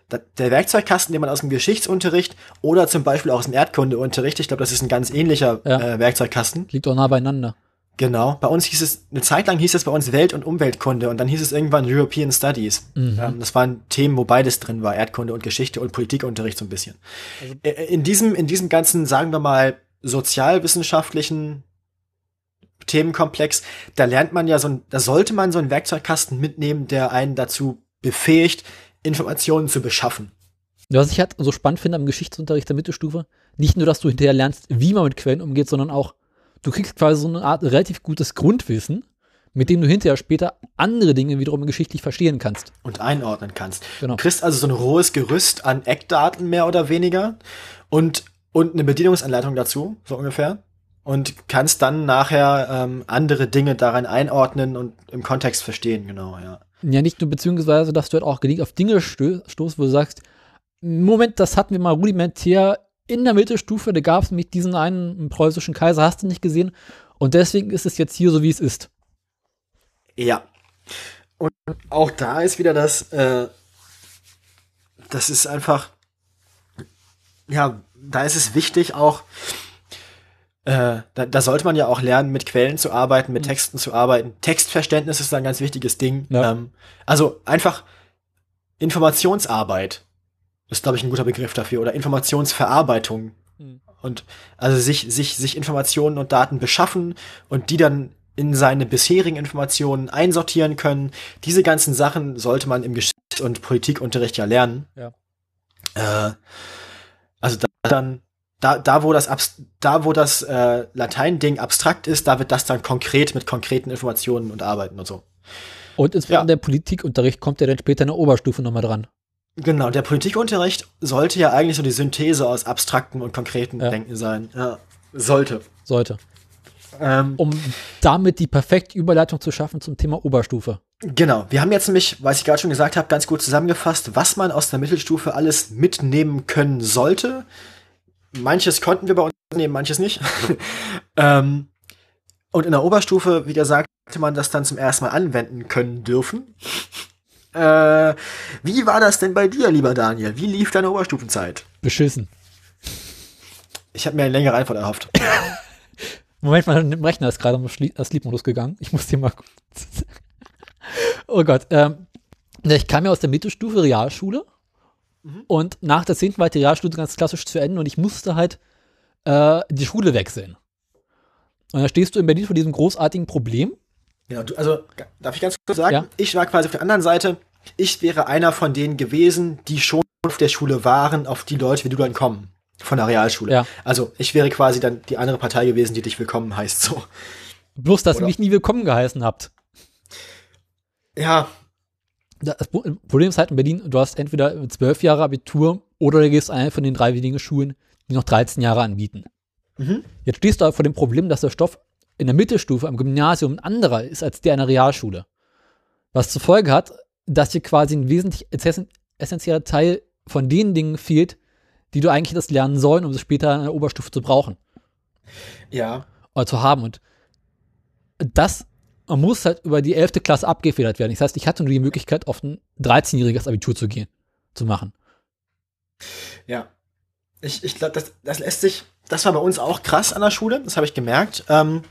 der Werkzeugkasten, den man aus dem Geschichtsunterricht oder zum Beispiel auch aus dem Erdkundeunterricht, ich glaube, das ist ein ganz ähnlicher Werkzeugkasten. Liegt auch nah beieinander. Genau, bei uns eine Zeit lang hieß es bei uns Welt- und Umweltkunde und dann hieß es irgendwann European Studies. Das waren Themen, wo beides drin war, Erdkunde und Geschichte und Politikunterricht so ein bisschen. Also, in diesem ganzen, sagen wir mal, sozialwissenschaftlichen Themenkomplex, da lernt man ja da sollte man so einen Werkzeugkasten mitnehmen, der einen dazu befähigt, Informationen zu beschaffen. Was ich halt so spannend finde am Geschichtsunterricht der Mittelstufe, nicht nur, dass du hinterher lernst, wie man mit Quellen umgeht, sondern auch, du kriegst quasi so eine Art relativ gutes Grundwissen, mit dem du hinterher später andere Dinge wiederum geschichtlich verstehen kannst. Und einordnen kannst. Genau. Du kriegst also so ein rohes Gerüst an Eckdaten mehr oder weniger und eine Bedienungsanleitung dazu, so ungefähr. Und kannst dann nachher andere Dinge daran einordnen und im Kontext verstehen, genau, ja. Ja, nicht nur, beziehungsweise, dass du halt auch gelegentlich auf Dinge stoßt, wo du sagst, Moment, das hatten wir mal rudimentär in der Mittelstufe, da gab es nämlich diesen einen preußischen Kaiser, hast du nicht gesehen, und deswegen ist es jetzt hier so, wie es ist. Ja. Und auch da ist wieder das ist einfach, ja, da ist es wichtig auch, da sollte man ja auch lernen, mit Quellen zu arbeiten, mit Texten zu arbeiten. Textverständnis ist ein ganz wichtiges Ding. Ja. Also einfach Informationsarbeit ist, glaube ich, ein guter Begriff dafür. Oder Informationsverarbeitung. Und also sich Informationen und Daten beschaffen und die dann in seine bisherigen Informationen einsortieren können. Diese ganzen Sachen sollte man im Geschichts- und Politikunterricht ja lernen. Ja. Also Da, wo das Latein-Ding abstrakt ist, da wird das dann konkret mit konkreten Informationen und Arbeiten und so. Und insbesondere der Politikunterricht kommt ja dann später in der Oberstufe nochmal dran. Genau, der Politikunterricht sollte ja eigentlich so die Synthese aus abstraktem und konkretem Denken sein. Ja, sollte. Um damit die perfekte Überleitung zu schaffen zum Thema Oberstufe. Genau, wir haben jetzt nämlich, was ich gerade schon gesagt habe, ganz gut zusammengefasst, was man aus der Mittelstufe alles mitnehmen können sollte. Manches konnten wir bei uns nehmen, manches nicht. Und in der Oberstufe, wie gesagt, hätte man das dann zum ersten Mal anwenden können dürfen. Wie war das denn bei dir, lieber Daniel? Wie lief deine Oberstufenzeit? Beschissen. Ich habe mir eine längere Antwort erhofft. Moment, mein Rechner ist gerade am Sleep-Modus gegangen. Ich muss dir mal kurz. Oh Gott. Ich kam ja aus der Mittelstufe Realschule. Und nach der 10. war die Realschule ganz klassisch zu Ende und ich musste halt die Schule wechseln. Und da stehst du in Berlin vor diesem großartigen Problem. Ja, also darf ich ganz kurz sagen, Ja. Ich war quasi auf der anderen Seite. Ich wäre einer von denen gewesen, die schon auf der Schule waren, auf die Leute wie du dann kommen. Von der Realschule. Ja. Also ich wäre quasi dann die andere Partei gewesen, die dich willkommen heißt. So. Bloß, dass ihr Oder? mich nie willkommen geheißen habt. Ja, Das Problem ist halt in Berlin, du hast entweder 12 Jahre Abitur oder du gehst eine von den 3 wenigen Schulen, die noch 13 Jahre anbieten. Jetzt stehst du aber vor dem Problem, dass der Stoff in der Mittelstufe am Gymnasium ein anderer ist als der einer Realschule. Was zur Folge hat, dass dir quasi ein wesentlich essentieller Teil von den Dingen fehlt, die du eigentlich hättest lernen sollen, um es später in der Oberstufe zu brauchen. ja. Oder zu haben. Und das muss halt über die 11. Klasse abgefedert werden. Das heißt, ich hatte nur die Möglichkeit, auf ein 13-jähriges Abitur zu machen. Ja. Ich glaube, das lässt sich, das war bei uns auch krass an der Schule, das habe ich gemerkt.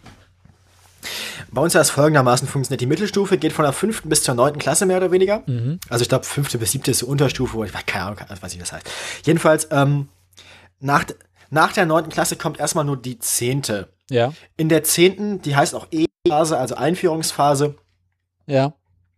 Bei uns hat es folgendermaßen funktioniert. Die Mittelstufe geht von der 5. bis zur 9. Klasse mehr oder weniger. Also ich glaube, 5. bis 7. ist die Unterstufe, ich weiß keine Ahnung, was das heißt. Jedenfalls, nach der 9. Klasse kommt erstmal nur die 10. Ja. In der 10., die heißt auch E-Phase, also Einführungsphase, Ja.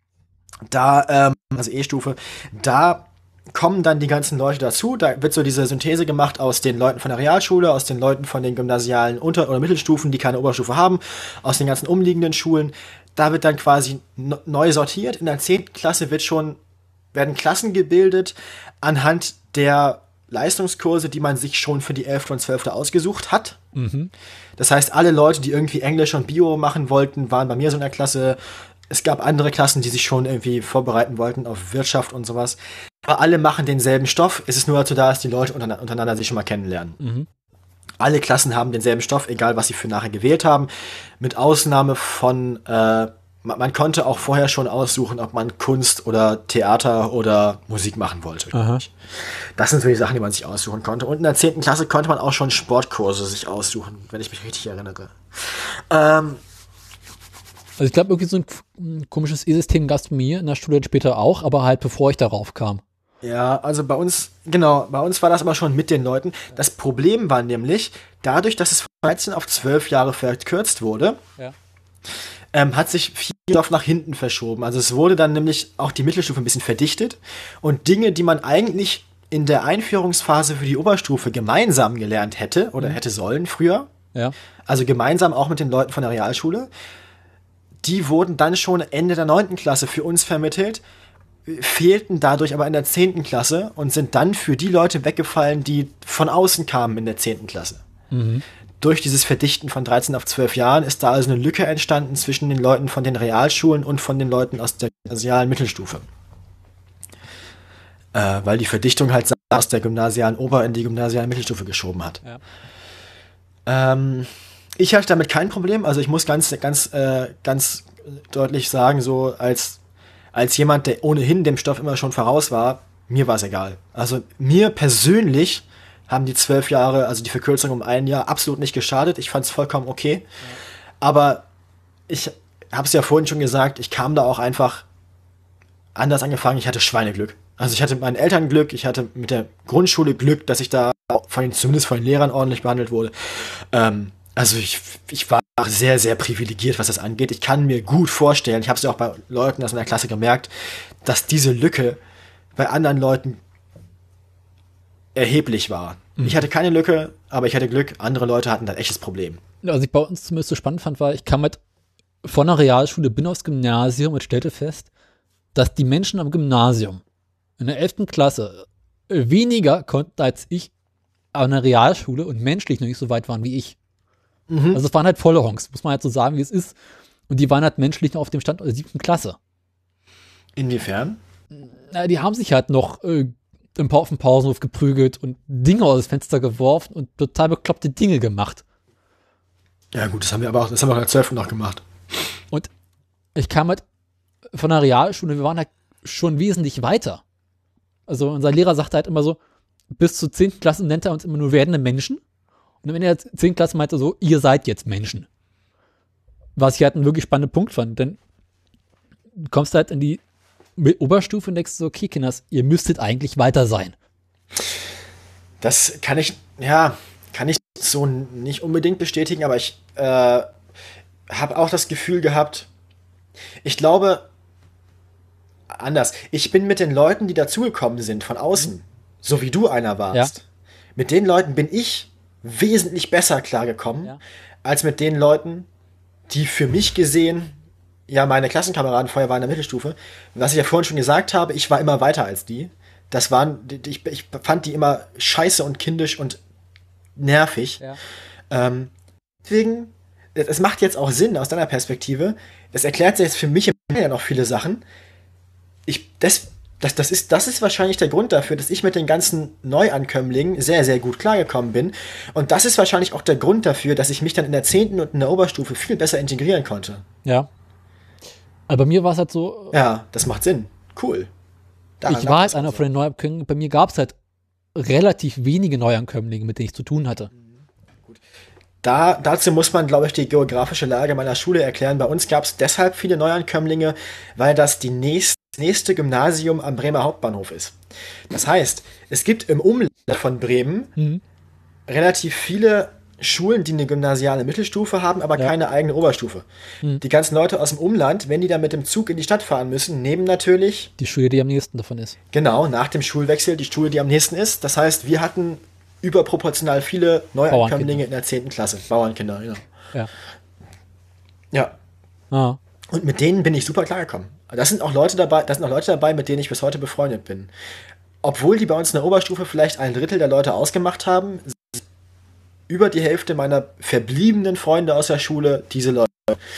da, also E-Stufe, da kommen dann die ganzen Leute dazu. Da wird so diese Synthese gemacht aus den Leuten von der Realschule, aus den Leuten von den gymnasialen Unter- oder Mittelstufen, die keine Oberstufe haben, aus den ganzen umliegenden Schulen. Da wird dann quasi neu sortiert. In der 10. Klasse werden Klassen gebildet anhand der Leistungskurse, die man sich schon für die 11. und 12. ausgesucht hat. Das heißt, alle Leute, die irgendwie Englisch und Bio machen wollten, waren bei mir so in der Klasse. Es gab andere Klassen, die sich schon irgendwie vorbereiten wollten auf Wirtschaft und sowas. Aber alle machen denselben Stoff. Es ist nur dazu da, dass die Leute untereinander sich schon mal kennenlernen. Alle Klassen haben denselben Stoff, egal was sie für nachher gewählt haben. Mit Ausnahme von man konnte auch vorher schon aussuchen, ob man Kunst oder Theater oder Musik machen wollte. Aha. Das sind so die Sachen, die man sich aussuchen konnte. Und in der 10. Klasse konnte man auch schon Sportkurse sich aussuchen, wenn ich mich richtig erinnere. Also ich glaube, irgendwie so ein komisches E-System gab es bei mir in der Schule später auch, aber halt bevor ich darauf kam. Ja, also bei uns war das aber schon mit den Leuten. Das Problem war nämlich, dadurch, dass es von 13 auf 12 Jahre verkürzt wurde, Ja. hat sich viel Stoff nach hinten verschoben. Also es wurde dann nämlich auch die Mittelstufe ein bisschen verdichtet und Dinge, die man eigentlich in der Einführungsphase für die Oberstufe gemeinsam gelernt hätte oder hätte sollen früher, Ja. also gemeinsam auch mit den Leuten von der Realschule, die wurden dann schon Ende der 9. Klasse für uns vermittelt, fehlten dadurch aber in der 10. Klasse und sind dann für die Leute weggefallen, die von außen kamen in der 10. Klasse. Durch dieses Verdichten von 13 auf 12 Jahren ist da also eine Lücke entstanden zwischen den Leuten von den Realschulen und von den Leuten aus der gymnasialen Mittelstufe. Weil die Verdichtung halt aus der gymnasialen Ober- in die gymnasiale Mittelstufe geschoben hat. Ja. Ich hatte damit kein Problem, also ich muss ganz deutlich sagen, so als jemand, der ohnehin dem Stoff immer schon voraus war, mir war es egal. Also mir persönlich haben die 12 Jahre, also die Verkürzung um ein Jahr, absolut nicht geschadet. Ich fand es vollkommen okay. Ja. Aber ich habe es ja vorhin schon gesagt, ich kam da auch einfach anders angefangen. Ich hatte Schweineglück. Also ich hatte mit meinen Eltern Glück, ich hatte mit der Grundschule Glück, dass ich da zumindest von den Lehrern ordentlich behandelt wurde. Also ich war sehr, sehr privilegiert, was das angeht. Ich kann mir gut vorstellen, ich habe es ja auch bei Leuten aus meiner Klasse gemerkt, dass diese Lücke bei anderen Leuten erheblich war. Ich hatte keine Lücke, aber ich hatte Glück. Andere Leute hatten da ein echtes Problem. Was ich bei uns zumindest so spannend fand, war, ich kam halt von der Realschule, bin aufs Gymnasium und stellte fest, dass die Menschen am Gymnasium in der 11. Klasse weniger konnten als ich an der Realschule und menschlich noch nicht so weit waren wie ich. Also es waren halt volle Honks, muss man halt so sagen, wie es ist. Und die waren halt menschlich noch auf dem Stand der 7. Klasse. Inwiefern? Na, die haben sich halt noch auf dem Pausenhof geprügelt und Dinge aus dem Fenster geworfen und total bekloppte Dinge gemacht. Ja gut, das haben wir auch in der 12. noch gemacht. Und ich kam halt von der Realschule, wir waren halt schon wesentlich weiter. Also unser Lehrer sagte halt immer so, bis zur 10. Klasse nennt er uns immer nur werdende Menschen. Und am Ende der 10. Klasse meinte er so, ihr seid jetzt Menschen. Was ich halt einen wirklich spannenden Punkt fand, denn du kommst halt in die Oberstufe und denkst so, okay, Kinders, ihr müsstet eigentlich weiter sein. Das kann ich so nicht unbedingt bestätigen, aber ich habe auch das Gefühl gehabt, ich glaube, anders. Ich bin mit den Leuten, die dazugekommen sind von außen, so wie du einer warst, mit den Leuten bin ich wesentlich besser klargekommen, als mit den Leuten, die für mich gesehen meine Klassenkameraden vorher waren in der Mittelstufe. Was ich ja vorhin schon gesagt habe, ich war immer weiter als die. Ich fand die immer scheiße und kindisch und nervig. Ja. Deswegen, es macht jetzt auch Sinn aus deiner Perspektive. Das erklärt sich jetzt für mich ja noch viele Sachen. Das ist wahrscheinlich der Grund dafür, dass ich mit den ganzen Neuankömmlingen sehr, sehr gut klargekommen bin. Und das ist wahrscheinlich auch der Grund dafür, dass ich mich dann in der 10. und in der Oberstufe viel besser integrieren konnte. Ja. Aber bei mir war es halt so. Ja, das macht Sinn. Cool. Ich war halt einer von den Neuankömmlingen. Bei mir gab es halt relativ wenige Neuankömmlinge, mit denen ich zu tun hatte. Gut. Dazu muss man, glaube ich, die geografische Lage meiner Schule erklären. Bei uns gab es deshalb viele Neuankömmlinge, weil das die nächste Gymnasium am Bremer Hauptbahnhof ist. Das heißt, es gibt im Umland von Bremen relativ viele Schulen, die eine gymnasiale Mittelstufe haben, aber keine eigene Oberstufe. Die ganzen Leute aus dem Umland, wenn die dann mit dem Zug in die Stadt fahren müssen, nehmen natürlich die Schule, die am nächsten davon ist. Genau, nach dem Schulwechsel die Schule, die am nächsten ist. Das heißt, wir hatten überproportional viele Neuankömmlinge in der 10. Klasse. Bauernkinder, genau. Ja. Ja. Ah. Und mit denen bin ich super klargekommen. Das sind auch Leute dabei, mit denen ich bis heute befreundet bin. Obwohl die bei uns in der Oberstufe vielleicht 1/3 der Leute ausgemacht haben, über die Hälfte meiner verbliebenen Freunde aus der Schule diese Leute.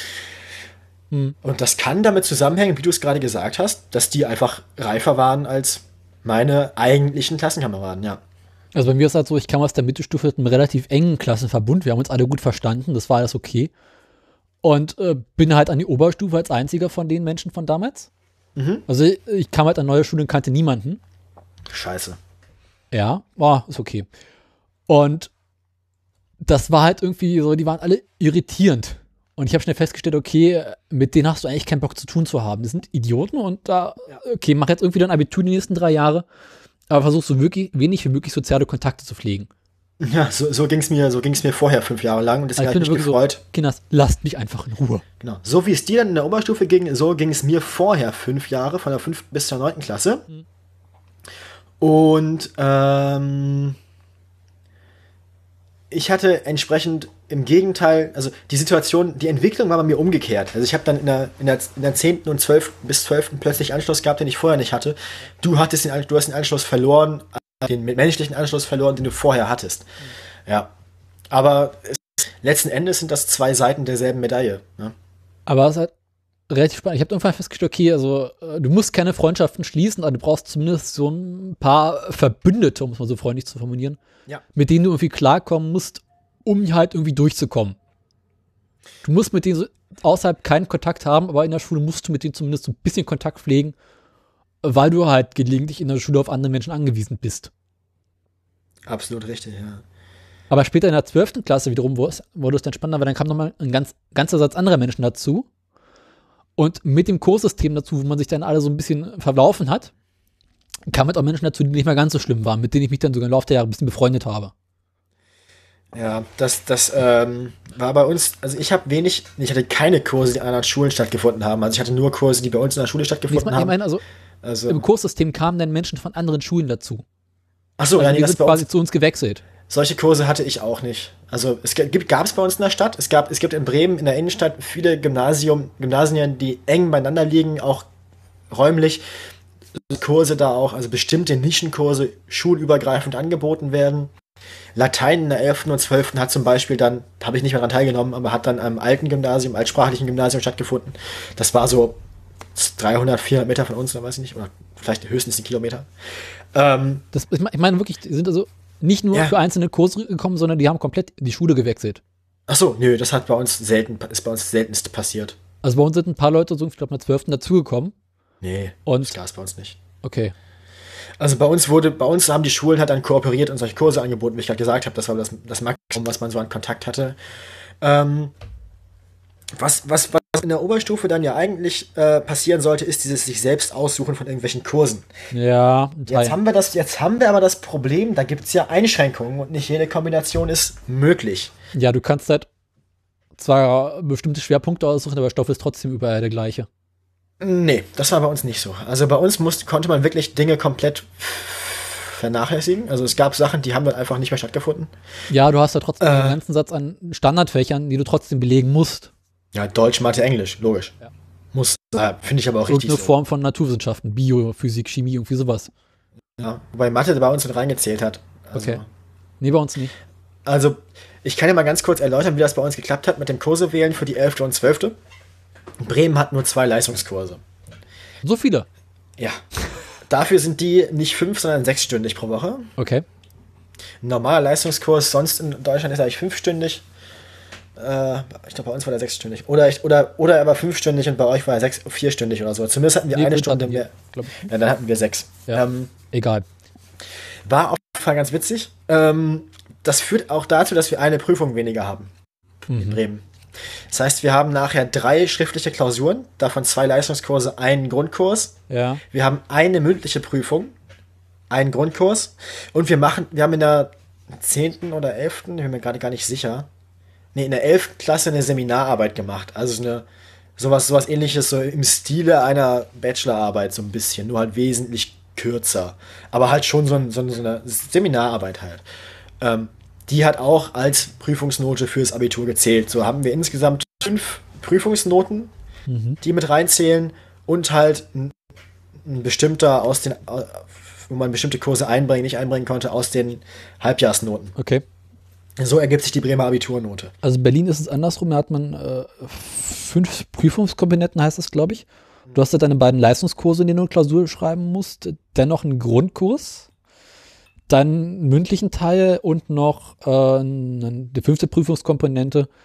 Und das kann damit zusammenhängen, wie du es gerade gesagt hast, dass die einfach reifer waren als meine eigentlichen Klassenkameraden, ja. Also bei mir ist halt so, ich kam aus der Mittelstufe mit einem relativ engen Klassenverbund. Wir haben uns alle gut verstanden, das war alles okay. Und bin halt an die Oberstufe als einziger von den Menschen von damals. Also ich kam halt an neue Schule und kannte niemanden. Scheiße. Ja, war, ist okay. Und das war halt irgendwie so, die waren alle irritierend. Und ich habe schnell festgestellt, okay, mit denen hast du eigentlich keinen Bock zu tun zu haben. Die sind Idioten und okay, mach jetzt irgendwie dein Abitur die nächsten 3 Jahre, aber versuch so wirklich wenig wie möglich soziale Kontakte zu pflegen. Ja, so ging's mir vorher 5 Jahre lang und deswegen habe ich mich gefreut. So, Kinders, lasst mich einfach in Ruhe. Genau. So wie es dir dann in der Oberstufe ging, so ging es mir vorher 5 Jahre, von der 5. bis zur 9. Klasse. Und ich hatte entsprechend im Gegenteil, also die Situation, die Entwicklung war bei mir umgekehrt. Also ich habe dann in der 10. und 12. bis 12. plötzlich Anschluss gehabt, den ich vorher nicht hatte. Du hast den Anschluss verloren, den menschlichen Anschluss verloren, den du vorher hattest. Ja. Aber letzten Endes sind das 2 Seiten derselben Medaille. Ne? Aber es ist halt relativ spannend. Ich habe irgendwann festgestellt, okay, also du musst keine Freundschaften schließen, aber du brauchst zumindest so ein paar Verbündete, um es mal so freundlich zu formulieren, mit denen du irgendwie klarkommen musst, um halt irgendwie durchzukommen. Du musst mit denen so außerhalb keinen Kontakt haben, aber in der Schule musst du mit denen zumindest so ein bisschen Kontakt pflegen, weil du halt gelegentlich in der Schule auf andere Menschen angewiesen bist. Absolut richtig, ja. Aber später in der 12. Klasse wiederum wurde es dann spannender, weil dann kam nochmal ein ganzer Satz anderer Menschen dazu. Und mit dem Kurssystem dazu, wo man sich dann alle so ein bisschen verlaufen hat, kamen halt auch Menschen dazu, die nicht mehr ganz so schlimm waren, mit denen ich mich dann sogar im Laufe der Jahre ein bisschen befreundet habe. Ja, das war bei uns, also ich hatte keine Kurse, die an anderen Schulen stattgefunden haben. Also ich hatte nur Kurse, die bei uns in der Schule stattgefunden haben. Ich meine, also im Kurssystem kamen dann Menschen von anderen Schulen dazu. Ach so, also ja, die sind quasi zu uns gewechselt. Solche Kurse hatte ich auch nicht. Also gab es bei uns in der Stadt. Es gibt in Bremen in der Innenstadt viele Gymnasien, die eng beieinander liegen, auch räumlich. Kurse da auch, also bestimmte Nischenkurse schulübergreifend angeboten werden. Latein in der 11. und 12. hat zum Beispiel dann, habe ich nicht mehr daran teilgenommen, aber hat dann am altsprachlichen Gymnasium stattgefunden. Das war so 300, 400 Meter von uns, oder weiß ich nicht, oder vielleicht höchstens 1 Kilometer. Ich meine wirklich, die sind also nicht nur für einzelne Kurse gekommen, sondern die haben komplett die Schule gewechselt. Ach so, nö, das ist bei uns seltenst passiert. Also bei uns sind ein paar Leute so, ich glaube, in der 12. dazugekommen. Nee, das gab es bei uns nicht. Okay. Also bei uns haben die Schulen halt dann kooperiert und solche Kurse angeboten, wie ich gerade gesagt habe. Das war das Maximum, was man so an Kontakt hatte. Was in der Oberstufe dann ja eigentlich passieren sollte, ist dieses sich selbst aussuchen von irgendwelchen Kursen. Ja. Jetzt haben wir aber das Problem, da gibt es ja Einschränkungen und nicht jede Kombination ist möglich. Ja, du kannst halt zwar bestimmte Schwerpunkte aussuchen, aber Stoff ist trotzdem überall der gleiche. Nee, das war bei uns nicht so. Also bei uns konnte man wirklich Dinge komplett vernachlässigen. Also es gab Sachen, die haben dann einfach nicht mehr stattgefunden. Ja, du hast ja trotzdem einen ganzen Satz an Standardfächern, die du trotzdem belegen musst. Ja, Deutsch, Mathe, Englisch, logisch. Ja. Muss, finde ich aber auch richtig so. Irgendeine Form von Naturwissenschaften, Bio, Physik, Chemie, irgendwie sowas. Ja, wobei Mathe bei uns mit reingezählt hat. Also, okay. Nee, bei uns nicht. Also, ich kann ja mal ganz kurz erläutern, wie das bei uns geklappt hat mit dem Kurse wählen für die 11. und 12. Bremen hat nur 2 Leistungskurse. So viele? Ja. Dafür sind die nicht 5, sondern 6-stündig pro Woche. Okay. Ein normaler Leistungskurs sonst in Deutschland ist eigentlich 5-stündig. Ich glaube, bei uns war der 6-stündig. Oder er war 5-stündig und bei euch war er 4-stündig oder so. Zumindest hatten wir eine Stunde mehr. Ja, dann hatten wir 6. Ja, egal. War auf jeden Fall ganz witzig. Das führt auch dazu, dass wir eine Prüfung weniger haben in Bremen. Das heißt, wir haben nachher 3 schriftliche Klausuren, davon 2 Leistungskurse, einen Grundkurs. Ja. Wir haben eine mündliche Prüfung, einen Grundkurs und wir haben in der 10. oder 11., ich bin mir gerade gar nicht sicher, in der 11. Klasse eine Seminararbeit gemacht. Also sowas ähnliches, so im Stile einer Bachelorarbeit so ein bisschen, nur halt wesentlich kürzer. Aber halt schon so eine Seminararbeit halt. Die hat auch als Prüfungsnote fürs Abitur gezählt. So haben wir insgesamt 5 Prüfungsnoten, die mit reinzählen und halt ein bestimmter wo man bestimmte Kurse nicht einbringen konnte, aus den Halbjahrsnoten. Okay. So ergibt sich die Bremer Abiturnote. Also in Berlin ist es andersrum, da hat man 5 Prüfungskomponenten, heißt das, glaube ich. Du hast ja deine beiden Leistungskurse, in denen du Klausur schreiben musst, dann noch einen Grundkurs, dann einen mündlichen Teil und noch die 5. Prüfungskomponente,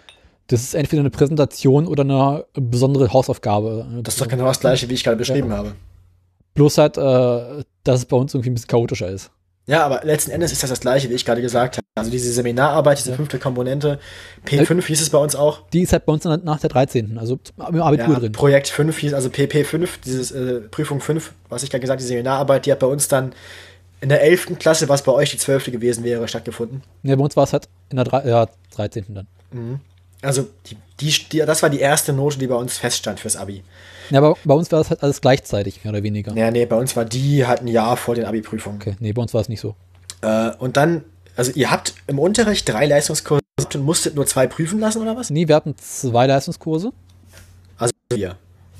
Das ist entweder eine Präsentation oder eine besondere Hausaufgabe. Das ist doch genau das Gleiche, wie ich gerade beschrieben habe. Bloß halt, dass es bei uns irgendwie ein bisschen chaotischer ist. Ja, aber letzten Endes ist das Gleiche, wie ich gerade gesagt habe. Also diese Seminararbeit, diese 5. Komponente, P5 hieß es bei uns auch. Die ist halt bei uns nach der 13., also im Abitur drin. Projekt 5 hieß, also PP5, dieses Prüfung 5, was ich gerade gesagt habe, die Seminararbeit, die hat bei uns dann in der 11. Klasse, was bei euch die 12. gewesen wäre, stattgefunden. Ja, bei uns war es halt in der 13. dann. Mhm. Also das war die erste Note, die bei uns feststand fürs Abi. Ja, aber bei uns war das halt alles gleichzeitig, mehr oder weniger. Ja, nee, bei uns war die halt ein Jahr vor den Abi-Prüfungen. Okay, nee, bei uns war es nicht so. Und dann, also ihr habt im Unterricht 3 Leistungskurse und musstet nur 2 prüfen lassen, oder was? Nee, wir hatten 2 Leistungskurse. Also wir.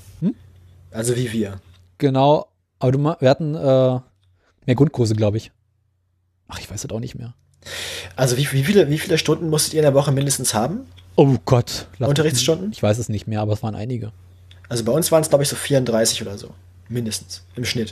Also wie wir. Genau, aber wir hatten mehr Grundkurse, glaube ich. Ach, ich weiß das auch nicht mehr. Also wie viele Stunden musstet ihr in der Woche mindestens haben? Oh Gott. Unterrichtsstunden? Ich weiß es nicht mehr, aber es waren einige. Also bei uns waren es, glaube ich, so 34 oder so. Mindestens. Im Schnitt.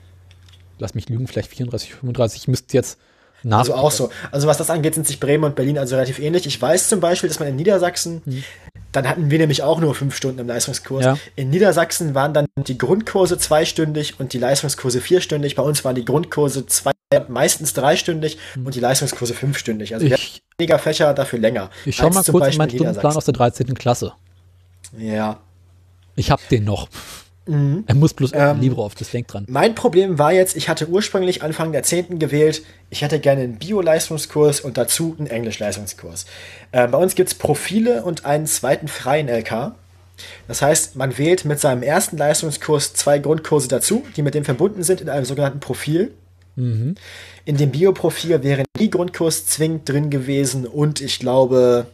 Lass mich lügen, vielleicht 34, 35. Ich müsste jetzt nach. Also auch so. Also was das angeht, sind sich Bremen und Berlin also relativ ähnlich. Ich weiß zum Beispiel, dass man in Niedersachsen, dann hatten wir nämlich auch nur 5 Stunden im Leistungskurs. Ja. In Niedersachsen waren dann die Grundkurse 2-stündig und die Leistungskurse 4-stündig. Bei uns waren die Grundkurse meistens 3-stündig und die Leistungskurse 5-stündig. Also wir hatten weniger Fächer, dafür länger. Ich schau mal kurz in meinen Stundenplan aus der 13. Klasse. Ja. Ich hab den noch. Er muss bloß LibreOffice, das denkt dran. Mein Problem war jetzt, ich hatte ursprünglich Anfang der 10. gewählt, ich hätte gerne einen Bio-Leistungskurs und dazu einen Englisch-Leistungskurs. Bei uns gibt es Profile und einen zweiten freien LK. Das heißt, man wählt mit seinem ersten Leistungskurs 2 Grundkurse dazu, die mit dem verbunden sind in einem sogenannten Profil. In dem Bio-Profil wäre nie Grundkurs zwingend drin gewesen und ich glaube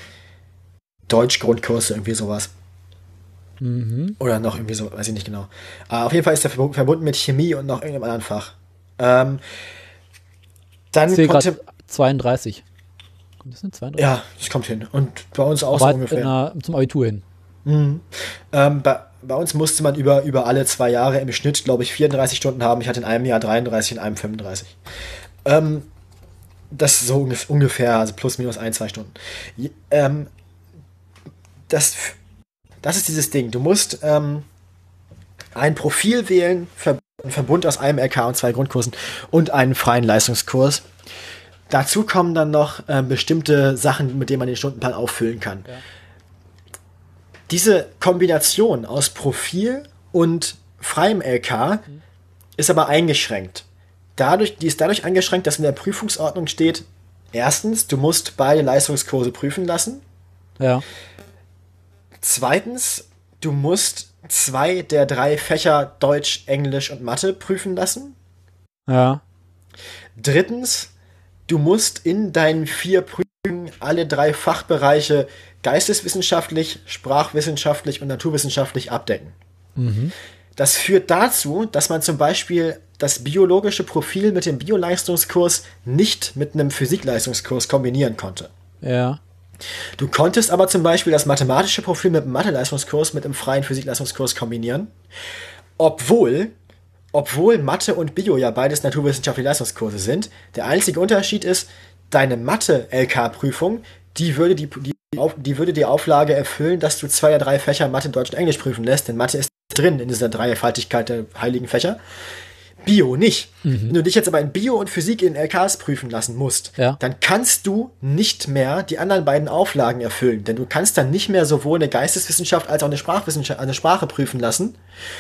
Deutsch-Grundkurs, irgendwie sowas. Oder noch irgendwie so, weiß ich nicht genau. Auf jeden Fall ist der verbunden mit Chemie und noch irgendeinem anderen Fach. Dann konnte 32. Kommt das nicht 32? Ja, das kommt hin. Und bei uns auch aber so ungefähr. Zum Abitur hin. Bei uns musste man über alle 2 Jahre im Schnitt, glaube ich, 34 Stunden haben. Ich hatte in einem Jahr 33, in einem 35. Das ist so ungefähr, also plus minus 1-2 Stunden. Das ist dieses Ding. Du musst ein Profil wählen, einen Verbund aus einem LK und 2 Grundkursen und einen freien Leistungskurs. Dazu kommen dann noch bestimmte Sachen, mit denen man den Stundenplan auffüllen kann. Ja. Diese Kombination aus Profil und freiem LK ist aber eingeschränkt. Die ist dadurch eingeschränkt, dass in der Prüfungsordnung steht, erstens, du musst beide Leistungskurse prüfen lassen. Ja. Zweitens, du musst 2 der 3 Fächer Deutsch, Englisch und Mathe prüfen lassen. Ja. Drittens, du musst in deinen 4 Prüfungen alle 3 Fachbereiche geisteswissenschaftlich, sprachwissenschaftlich und naturwissenschaftlich abdecken. Das führt dazu, dass man zum Beispiel das biologische Profil mit dem Bio-Leistungskurs nicht mit einem Physikleistungskurs kombinieren konnte. Ja. Du konntest aber zum Beispiel das mathematische Profil mit dem Mathe-Leistungskurs mit dem freien Physikleistungskurs kombinieren, obwohl Mathe und Bio ja beides naturwissenschaftliche Leistungskurse sind. Der einzige Unterschied ist, deine Mathe-LK-Prüfung, die würde die Auflage erfüllen, dass du 2 der 3 Fächer Mathe, Deutsch und Englisch prüfen lässt, denn Mathe ist drin in dieser Dreifaltigkeit der heiligen Fächer. Bio nicht. Wenn du dich jetzt aber in Bio und Physik in LKs prüfen lassen musst, dann kannst du nicht mehr die anderen beiden Auflagen erfüllen, denn du kannst dann nicht mehr sowohl eine Geisteswissenschaft als auch eine Sprache prüfen lassen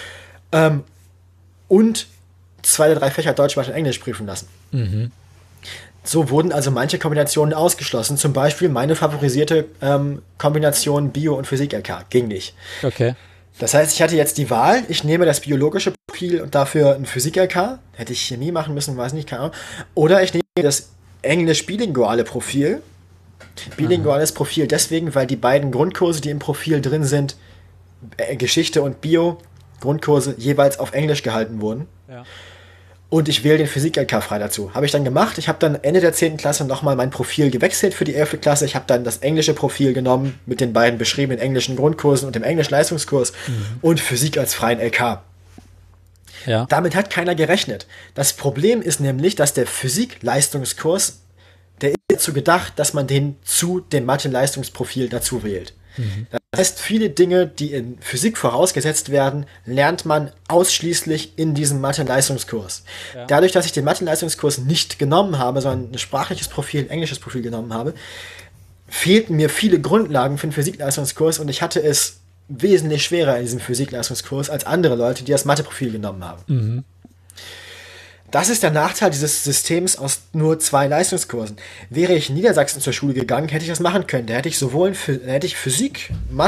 und 2 der 3 Fächer Deutsch, Mathe und Englisch prüfen lassen. So wurden also manche Kombinationen ausgeschlossen. Zum Beispiel meine favorisierte Kombination Bio und Physik LK. Ging nicht. Okay. Das heißt, ich hatte jetzt die Wahl, ich nehme das biologische Profil und dafür ein Physik-LK. Hätte ich Chemie machen müssen, weiß nicht, keine Ahnung. Oder ich nehme das englisch-bilinguale Profil. Bilinguales Profil deswegen, weil die beiden Grundkurse, die im Profil drin sind, Geschichte und Bio, Grundkurse jeweils auf Englisch gehalten wurden. Ja. Und ich wähle den Physik-LK frei dazu. Habe ich dann gemacht. Ich habe dann Ende der 10. Klasse nochmal mein Profil gewechselt für die 11. Klasse. Ich habe dann das englische Profil genommen mit den beiden beschriebenen englischen Grundkursen und dem Englisch-Leistungskurs und Physik als freien LK. Ja. Damit hat keiner gerechnet. Das Problem ist nämlich, dass der Physik-Leistungskurs, der ist dazu gedacht, dass man den zu dem Mathe-Leistungsprofil dazu wählt. Das heißt, viele Dinge, die in Physik vorausgesetzt werden, lernt man ausschließlich in diesem Mathe-Leistungskurs. Ja. Dadurch, dass ich den Mathe-Leistungskurs nicht genommen habe, sondern ein sprachliches Profil, ein englisches Profil genommen habe, fehlten mir viele Grundlagen für den Physikleistungskurs und ich hatte es wesentlich schwerer in diesem Physikleistungskurs als andere Leute, die das Mathe-Profil genommen haben. Mhm. Das ist der Nachteil dieses Systems aus nur 2 Leistungskursen. Wäre ich in Niedersachsen zur Schule gegangen, hätte ich das machen können. Da hätte ich Physik,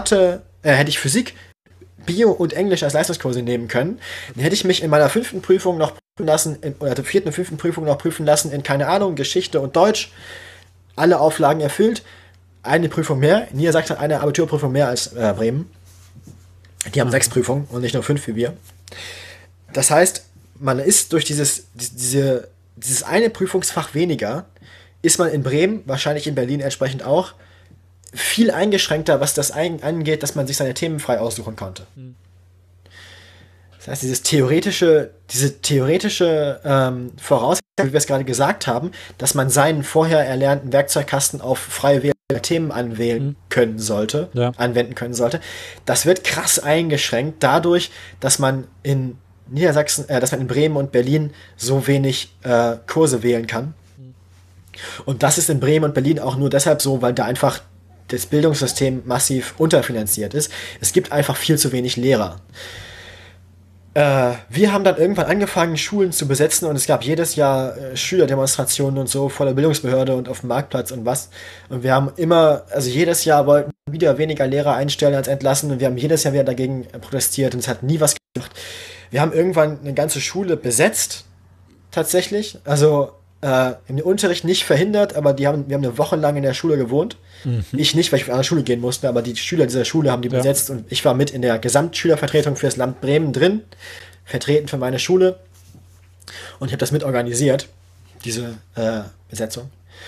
Bio und Englisch als Leistungskurse nehmen können. Dann hätte ich mich in meiner 5. Prüfung noch prüfen lassen, oder der 4. und 5. Prüfung noch prüfen lassen in, keine Ahnung, Geschichte und Deutsch. Alle Auflagen erfüllt. Eine Prüfung mehr. Niedersachsen hat eine Abiturprüfung mehr als Bremen. Die haben 6 Prüfungen und nicht nur 5 wie wir. Das heißt, man ist durch dieses eine Prüfungsfach weniger, ist man in Bremen, wahrscheinlich in Berlin entsprechend auch, viel eingeschränkter, was das angeht, dass man sich seine Themen frei aussuchen konnte. Das heißt, diese theoretische Voraussetzung, wie wir es gerade gesagt haben, dass man seinen vorher erlernten Werkzeugkasten auf freie Themen anwenden können sollte, das wird krass eingeschränkt dadurch, dass man in Niedersachsen, dass man in Bremen und Berlin so wenig Kurse wählen kann. Und das ist in Bremen und Berlin auch nur deshalb so, weil da einfach das Bildungssystem massiv unterfinanziert ist. Es gibt einfach viel zu wenig Lehrer. Wir haben dann irgendwann angefangen, Schulen zu besetzen und es gab jedes Jahr Schülerdemonstrationen und so vor der Bildungsbehörde und auf dem Marktplatz und was. Und wir haben jedes Jahr wollten wieder weniger Lehrer einstellen als entlassen und wir haben jedes Jahr wieder dagegen protestiert und es hat nie was gemacht. Wir haben irgendwann eine ganze Schule besetzt, tatsächlich. Also im Unterricht nicht verhindert, aber wir haben eine Woche lang in der Schule gewohnt. Ich nicht, weil ich an der Schule gehen musste, aber die Schüler dieser Schule haben die besetzt und ich war mit in der Gesamtschülervertretung für das Land Bremen drin, vertreten für meine Schule und ich habe das mit organisiert, diese Besetzung.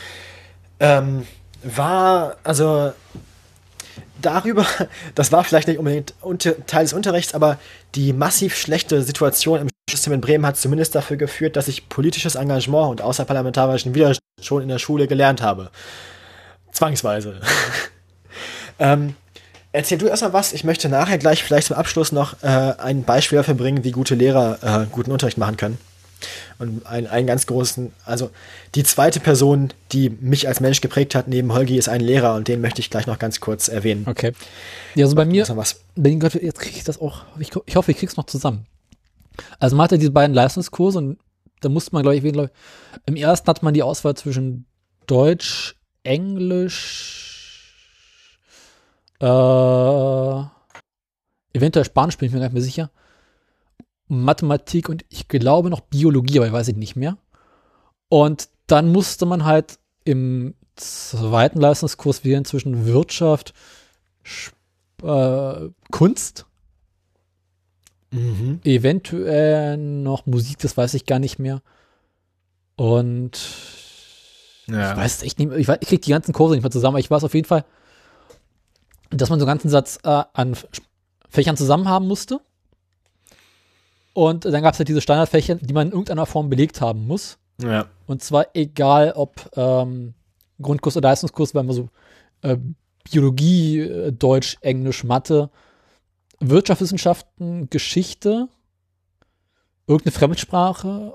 Das war vielleicht nicht unbedingt Teil des Unterrichts, aber die massiv schlechte Situation im System in Bremen hat zumindest dafür geführt, dass ich politisches Engagement und außerparlamentarischen Widerstand schon in der Schule gelernt habe. Zwangsweise. Erzähl du erstmal was. Ich möchte nachher gleich vielleicht zum Abschluss noch ein Beispiel dafür bringen, wie gute Lehrer guten Unterricht machen können. Und einen ganz großen, also die zweite Person, die mich als Mensch geprägt hat, neben Holgi, ist ein Lehrer und den möchte ich gleich noch ganz kurz erwähnen. Okay. Ja, also bei mir, jetzt kriege ich das auch, ich hoffe, ich krieg's noch zusammen. Also man hatte diese beiden Leistungskurse und da musste man, glaube ich, im ersten hatte man die Auswahl zwischen Deutsch, Englisch, eventuell Spanisch, bin ich mir gar nicht mehr sicher. Mathematik und ich glaube noch Biologie, aber ich weiß es nicht mehr. Und dann musste man halt im zweiten Leistungskurs wählen zwischen Wirtschaft, Kunst, eventuell noch Musik, das weiß ich gar nicht mehr. Und ich weiß echt nicht mehr, ich kriege die ganzen Kurse nicht mehr zusammen, aber ich weiß auf jeden Fall, dass man so einen ganzen Satz an Fächern zusammen haben musste. Und dann gab es halt diese Standardfächer, die man in irgendeiner Form belegt haben muss. Ja. Und zwar egal, ob Grundkurs oder Leistungskurs, weil man so Biologie, Deutsch, Englisch, Mathe, Wirtschaftswissenschaften, Geschichte, irgendeine Fremdsprache,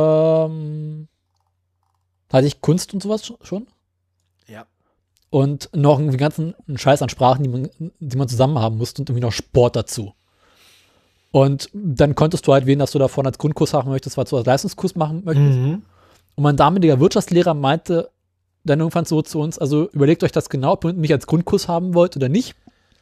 hatte ich Kunst und sowas schon? Ja. Und noch einen ganzen Scheiß an Sprachen, die man zusammen haben musste und irgendwie noch Sport dazu. Und dann konntest du halt wählen, dass du davon als Grundkurs machen möchtest, was du als Leistungskurs machen möchtest. Und mein damaliger Wirtschaftslehrer meinte dann irgendwann so zu uns, also überlegt euch das genau, ob ihr mich als Grundkurs haben wollt oder nicht.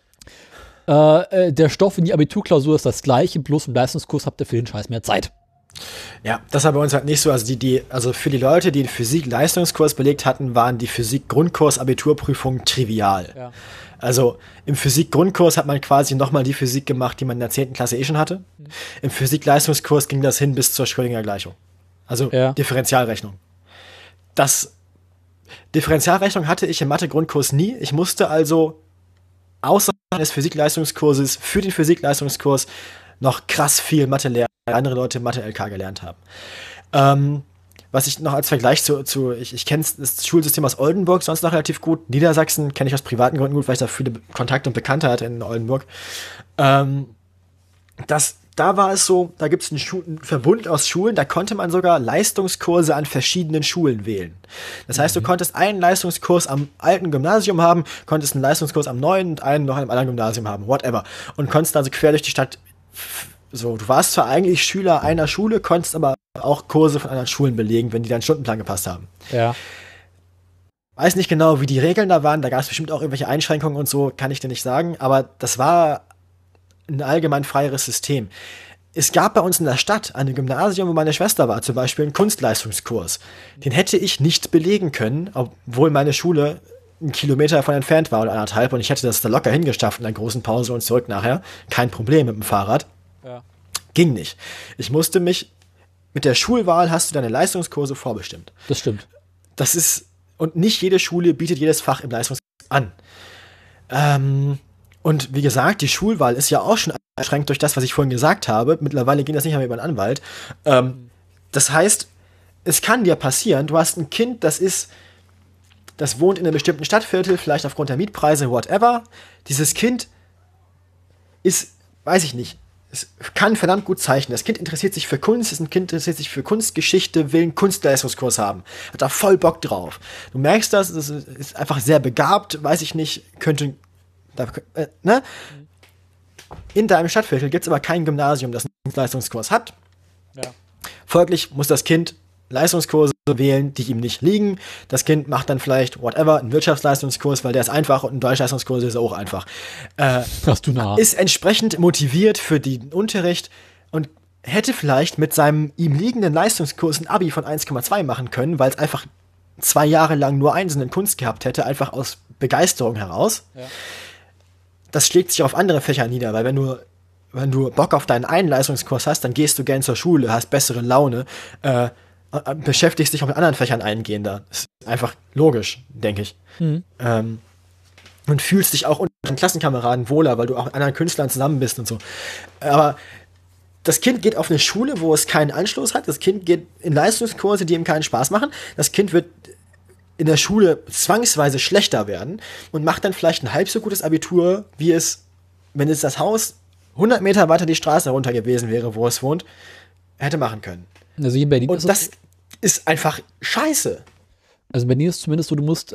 Der Stoff in die Abiturklausur ist das gleiche, bloß im Leistungskurs habt ihr für den Scheiß mehr Zeit. Ja, das war bei uns halt nicht so. Also für die Leute, die den Physik-Leistungskurs belegt hatten, waren die Physik-Grundkurs-Abiturprüfungen trivial. Ja. Also im Physik-Grundkurs hat man quasi nochmal die Physik gemacht, die man in der 10. Klasse schon hatte. Im Physik-Leistungskurs ging das hin bis zur Schrödinger Gleichung. Also Differentialrechnung. Differentialrechnung hatte ich im Mathe-Grundkurs nie. Ich musste also außerhalb des Physik-Leistungskurses für den Physik-Leistungskurs noch krass viel Mathe lernen, weil andere Leute Mathe-LK gelernt haben. was ich noch als Vergleich ich kenne das Schulsystem aus Oldenburg sonst noch relativ gut. Niedersachsen kenne ich aus privaten Gründen gut, weil ich da viele Kontakte und Bekannte hatte in Oldenburg. Da war es so, da gibt es einen Verbund aus Schulen, da konnte man sogar Leistungskurse an verschiedenen Schulen wählen. Das heißt, du konntest einen Leistungskurs am alten Gymnasium haben, konntest einen Leistungskurs am neuen und einen noch an einem anderen Gymnasium haben, whatever. Und konntest also quer durch die Stadt, so, du warst zwar eigentlich Schüler einer Schule, konntest aber auch Kurse von anderen Schulen belegen, wenn die deinen Stundenplan gepasst haben. Ja. Weiß nicht genau, wie die Regeln da waren, da gab es bestimmt auch irgendwelche Einschränkungen und so, kann ich dir nicht sagen, aber das war ein allgemein freieres System. Es gab bei uns in der Stadt an einem Gymnasium, wo meine Schwester war, zum Beispiel einen Kunstleistungskurs. Den hätte ich nicht belegen können, obwohl meine Schule 1 Kilometer davon entfernt war oder 1,5 und ich hätte das da locker hingeschafft in einer großen Pause und zurück nachher. Kein Problem mit dem Fahrrad. Ja. Ging nicht. Ich musste mich, mit der Schulwahl hast du deine Leistungskurse vorbestimmt. Das stimmt. Das ist, und nicht jede Schule bietet jedes Fach im Leistungskurs an. Und wie gesagt, die Schulwahl ist ja auch schon eingeschränkt durch das, was ich vorhin gesagt habe. Mittlerweile ging das nicht mehr über einen Anwalt. Das heißt, es kann dir passieren, du hast ein Kind, das wohnt in einem bestimmten Stadtviertel, vielleicht aufgrund der Mietpreise, whatever. Dieses Kind ist, weiß ich nicht, es kann verdammt gut zeichnen. Das Kind interessiert sich für Kunst, ein Kind interessiert sich für Kunstgeschichte, will einen Kunstleistungskurs haben. Hat da voll Bock drauf. Du merkst das ist einfach sehr begabt, weiß ich nicht, könnte ne? In deinem Stadtviertel gibt es aber kein Gymnasium, das einen Leistungskurs hat. Ja. Folglich muss das Kind Leistungskurse wählen, die ihm nicht liegen. Das Kind macht dann vielleicht, whatever, einen Wirtschaftsleistungskurs, weil der ist einfach und ein Deutschleistungskurs ist auch einfach. Hast du nah. Ist entsprechend motiviert für den Unterricht und hätte vielleicht mit seinem ihm liegenden Leistungskurs ein Abi von 1,2 machen können, weil es einfach 2 Jahre lang nur Einsen in Kunst gehabt hätte, einfach aus Begeisterung heraus. Ja. Das schlägt sich auf andere Fächer nieder, weil wenn du Bock auf deinen einen Leistungskurs hast, dann gehst du gern zur Schule, hast bessere Laune, beschäftigst dich auch mit anderen Fächern eingehender. Das ist einfach logisch, denke ich. Und fühlst dich auch unter den Klassenkameraden wohler, weil du auch mit anderen Künstlern zusammen bist und so. Aber das Kind geht auf eine Schule, wo es keinen Anschluss hat. Das Kind geht in Leistungskurse, die ihm keinen Spaß machen. Das Kind wird in der Schule zwangsweise schlechter werden und macht dann vielleicht ein halb so gutes Abitur, wie es, wenn es das Haus 100 Meter weiter die Straße runter gewesen wäre, wo es wohnt, hätte machen können. Also hier in Berlin und das ist einfach scheiße. Also in Berlin ist zumindest so, du musst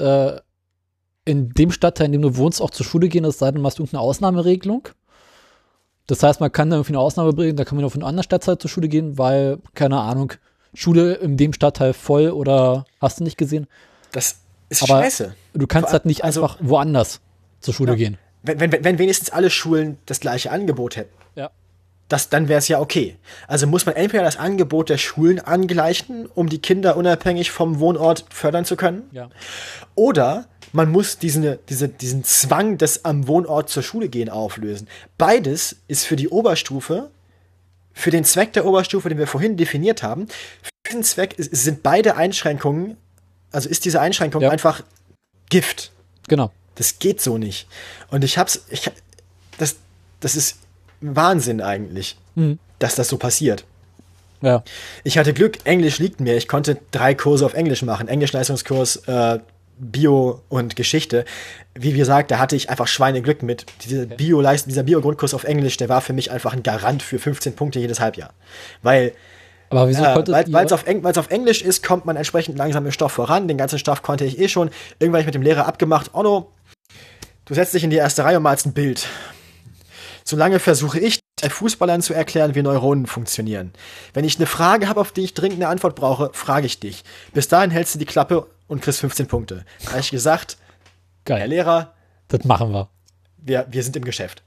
in dem Stadtteil, in dem du wohnst, auch zur Schule gehen, es sei denn, du machst irgendeine Ausnahmeregelung. Das heißt, man kann da irgendwie eine Ausnahme bringen, da kann man auf einen anderen Stadtteil zur Schule gehen, weil, keine Ahnung, Schule in dem Stadtteil voll oder hast du nicht gesehen? Das ist aber scheiße. Du kannst halt nicht einfach woanders zur Schule gehen. Wenn wenigstens alle Schulen das gleiche Angebot hätten, dann wäre es ja okay. Also muss man entweder das Angebot der Schulen angleichen, um die Kinder unabhängig vom Wohnort fördern zu können, oder man muss diesen Zwang des am Wohnort zur Schule gehen auflösen. Beides ist für die Oberstufe, für den Zweck der Oberstufe, den wir vorhin definiert haben, für diesen Zweck sind beide Einschränkungen, also ist diese Einschränkung einfach Gift. Genau. Das geht so nicht. Und das ist Wahnsinn eigentlich, dass das so passiert. Ja. Ich hatte Glück, Englisch liegt mir. Ich konnte 3 Kurse auf Englisch machen. Englisch-Leistungskurs, Bio und Geschichte. Wie gesagt, da hatte ich einfach Schweineglück mit. Dieser Bio-Grundkurs auf Englisch, der war für mich einfach ein Garant für 15 Punkte jedes Halbjahr. Weil aber wieso weil es auf Englisch ist, kommt man entsprechend langsam im Stoff voran. Den ganzen Stoff konnte ich schon. Irgendwann habe ich mit dem Lehrer abgemacht, Onno, du setzt dich in die erste Reihe und malst ein Bild. Solange versuche ich, Fußballern zu erklären, wie Neuronen funktionieren. Wenn ich eine Frage habe, auf die ich dringend eine Antwort brauche, frage ich dich. Bis dahin hältst du die Klappe und kriegst 15 Punkte. Da habe ich gesagt, geil. Herr Lehrer, das machen wir. Wir sind im Geschäft.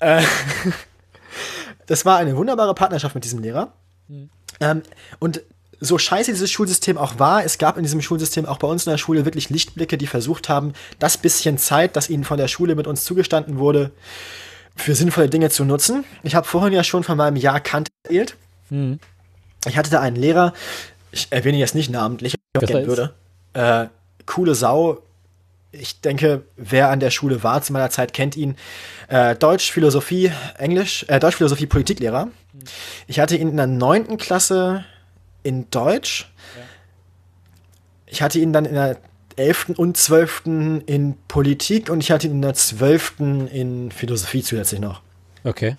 Das war eine wunderbare Partnerschaft mit diesem Lehrer. Und so scheiße dieses Schulsystem auch war, es gab in diesem Schulsystem auch bei uns in der Schule wirklich Lichtblicke, die versucht haben, das bisschen Zeit, das ihnen von der Schule mit uns zugestanden wurde, für sinnvolle Dinge zu nutzen. Ich habe vorhin ja schon von meinem Jahr Kant erzählt. Ich hatte da einen Lehrer, ich erwähne jetzt nicht namentlich, wenn ich ihn kennen würde. Coole Sau. Ich denke, wer an der Schule war zu meiner Zeit, kennt ihn. Deutsch, Philosophie, Politiklehrer. Ich hatte ihn in der 9. Klasse in Deutsch. Ich hatte ihn dann in der 11. und 12. in Politik und ich hatte ihn in der 12. in Philosophie zusätzlich noch. Okay.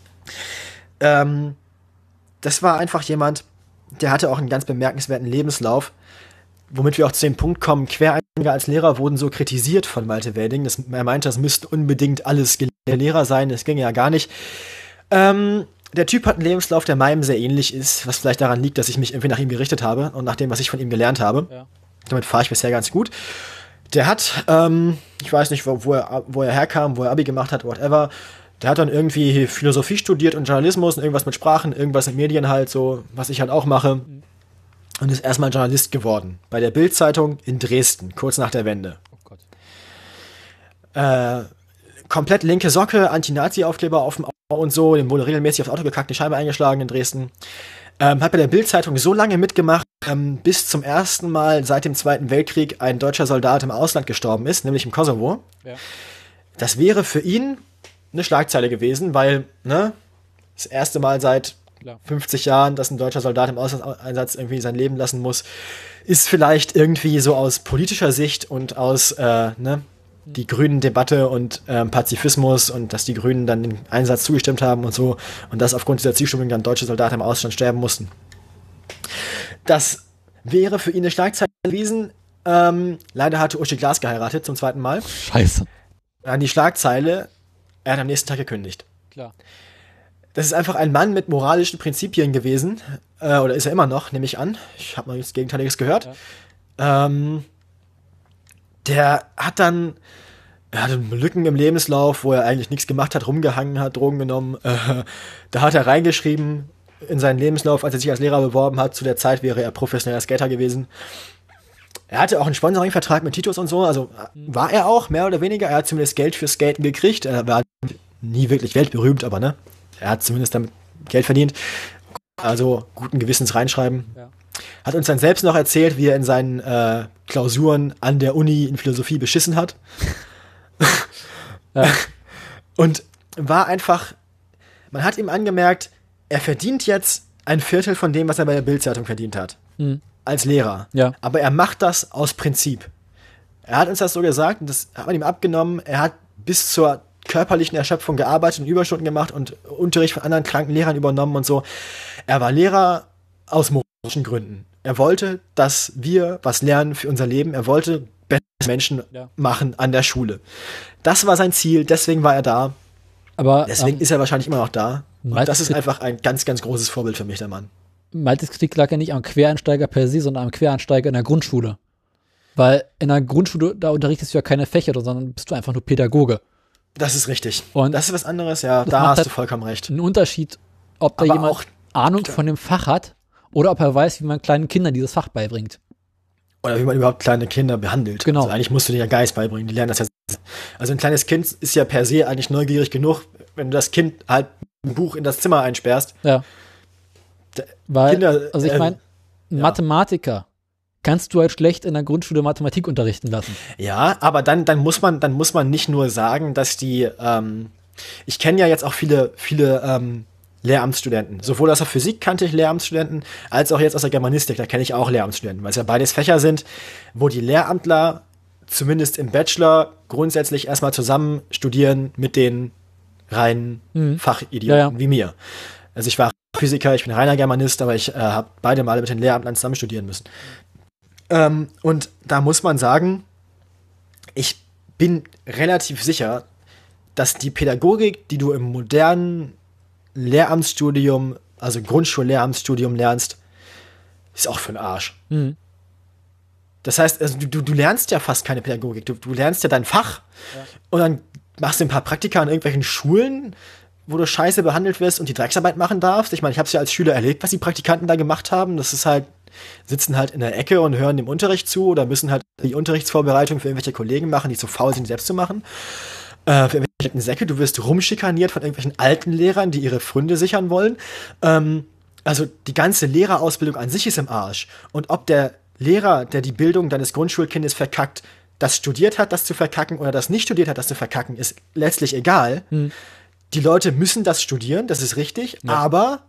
Das war einfach jemand, der hatte auch einen ganz bemerkenswerten Lebenslauf, womit wir auch zu dem Punkt kommen, Quereinsteiger als Lehrer wurden so kritisiert von Malte Welding. Er meinte, das müssten unbedingt alles gelehrte Lehrer sein, das ginge ja gar nicht. Der Typ hat einen Lebenslauf, der meinem sehr ähnlich ist, was vielleicht daran liegt, dass ich mich irgendwie nach ihm gerichtet habe und nach dem, was ich von ihm gelernt habe. Ja. Damit fahre ich bisher ganz gut. Der hat, ich weiß nicht, wo er herkam, wo er Abi gemacht hat, whatever. Der hat dann irgendwie Philosophie studiert und Journalismus und irgendwas mit Sprachen, irgendwas mit Medien halt, so, was ich halt auch mache. Und ist erstmal Journalist geworden. Bei der Bild-Zeitung in Dresden, kurz nach der Wende. Oh Gott. Komplett linke Socke, Anti-Nazi-Aufkleber auf dem Auto und so, dem wurde regelmäßig aufs Auto gekackt, die Scheibe eingeschlagen in Dresden. Hat bei der Bild-Zeitung so lange mitgemacht, bis zum ersten Mal seit dem Zweiten Weltkrieg ein deutscher Soldat im Ausland gestorben ist, nämlich im Kosovo. Ja. Das wäre für ihn eine Schlagzeile gewesen, weil, ne, das erste Mal seit 50 Jahren, dass ein deutscher Soldat im Auslandseinsatz irgendwie sein Leben lassen muss, ist vielleicht irgendwie so aus politischer Sicht und aus, die Grünen-Debatte und Pazifismus und dass die Grünen dann den Einsatz zugestimmt haben und so und dass aufgrund dieser Zustimmung dann deutsche Soldaten im Ausland sterben mussten. Das wäre für ihn eine Schlagzeile gewesen. Leider hatte Uschi Glas geheiratet zum 2. Mal. Scheiße. An die Schlagzeile, er hat am nächsten Tag gekündigt. Klar. Das ist einfach ein Mann mit moralischen Prinzipien gewesen. Oder ist er immer noch, nehme ich an. Ich habe noch nichts Gegenteiliges gehört. Ja. Der hat dann Lücken im Lebenslauf, wo er eigentlich nichts gemacht hat, rumgehangen hat, Drogen genommen. Da hat er reingeschrieben in seinen Lebenslauf, als er sich als Lehrer beworben hat, zu der Zeit wäre er professioneller Skater gewesen. Er hatte auch einen Sponsoring-Vertrag mit Titus und so, also war er auch, mehr oder weniger. Er hat zumindest Geld für Skaten gekriegt. Er war nie wirklich weltberühmt, aber ne, er hat zumindest damit Geld verdient. Also guten Gewissens reinschreiben. Ja. Hat uns dann selbst noch erzählt, wie er in seinen Klausuren an der Uni in Philosophie beschissen hat. Ja. Und war einfach, man hat ihm angemerkt, er verdient jetzt ein Viertel von dem, was er bei der Bild-Zeitung verdient hat. Als Lehrer. Ja. Aber er macht das aus Prinzip. Er hat uns das so gesagt und das hat man ihm abgenommen. Er hat bis zur körperlichen Erschöpfung gearbeitet und Überstunden gemacht und Unterricht von anderen kranken Lehrern übernommen und so. Er war Lehrer aus moralischen Gründen. Er wollte, dass wir was lernen für unser Leben. Er wollte bessere Menschen machen an der Schule. Das war sein Ziel, deswegen war er da. Aber deswegen ist er wahrscheinlich immer noch da. Und das ist einfach ein ganz, ganz großes Vorbild für mich, der Mann. Maltes Kritik lag ja nicht am Quereinsteiger per se, sondern am Quereinsteiger in der Grundschule. Weil in der Grundschule, da unterrichtest du ja keine Fächer, sondern bist du einfach nur Pädagoge. Das ist richtig. Und das ist was anderes, ja, da hast du vollkommen recht. Ein Unterschied, ob da jemand auch Ahnung von dem Fach hat oder ob er weiß, wie man kleinen Kindern dieses Fach beibringt. Oder wie man überhaupt kleine Kinder behandelt. Genau. Also eigentlich musst du dir ja Geist beibringen, die lernen das ja. Also ein kleines Kind ist ja per se eigentlich neugierig genug, wenn du das Kind halt ein Buch in das Zimmer einsperrst. Ja. Weil, Kinder, also ich meine, Mathematiker kannst du halt schlecht in der Grundschule Mathematik unterrichten lassen. Ja, aber dann muss man nicht nur sagen, dass die, ich kenne ja jetzt auch viele Lehramtsstudenten. Sowohl aus der Physik kannte ich Lehramtsstudenten, als auch jetzt aus der Germanistik, da kenne ich auch Lehramtsstudenten, weil es ja beides Fächer sind, wo die Lehramtler zumindest im Bachelor grundsätzlich erstmal zusammen studieren mit den reinen Fachidioten wie mir. Also ich war Physiker, ich bin reiner Germanist, aber ich habe beide Male mit den Lehramtlern zusammen studieren müssen. Und da muss man sagen, ich bin relativ sicher, dass die Pädagogik, die du im modernen Lehramtsstudium, also Grundschullehramtsstudium lernst, ist auch für den Arsch. Das heißt, also du lernst ja fast keine Pädagogik. Du lernst ja dein Fach und dann machst du ein paar Praktika an irgendwelchen Schulen, wo du scheiße behandelt wirst und die Drecksarbeit machen darfst. Ich meine, ich habe es ja als Schüler erlebt, was die Praktikanten da gemacht haben. Das ist halt, sitzen halt in der Ecke und hören dem Unterricht zu oder müssen halt die Unterrichtsvorbereitung für irgendwelche Kollegen machen, die zu faul sind, die selbst zu machen. Für irgendwelche Säcke, du wirst rumschikaniert von irgendwelchen alten Lehrern, die ihre Pfründe sichern wollen. Also die ganze Lehrerausbildung an sich ist im Arsch. Und ob der Lehrer, der die Bildung deines Grundschulkindes verkackt, das studiert hat, das zu verkacken, oder das nicht studiert hat, das zu verkacken, ist letztlich egal. Die Leute müssen das studieren, das ist richtig, aber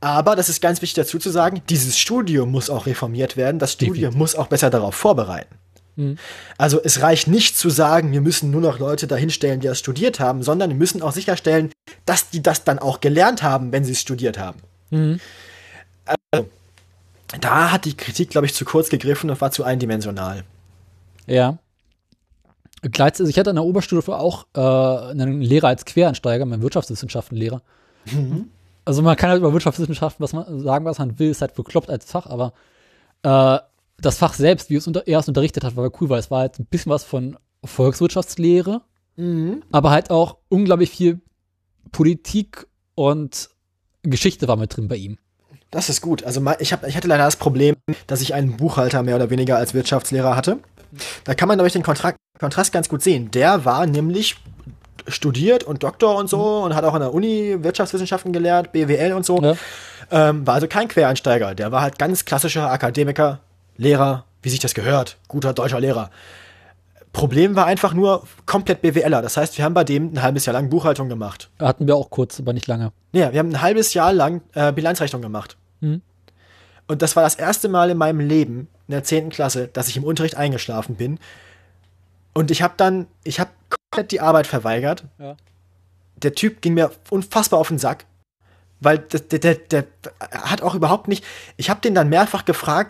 Aber, das ist ganz wichtig dazu zu sagen, dieses Studium muss auch reformiert werden. Das Studium muss auch besser darauf vorbereiten. Also es reicht nicht zu sagen, wir müssen nur noch Leute dahinstellen, die das studiert haben, sondern wir müssen auch sicherstellen, dass die das dann auch gelernt haben, wenn sie es studiert haben. Also, da hat die Kritik, glaube ich, zu kurz gegriffen und war zu eindimensional. Ja. Also ich hatte an der Oberstufe auch einen Lehrer als Quereinsteiger, meinen Wirtschaftswissenschaftenlehrer. Also man kann halt über Wirtschaftswissenschaften sagen, was man will, ist halt bekloppt als Fach, aber das Fach selbst, wie er es unterrichtet hat, war cool, weil es war halt ein bisschen was von Volkswirtschaftslehre, aber halt auch unglaublich viel Politik und Geschichte war mit drin bei ihm. Das ist gut. Also ich hatte leider das Problem, dass ich einen Buchhalter mehr oder weniger als Wirtschaftslehrer hatte. Da kann man, glaube ich, den Kontrast ganz gut sehen. Der war nämlich studiert und Doktor und so und hat auch an der Uni Wirtschaftswissenschaften gelehrt, BWL und so. Ja. War also kein Quereinsteiger. Der war halt ganz klassischer Akademiker, Lehrer, wie sich das gehört. Guter deutscher Lehrer. Problem war einfach nur komplett BWLer. Das heißt, wir haben bei dem ein halbes Jahr lang Buchhaltung gemacht. Hatten wir auch kurz, aber nicht lange. Ja, wir haben ein halbes Jahr lang Bilanzrechnung gemacht. Und das war das erste Mal in meinem Leben, in der 10. Klasse, dass ich im Unterricht eingeschlafen bin. Und ich habe komplett die Arbeit verweigert. Ja. Der Typ ging mir unfassbar auf den Sack. Weil der hat auch überhaupt nicht. Ich habe den dann mehrfach gefragt,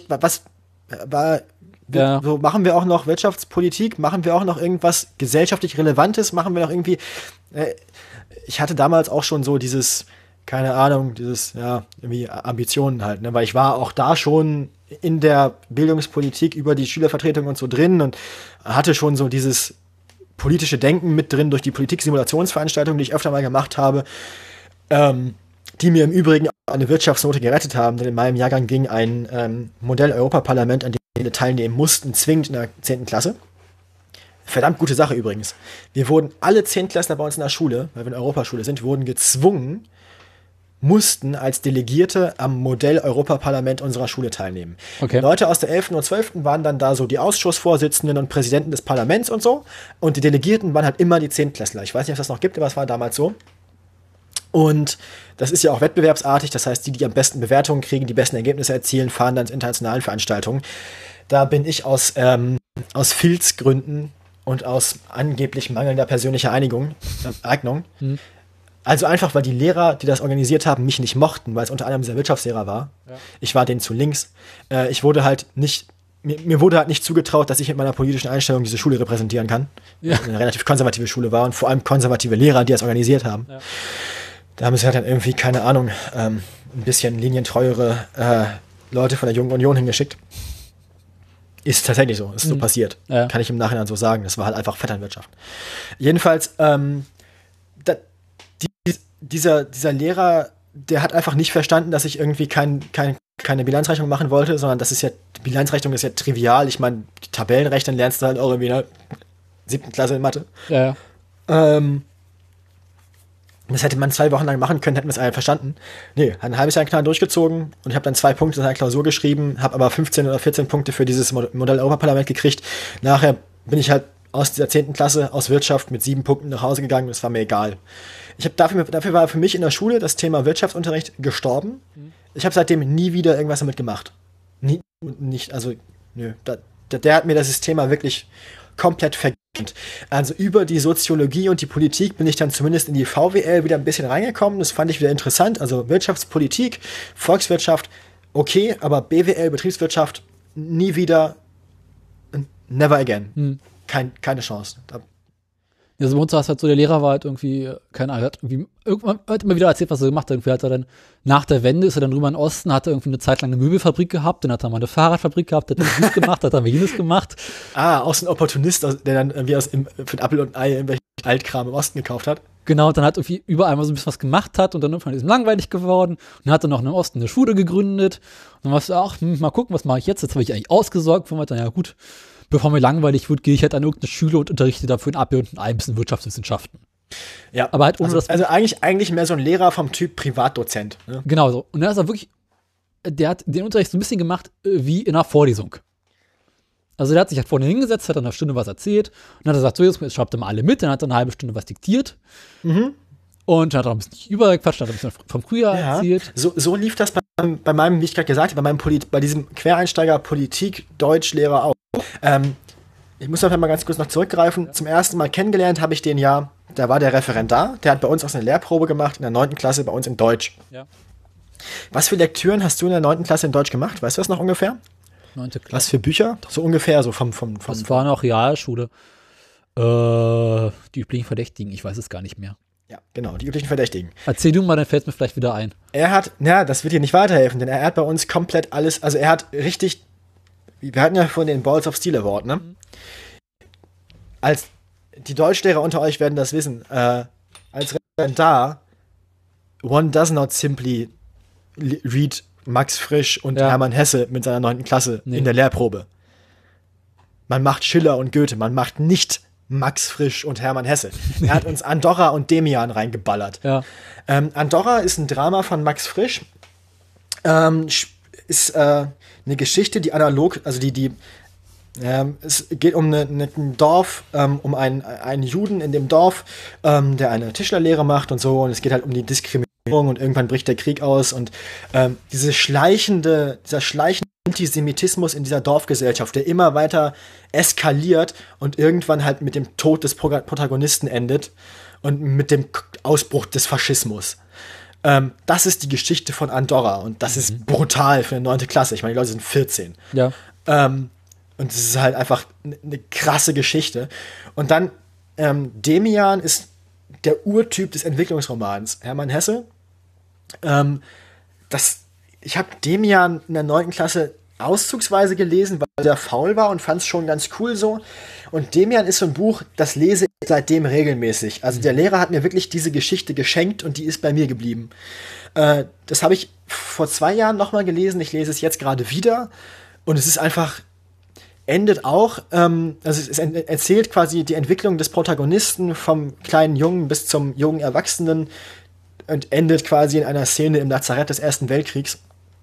so machen wir auch noch Wirtschaftspolitik, machen wir auch noch irgendwas gesellschaftlich Relevantes, machen wir noch irgendwie. Ich hatte damals auch schon so dieses, keine Ahnung, irgendwie Ambitionen halt, ne? Weil ich war auch da schon in der Bildungspolitik über die Schülervertretung und so drin und hatte schon so dieses politische Denken mit drin durch die Politik-Simulationsveranstaltungen, die ich öfter mal gemacht habe. Die mir im Übrigen eine Wirtschaftsnote gerettet haben, denn in meinem Jahrgang ging ein Modell-Europaparlament, an dem wir teilnehmen mussten, zwingend in der 10. Klasse. Verdammt gute Sache übrigens. Wir wurden alle 10 Klässler bei uns in der Schule, weil wir in der Europaschule sind, wurden gezwungen, mussten als Delegierte am Modell-Europaparlament unserer Schule teilnehmen. Okay. Leute aus der 11. und 12. waren dann da so die Ausschussvorsitzenden und Präsidenten des Parlaments und so. Und die Delegierten waren halt immer die 10 Klässler. Ich weiß nicht, ob es das noch gibt, aber es war damals so. Und das ist ja auch wettbewerbsartig, das heißt, die am besten Bewertungen kriegen, die besten Ergebnisse erzielen, fahren dann zu internationalen Veranstaltungen. Da bin ich aus Filzgründen und aus angeblich mangelnder persönlicher Eignung, also einfach, weil die Lehrer, die das organisiert haben, mich nicht mochten, weil es unter anderem dieser Wirtschaftslehrer war. Ja. Ich war denen zu links. Mir wurde halt nicht zugetraut, dass ich mit meiner politischen Einstellung diese Schule repräsentieren kann. Ja. Eine relativ konservative Schule war und vor allem konservative Lehrer, die das organisiert haben. Ja. Da haben sie halt dann irgendwie, keine Ahnung, ein bisschen linientreuere Leute von der Jungen Union hingeschickt. Ist tatsächlich so, ist so passiert. Ja. Kann ich im Nachhinein so sagen. Das war halt einfach Vetternwirtschaft. Jedenfalls, dieser Lehrer, der hat einfach nicht verstanden, dass ich irgendwie keine Bilanzrechnung machen wollte, sondern die Bilanzrechnung ist ja trivial. Ich meine, die Tabellen rechnen lernst du halt auch irgendwie in der 7. Klasse in Mathe. Ja. Das hätte man 2 Wochen lang machen können, hätten wir es alle verstanden. Nee, hat ein halbes Jahr knall durchgezogen und ich habe dann 2 Punkte in der Klausur geschrieben, habe aber 15 oder 14 Punkte für dieses Modell-Europaparlament gekriegt. Nachher bin ich halt aus dieser 10. Klasse, aus Wirtschaft mit 7 Punkten nach Hause gegangen und es war mir egal. Dafür war für mich in der Schule das Thema Wirtschaftsunterricht gestorben. Ich habe seitdem nie wieder irgendwas damit gemacht. Der hat mir das Thema wirklich komplett vergessen. Also über die Soziologie und die Politik bin ich dann zumindest in die VWL wieder ein bisschen reingekommen. Das fand ich wieder interessant. Also Wirtschaftspolitik, Volkswirtschaft, okay, aber BWL, Betriebswirtschaft, nie wieder, never again. Keine Chance. Ja, so bei uns war es halt so, der Lehrer war halt irgendwie, keine Ahnung, irgendwann hat immer wieder erzählt, was er gemacht hat. Irgendwie hat er dann, nach der Wende ist er dann rüber in den Osten, hat er irgendwie eine Zeit lang eine Möbelfabrik gehabt, dann hat er mal eine Fahrradfabrik gehabt, hat er dies gemacht, hat er jenes gemacht. Auch so ein Opportunist, der dann irgendwie für ein Apfel und ein Ei irgendwelchen Altkram im Osten gekauft hat. Genau, und dann hat irgendwie überall mal so ein bisschen was gemacht hat und dann irgendwann ist ihm langweilig geworden und dann hat er noch im Osten eine Schule gegründet und dann war es auch, mal gucken, was mache ich jetzt? Jetzt habe ich eigentlich ausgesorgt von weiter, ja gut. Bevor mir langweilig wird, gehe ich halt an irgendeine Schule und unterrichte dafür ein Apfel und ein Ei, ein bisschen Wirtschaftswissenschaften. Ja, aber halt ohne also eigentlich mehr so ein Lehrer vom Typ Privatdozent. Ne? Genau so. Und dann ist er wirklich, der hat den Unterricht so ein bisschen gemacht wie in einer Vorlesung. Also der hat sich halt vorne hingesetzt, hat dann eine Stunde was erzählt und dann hat er gesagt, so jetzt schreibt ihr mal alle mit, dann hat er eine halbe Stunde was diktiert. Und hat auch ein bisschen übergequatscht, hat ein bisschen vom Frühjahr erzählt. So lief das bei meinem, wie ich gerade gesagt habe, bei diesem Quereinsteiger Politik-Deutschlehrer auch. Ich muss noch mal ganz kurz noch zurückgreifen. Zum ersten Mal kennengelernt habe ich den ja, da war der Referendar, der hat bei uns auch eine Lehrprobe gemacht in der 9. Klasse bei uns in Deutsch. Ja. Was für Lektüren hast du in der 9. Klasse in Deutsch gemacht? Weißt du das noch ungefähr? 9. Klasse. Was für Bücher? So ungefähr, so vom Das war noch Realschule. Die üblichen Verdächtigen, ich weiß es gar nicht mehr. Ja, genau, die üblichen Verdächtigen. Erzähl du mal, dann fällt mir vielleicht wieder ein. Das wird dir nicht weiterhelfen, denn er hat bei uns komplett alles, also er hat richtig, wir hatten ja von den Balls of Steel Award, ne? Als die Deutschlehrer unter euch werden das wissen, als Referendar, one does not simply read Max Frisch und Hermann Hesse mit seiner 9. Klasse in der Lehrprobe. Man macht Schiller und Goethe, man macht nicht Max Frisch und Hermann Hesse. Er hat uns Andorra und Demian reingeballert. Ja. Andorra ist ein Drama von Max Frisch. Ist eine Geschichte, die analog, also es geht um ein Dorf, um einen Juden in dem Dorf, der eine Tischlerlehre macht und so. Und es geht halt um die Diskriminierung und irgendwann bricht der Krieg aus. Und dieser schleichende Antisemitismus in dieser Dorfgesellschaft, der immer weiter eskaliert und irgendwann halt mit dem Tod des Protagonisten endet und mit dem Ausbruch des Faschismus. Das ist die Geschichte von Andorra und das ist brutal für eine 9. Klasse. Ich meine, die Leute sind 14. Ja. Und es ist halt einfach eine krasse Geschichte. Und dann Demian ist der Urtyp des Entwicklungsromans. Hermann Hesse. Ich habe Demian in der 9. Klasse auszugsweise gelesen, weil der faul war und fand es schon ganz cool so. Und Demian ist so ein Buch, das lese ich seitdem regelmäßig. Also der Lehrer hat mir wirklich diese Geschichte geschenkt und die ist bei mir geblieben. Das habe ich vor 2 Jahren nochmal gelesen. Ich lese es jetzt gerade wieder. Und es ist einfach, endet auch, also es erzählt quasi die Entwicklung des Protagonisten vom kleinen Jungen bis zum jungen Erwachsenen und endet quasi in einer Szene im Lazarett des Ersten Weltkriegs.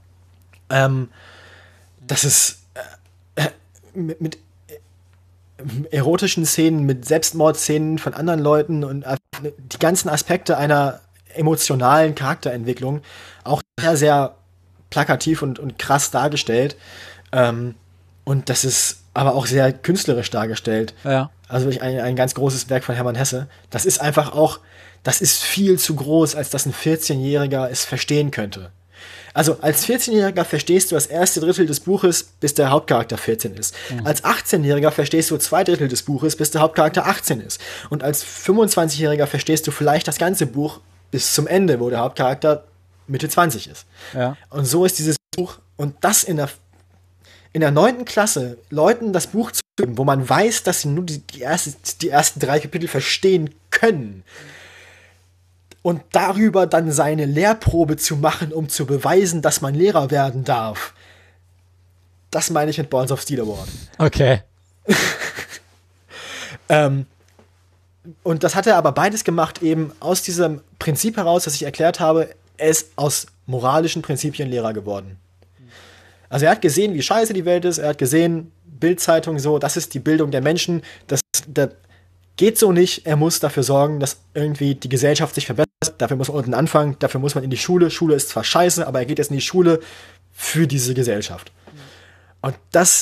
Das ist mit erotischen Szenen, mit Selbstmordszenen von anderen Leuten und die ganzen Aspekte einer emotionalen Charakterentwicklung auch sehr, sehr plakativ und krass dargestellt. Und das ist aber auch sehr künstlerisch dargestellt. Ja. Also wirklich ein ganz großes Werk von Hermann Hesse. Das ist einfach auch, das ist viel zu groß, als dass ein 14-Jähriger es verstehen könnte. Also als 14-Jähriger verstehst du das erste Drittel des Buches, bis der Hauptcharakter 14 ist. Mhm. Als 18-Jähriger verstehst du 2 Drittel des Buches, bis der Hauptcharakter 18 ist. Und als 25-Jähriger verstehst du vielleicht das ganze Buch bis zum Ende, wo der Hauptcharakter Mitte 20 ist. Ja. Und so ist dieses Buch, und das in der 9. Klasse Leuten das Buch zu geben, wo man weiß, dass sie nur die ersten 3 Kapitel verstehen können. Und darüber dann seine Lehrprobe zu machen, um zu beweisen, dass man Lehrer werden darf. Das meine ich mit Balls of Steel Award. Okay. Und das hat er aber beides gemacht, eben aus diesem Prinzip heraus, das ich erklärt habe, er ist aus moralischen Prinzipien Lehrer geworden. Also er hat gesehen, wie scheiße die Welt ist, er hat gesehen, Bild-Zeitung so, das ist die Bildung der Menschen, das geht so nicht, er muss dafür sorgen, dass irgendwie die Gesellschaft sich verbessert, dafür muss man unten anfangen, dafür muss man in die Schule ist zwar scheiße, aber er geht jetzt in die Schule für diese Gesellschaft. Und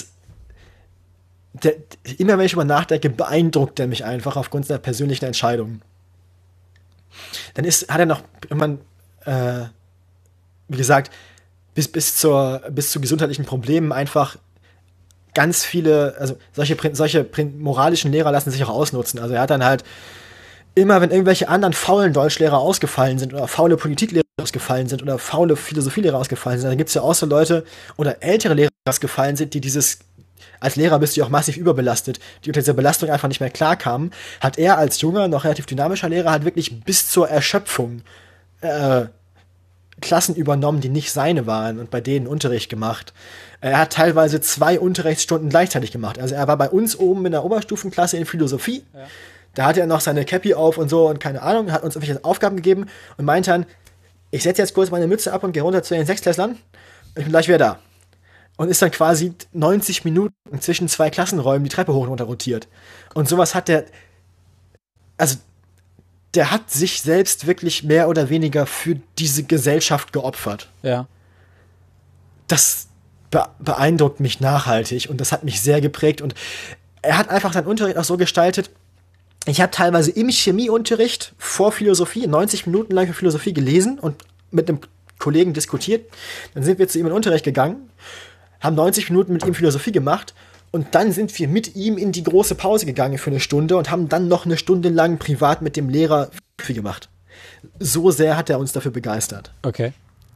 immer wenn ich über nachdenke, beeindruckt er mich einfach aufgrund seiner persönlichen Entscheidungen. Dann hat er noch irgendwann, wie gesagt, bis zu gesundheitlichen Problemen einfach ganz viele, also solche moralischen Lehrer lassen sich auch ausnutzen. Also er hat dann halt immer, wenn irgendwelche anderen faulen Deutschlehrer ausgefallen sind oder faule Politiklehrer ausgefallen sind oder faule Philosophielehrer ausgefallen sind, dann gibt es ja auch so Leute oder ältere Lehrer, die ausgefallen sind, die als Lehrer bist du auch massiv überbelastet, die unter dieser Belastung einfach nicht mehr klarkamen, hat er als junger, noch relativ dynamischer Lehrer halt wirklich bis zur Erschöpfung Klassen übernommen, die nicht seine waren und bei denen Unterricht gemacht. Er hat teilweise 2 Unterrichtsstunden gleichzeitig gemacht. Also er war bei uns oben in der Oberstufenklasse in Philosophie. Ja. Da hatte er noch seine Cappy auf und so und keine Ahnung, hat uns irgendwelche Aufgaben gegeben und meinte dann, ich setze jetzt kurz meine Mütze ab und gehe runter zu den 6-Klässlern und ich bin gleich wieder da. Und ist dann quasi 90 Minuten zwischen 2 Klassenräumen die Treppe hoch und runter rotiert. Und sowas hat der der hat sich selbst wirklich mehr oder weniger für diese Gesellschaft geopfert. Ja. Das beeindruckt mich nachhaltig und das hat mich sehr geprägt. Und er hat einfach seinen Unterricht auch so gestaltet. Ich habe teilweise im Chemieunterricht vor Philosophie 90 Minuten lang für Philosophie gelesen und mit einem Kollegen diskutiert. Dann sind wir zu ihm in den Unterricht gegangen, haben 90 Minuten mit ihm Philosophie gemacht und dann sind wir mit ihm in die große Pause gegangen für eine Stunde und haben dann noch eine Stunde lang privat mit dem Lehrer Philosophie gemacht. So sehr hat er uns dafür begeistert. Okay.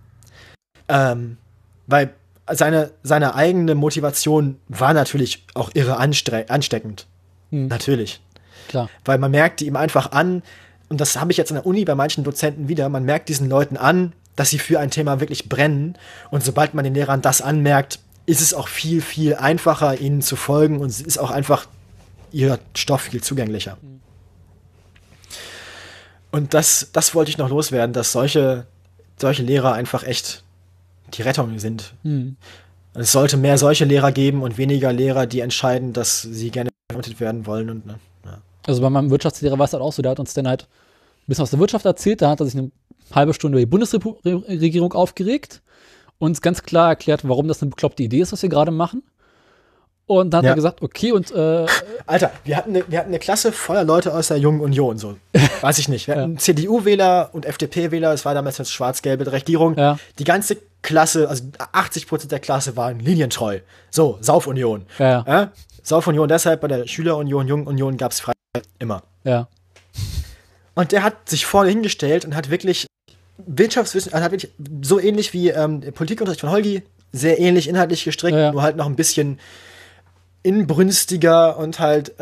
Weil seine eigene Motivation war natürlich auch irre ansteckend. Natürlich. Klar. Weil man merkt die ihm einfach an, und das habe ich jetzt an der Uni bei manchen Dozenten wieder, man merkt diesen Leuten an, dass sie für ein Thema wirklich brennen. Und sobald man den Lehrern das anmerkt, ist es auch viel, viel einfacher, ihnen zu folgen und es ist auch einfach ihr Stoff viel zugänglicher. Und das wollte ich noch loswerden, dass solche Lehrer einfach echt die Rettung sind. Es sollte mehr solche Lehrer geben und weniger Lehrer, die entscheiden, dass sie gerne vermutet werden wollen. Und, ne, ja. Also bei meinem Wirtschaftslehrer war es halt auch so, der hat uns dann halt ein bisschen aus der Wirtschaft erzählt, da hat er sich eine halbe Stunde über die Bundesregierung aufgeregt und uns ganz klar erklärt, warum das eine bekloppte Idee ist, was wir gerade machen. Und dann hat er gesagt, okay, und Alter, wir hatten eine Klasse voller Leute aus der Jungen Union, so. Weiß ich nicht. Wir hatten CDU-Wähler und FDP-Wähler, es war damals eine schwarz-gelbe Regierung. Ja. Die ganze Klasse, also 80% der Klasse waren linientreu. So, Saufunion. Saufunion deshalb, bei der Schülerunion, Jungenunion gab es Freiheit immer. Ja. Und der hat sich vorne hingestellt und hat wirklich Wirtschaftswissen, hat wirklich so ähnlich wie Politikunterricht von Holgi, sehr ähnlich inhaltlich gestrickt, nur halt noch ein bisschen inbrünstiger und halt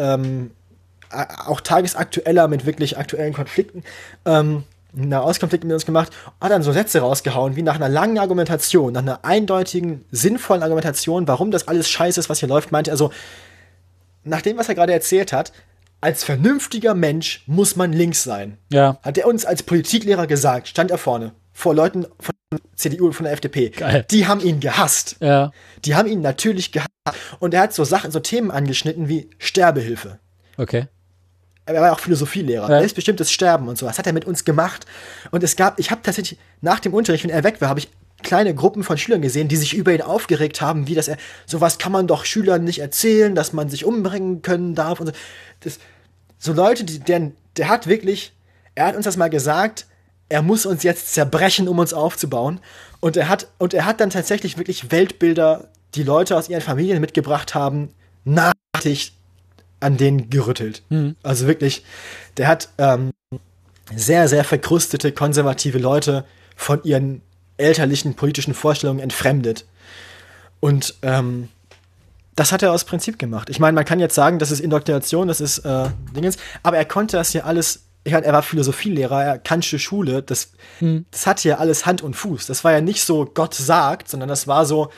auch tagesaktueller mit wirklich aktuellen Konflikten, Nahostkonflikte mit uns gemacht, hat dann so Sätze rausgehauen, wie nach einer langen Argumentation, nach einer eindeutigen, sinnvollen Argumentation, warum das alles scheiße ist, was hier läuft, meinte er so, nach dem, was er gerade erzählt hat, als vernünftiger Mensch muss man links sein. Ja. Hat er uns als Politiklehrer gesagt, stand er vorne, vor Leuten von der CDU und von der FDP. Geil. Die haben ihn gehasst. Ja. Die haben ihn natürlich gehasst. Und er hat so Sachen, so Themen angeschnitten wie Sterbehilfe. Okay. Er war auch Philosophielehrer. Selbstbestimmtes Sterben und so. Was hat er mit uns gemacht? Und ich habe tatsächlich nach dem Unterricht, wenn er weg war, habe ich kleine Gruppen von Schülern gesehen, die sich über ihn aufgeregt haben, wie dass sowas kann man doch Schülern nicht erzählen, dass man sich umbringen können darf und so. So Leute, der hat wirklich, er hat uns das mal gesagt, er muss uns jetzt zerbrechen, um uns aufzubauen. Und er hat dann tatsächlich wirklich Weltbilder, die Leute aus ihren Familien mitgebracht haben, nachhaltig an denen gerüttelt. Also wirklich, der hat sehr, sehr verkrustete, konservative Leute von ihren elterlichen politischen Vorstellungen entfremdet. Und das hat er aus Prinzip gemacht. Ich meine, man kann jetzt sagen, das ist Indoktrination, das ist Dingens, aber er konnte das hier alles, er war Philosophielehrer, er kannte Schule, das hat hier alles Hand und Fuß. Das war ja nicht so, Gott sagt, sondern das war so,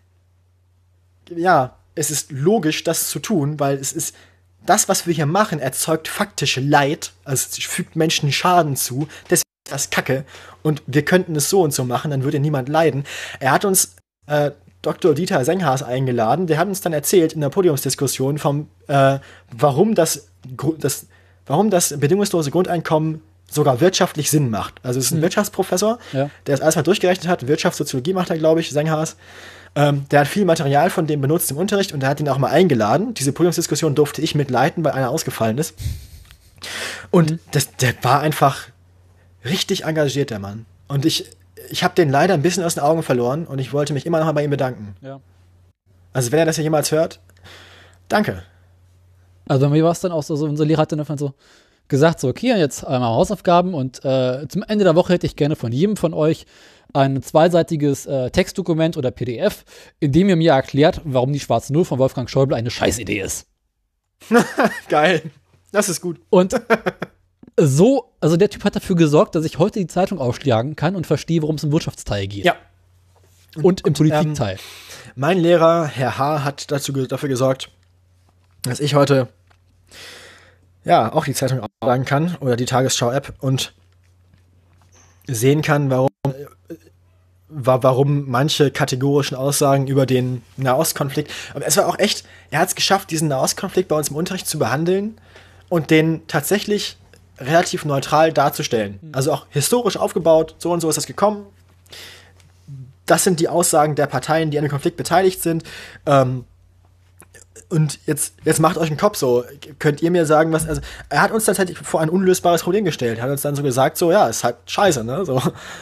ja, es ist logisch, das zu tun, weil es ist, das, was wir hier machen, erzeugt faktisch Leid, also es fügt Menschen Schaden zu, deswegen ist das Kacke und wir könnten es so und so machen, dann würde niemand leiden. Er hat uns Dr. Dieter Senghaas eingeladen, der hat uns dann erzählt in der Podiumsdiskussion warum das bedingungslose Grundeinkommen sogar wirtschaftlich Sinn macht. Also es ist ein Wirtschaftsprofessor, der das alles mal durchgerechnet hat, Wirtschaftssoziologie macht er, glaube ich, Senghaas. Der hat viel Material von dem benutzt im Unterricht und der hat ihn auch mal eingeladen. Diese Podiumsdiskussion durfte ich mitleiten, weil einer ausgefallen ist. Und der war einfach richtig engagiert, der Mann. Und ich habe den leider ein bisschen aus den Augen verloren und ich wollte mich immer noch mal bei ihm bedanken. Ja. Also wenn er das ja jemals hört, danke. Also bei mir war es dann auch so, unser Lehrer hat dann einfach so gesagt, so, okay, jetzt einmal Hausaufgaben und zum Ende der Woche hätte ich gerne von jedem von euch ein zweiseitiges Textdokument oder PDF, in dem ihr mir erklärt, warum die Schwarze Null von Wolfgang Schäuble eine Scheißidee ist. Geil. Das ist gut. Und so, also der Typ hat dafür gesorgt, dass ich heute die Zeitung aufschlagen kann und verstehe, worum es im Wirtschaftsteil geht. Ja. Und im Politikteil. Mein Lehrer, Herr H., hat dafür gesorgt, dass ich heute ja auch die Zeitung aufschlagen kann oder die Tagesschau-App und sehen kann, warum manche kategorischen Aussagen über den Nahostkonflikt, aber es war auch echt, er hat es geschafft, diesen Nahostkonflikt bei uns im Unterricht zu behandeln und den tatsächlich relativ neutral darzustellen. Also auch historisch aufgebaut, so und so ist das gekommen. Das sind die Aussagen der Parteien, die an dem Konflikt beteiligt sind. Und jetzt macht euch einen Kopf so. Könnt ihr mir sagen, was. Also, er hat uns tatsächlich vor ein unlösbares Problem gestellt. Er hat uns dann so gesagt, so, ja, ist halt scheiße, ne? So.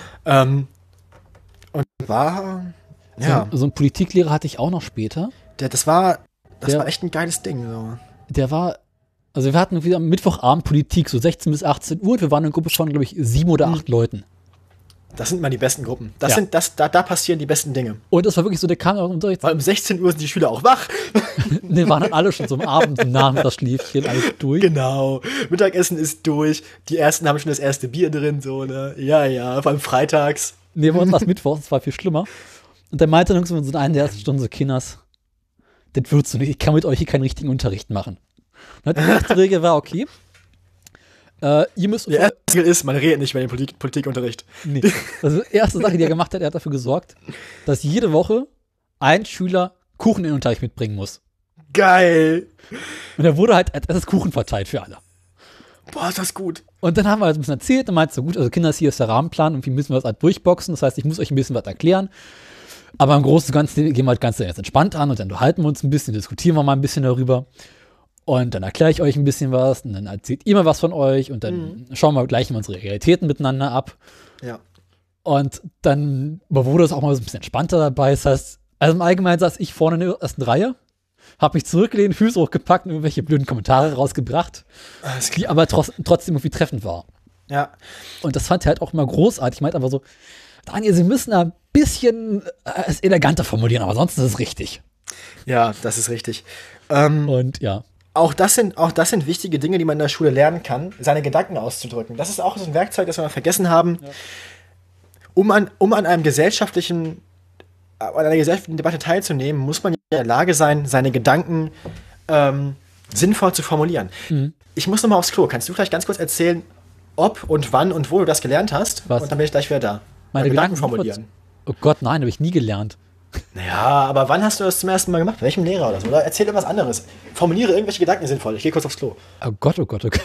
Und war. Ja. So ein Politiklehrer hatte ich auch noch später. Das war echt ein geiles Ding. So. Der war. Also, wir hatten wieder am Mittwochabend Politik, so 16 bis 18 Uhr. Und wir waren eine Gruppe von, glaube ich, 7 oder 8 Leuten. Das sind mal die besten Gruppen. Da passieren die besten Dinge. Und es war wirklich so, der kam auch im Unterricht. Weil um 16 Uhr sind die Schüler auch wach. Ne, waren dann alle schon so am Abend, am Nachmittagsschläfchen, alles durch. Genau. Mittagessen ist durch. Die ersten haben schon das erste Bier drin, so, ne? Ja, vor allem freitags. Nee, bei uns war es Mittwoch, das war viel schlimmer. Und der meinte dann so in einer der ersten Stunden so, Kinders, das wird's so nicht, ich kann mit euch hier keinen richtigen Unterricht machen. Und die erste Regel war, okay, ihr müsst... Die erste Regel ist, man redet nicht mehr in den Politikunterricht. Nee. Also die erste Sache, die er gemacht hat, er hat dafür gesorgt, dass jede Woche ein Schüler Kuchen in den Unterricht mitbringen muss. Geil. Und er wurde halt als erstes Kuchen verteilt für alle. Boah, ist das gut. Und dann haben wir halt ein bisschen erzählt und meinte so, gut, also Kinder, hier ist der Rahmenplan und wir müssen was halt durchboxen. Das heißt, ich muss euch ein bisschen was erklären. Aber im Großen und Ganzen gehen wir halt ganz jetzt entspannt an und dann unterhalten wir uns ein bisschen, diskutieren wir mal ein bisschen darüber. Und dann erkläre ich euch ein bisschen was und dann erzählt ihr mal was von euch und dann schauen wir gleich mal unsere Realitäten miteinander ab. Ja. Und dann wurde es auch mal so ein bisschen entspannter dabei. Das heißt, also im Allgemeinen saß ich vorne in der ersten Reihe, habe mich zurückgelehnt, Füße hochgepackt und irgendwelche blöden Kommentare rausgebracht, die aber trotzdem irgendwie treffend war. Ja. Und das fand er halt auch immer großartig. Ich meinte einfach so, Daniel, Sie müssen ein bisschen es eleganter formulieren, aber sonst ist es richtig. Ja, das ist richtig. Und ja. Auch das sind wichtige Dinge, die man in der Schule lernen kann, seine Gedanken auszudrücken. Das ist auch so ein Werkzeug, das wir mal vergessen haben. Ja. Um an einer gesellschaftlichen Debatte teilzunehmen, muss man in der Lage sein, seine Gedanken sinnvoll zu formulieren. Ich muss noch mal aufs Klo. Kannst du vielleicht ganz kurz erzählen, ob und wann und wo du das gelernt hast? Was? Und dann bin ich gleich wieder da. Meine Gedanken formulieren. Oh Gott, nein, habe ich nie gelernt. Naja, aber wann hast du das zum ersten Mal gemacht? Bei welchem Lehrer oder so? Oder erzähl irgendwas anderes. Formuliere irgendwelche Gedanken sinnvoll. Ich gehe kurz aufs Klo. Oh Gott.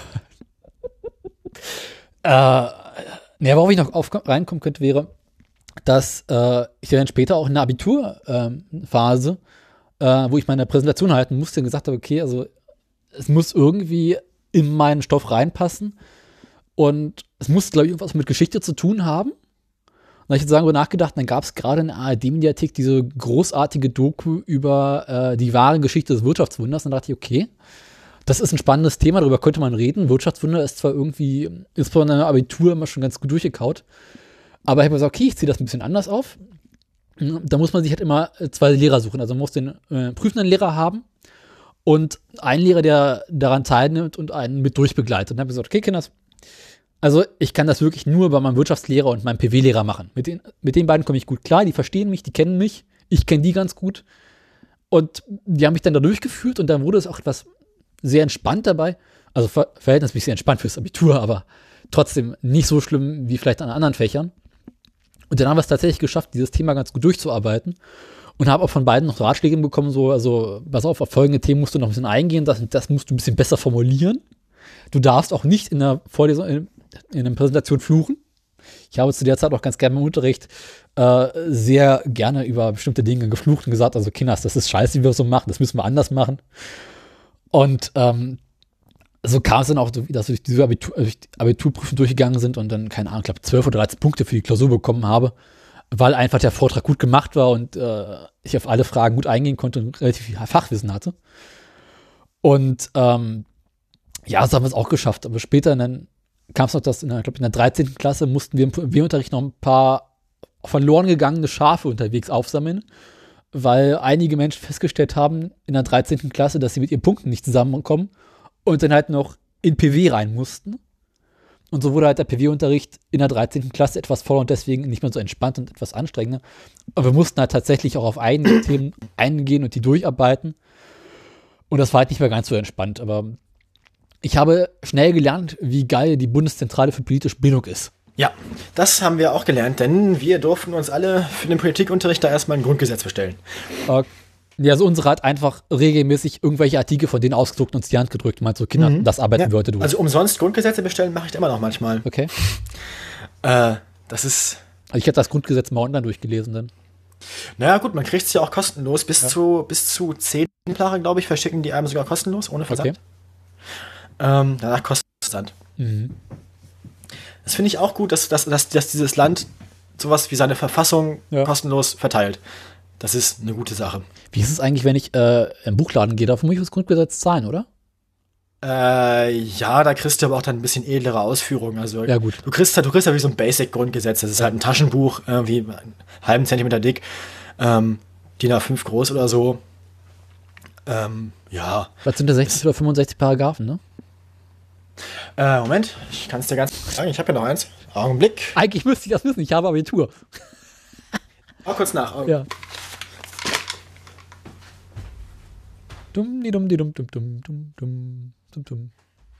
Worauf ich noch reinkommen könnte, wäre, dass ich dann später auch in der Abiturphase, wo ich meine Präsentation halten musste, gesagt habe, okay, also es muss irgendwie in meinen Stoff reinpassen und es muss, glaube ich, irgendwas mit Geschichte zu tun haben. Und da habe ich jetzt darüber nachgedacht, dann gab es gerade in der ARD-Mediathek diese großartige Doku über die wahre Geschichte des Wirtschaftswunders. Und dann dachte ich, okay, das ist ein spannendes Thema, darüber könnte man reden. Wirtschaftswunder ist zwar irgendwie, ist von einem Abitur immer schon ganz gut durchgekaut, aber ich habe gesagt, okay, ich ziehe das ein bisschen anders auf. Da muss man sich halt immer 2 Lehrer suchen. Also man muss den prüfenden Lehrer haben und einen Lehrer, der daran teilnimmt und einen mit durchbegleitet. Und dann habe ich gesagt, okay, Kinders, also ich kann das wirklich nur bei meinem Wirtschaftslehrer und meinem PW-Lehrer machen. Mit den beiden komme ich gut klar, die verstehen mich, die kennen mich, ich kenne die ganz gut. Und die haben mich dann da durchgeführt und dann wurde es auch etwas sehr entspannt dabei. Also verhältnismäßig sehr entspannt fürs Abitur, aber trotzdem nicht so schlimm wie vielleicht an anderen Fächern. Und dann haben wir es tatsächlich geschafft, dieses Thema ganz gut durchzuarbeiten und habe auch von beiden noch Ratschläge bekommen, so, also pass auf folgende Themen musst du noch ein bisschen eingehen, das musst du ein bisschen besser formulieren. Du darfst auch nicht in der Vorlesung, in einer Präsentation fluchen. Ich habe zu der Zeit auch ganz gerne im Unterricht sehr gerne über bestimmte Dinge geflucht und gesagt, also Kinders, das ist scheiße, wie wir das so machen, das müssen wir anders machen. Und so kam es dann auch, dass wir durch diese Abiturprüfung durchgegangen sind und dann, keine Ahnung, ich glaube 12 oder 13 Punkte für die Klausur bekommen habe, weil einfach der Vortrag gut gemacht war und ich auf alle Fragen gut eingehen konnte und relativ viel Fachwissen hatte. Und so haben wir es auch geschafft. Aber später dann kam es noch, dass in der 13. Klasse mussten wir im PW-Unterricht noch ein paar verloren gegangene Schafe unterwegs aufsammeln, weil einige Menschen festgestellt haben in der 13. Klasse, dass sie mit ihren Punkten nicht zusammenkommen und dann halt noch in PW rein mussten. Und so wurde halt der PW-Unterricht in der 13. Klasse etwas voller und deswegen nicht mehr so entspannt und etwas anstrengender. Aber wir mussten halt tatsächlich auch auf einige Themen eingehen und die durcharbeiten. Und das war halt nicht mehr ganz so entspannt. Aber ich habe schnell gelernt, wie geil die Bundeszentrale für politische Bildung ist. Ja, das haben wir auch gelernt, denn wir durften uns alle für den Politikunterricht da erstmal ein Grundgesetz bestellen. Ja, also unsere hat einfach regelmäßig irgendwelche Artikel von denen ausgedruckt und uns die Hand gedrückt und meint so, Kinder, das arbeiten Wörter durch. Also umsonst Grundgesetze bestellen mache ich immer noch manchmal. Okay. Das ist... Also ich habe das Grundgesetz mal online durchgelesen dann. Naja gut, man kriegt es ja auch kostenlos. Bis zu 10 Exemplare, glaube ich, verschicken die einem sogar kostenlos, ohne Versand. Okay. Danach kostet es Versand. Das finde ich auch gut, dass dieses Land sowas wie seine Verfassung kostenlos verteilt. Das ist eine gute Sache. Wie ist es eigentlich, wenn ich im Buchladen gehe? Dafür muss ich das Grundgesetz zahlen, oder? Ja, da kriegst du aber auch dann ein bisschen edlere Ausführungen. Also ja, gut. Du kriegst ja wie so ein Basic-Grundgesetz. Das ist halt ein Taschenbuch, wie einen halben Zentimeter dick, DIN A5 groß oder so. Ja. Was sind da 60 oder 65 Paragraphen, ne? Moment, ich kann es dir ganz kurz sagen. Ich habe ja noch eins. Augenblick. Eigentlich müsste ich das wissen, ich habe Abitur. Auch kurz nach. Ja. Dumm, die dumm, die dumm, dumm, dumm, dumm, dumm, dumm, dumm.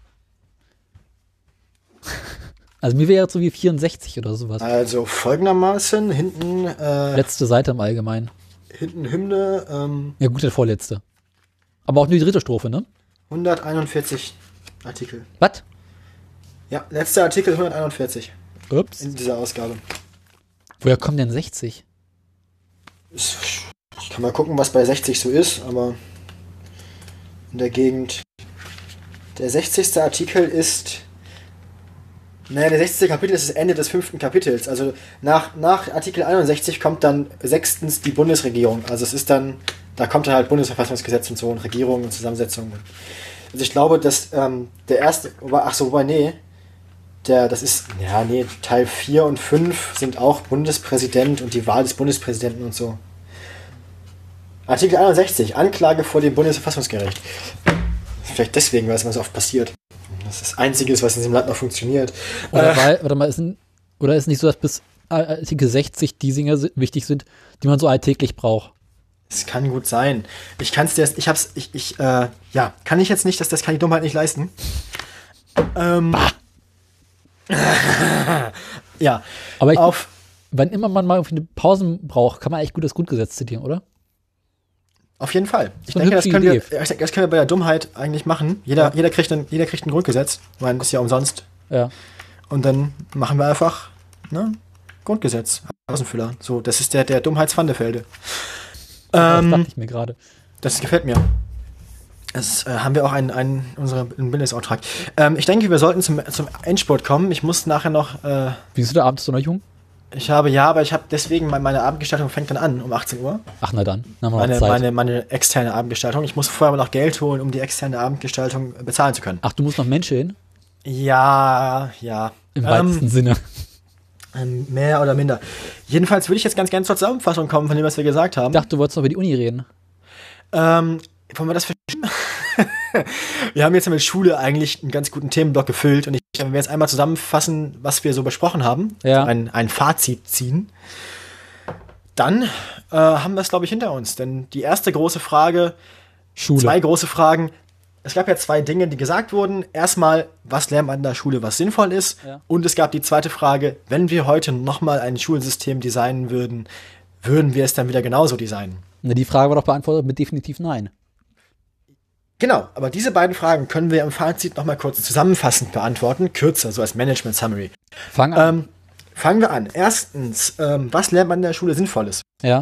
Also mir wäre jetzt so wie 64 oder sowas. Also folgendermaßen, hinten letzte Seite im Allgemeinen. Hinten Hymne. Ja gut, der vorletzte. Aber auch nur die dritte Strophe, ne? 141 Artikel. Was? Ja, letzter Artikel 141. Ups. In dieser Ausgabe. Woher kommen denn 60? Ich kann mal gucken, was bei 60 so ist, aber in der Gegend. Der 60. Artikel ist. Naja, der 60. Kapitel ist das Ende des 5. Kapitels. Also nach Artikel 61 kommt dann 6. die Bundesregierung. Also es ist dann, da kommt dann halt Bundesverfassungsgesetz und so und Regierung und Zusammensetzung. Also ich glaube, dass der erste, Teil 4 und 5 sind auch Bundespräsident und die Wahl des Bundespräsidenten und so. Artikel 61, Anklage vor dem Bundesverfassungsgericht. Vielleicht deswegen, weil es immer so oft passiert. Das ist das Einzige, was in diesem Land noch funktioniert. Oder ist nicht so, dass bis Artikel 60 die Dinge wichtig sind, die man so alltäglich braucht? Es kann gut sein. Kann ich jetzt nicht, das kann die Dummheit nicht leisten. Ja. Aber wenn immer man mal irgendwie eine Pause braucht, kann man eigentlich gut das Grundgesetz zitieren, oder? Auf jeden Fall. Ich denke, das können wir bei der Dummheit eigentlich machen. Jeder kriegt ein Grundgesetz. Ich meine, das ist ja umsonst. Ja. Und dann machen wir einfach, Grundgesetz. Außenfüller. So, das ist der Dummheitsfandefelde. Das dachte ich mir gerade. Das gefällt mir. Das haben wir auch einen Bildungsauftrag. Ich denke, wir sollten zum Endspurt kommen. Ich muss nachher noch. Wie bist du da abends so noch jung? Aber ich habe deswegen, meine Abendgestaltung fängt dann an um 18 Uhr. Ach, na dann. Meine externe Abendgestaltung. Ich muss vorher aber noch Geld holen, um die externe Abendgestaltung bezahlen zu können. Ach, du musst noch Menschen hin? Ja. Im weitesten Sinne. Mehr oder minder. Jedenfalls würde ich jetzt ganz gerne zur Zusammenfassung kommen von dem, was wir gesagt haben. Ich dachte, du wolltest noch über die Uni reden. Wollen wir das verstehen? Wir haben jetzt mit Schule eigentlich einen ganz guten Themenblock gefüllt und wenn wir jetzt einmal zusammenfassen, was wir so besprochen haben, ein Fazit ziehen, dann haben wir es, glaube ich, hinter uns. Denn die erste große Frage, Schule. 2 große Fragen. Es gab ja 2 Dinge, die gesagt wurden. Erstmal, was lernt man in der Schule, was sinnvoll ist? Ja. Und es gab die zweite Frage, wenn wir heute nochmal ein Schulsystem designen würden wir es dann wieder genauso designen? Na, die Frage war doch beantwortet mit definitiv nein. Genau, aber diese beiden Fragen können wir im Fazit nochmal kurz zusammenfassend beantworten, kürzer, so als Management Summary. Fangen wir an. Erstens, was lernt man in der Schule Sinnvolles? Ja.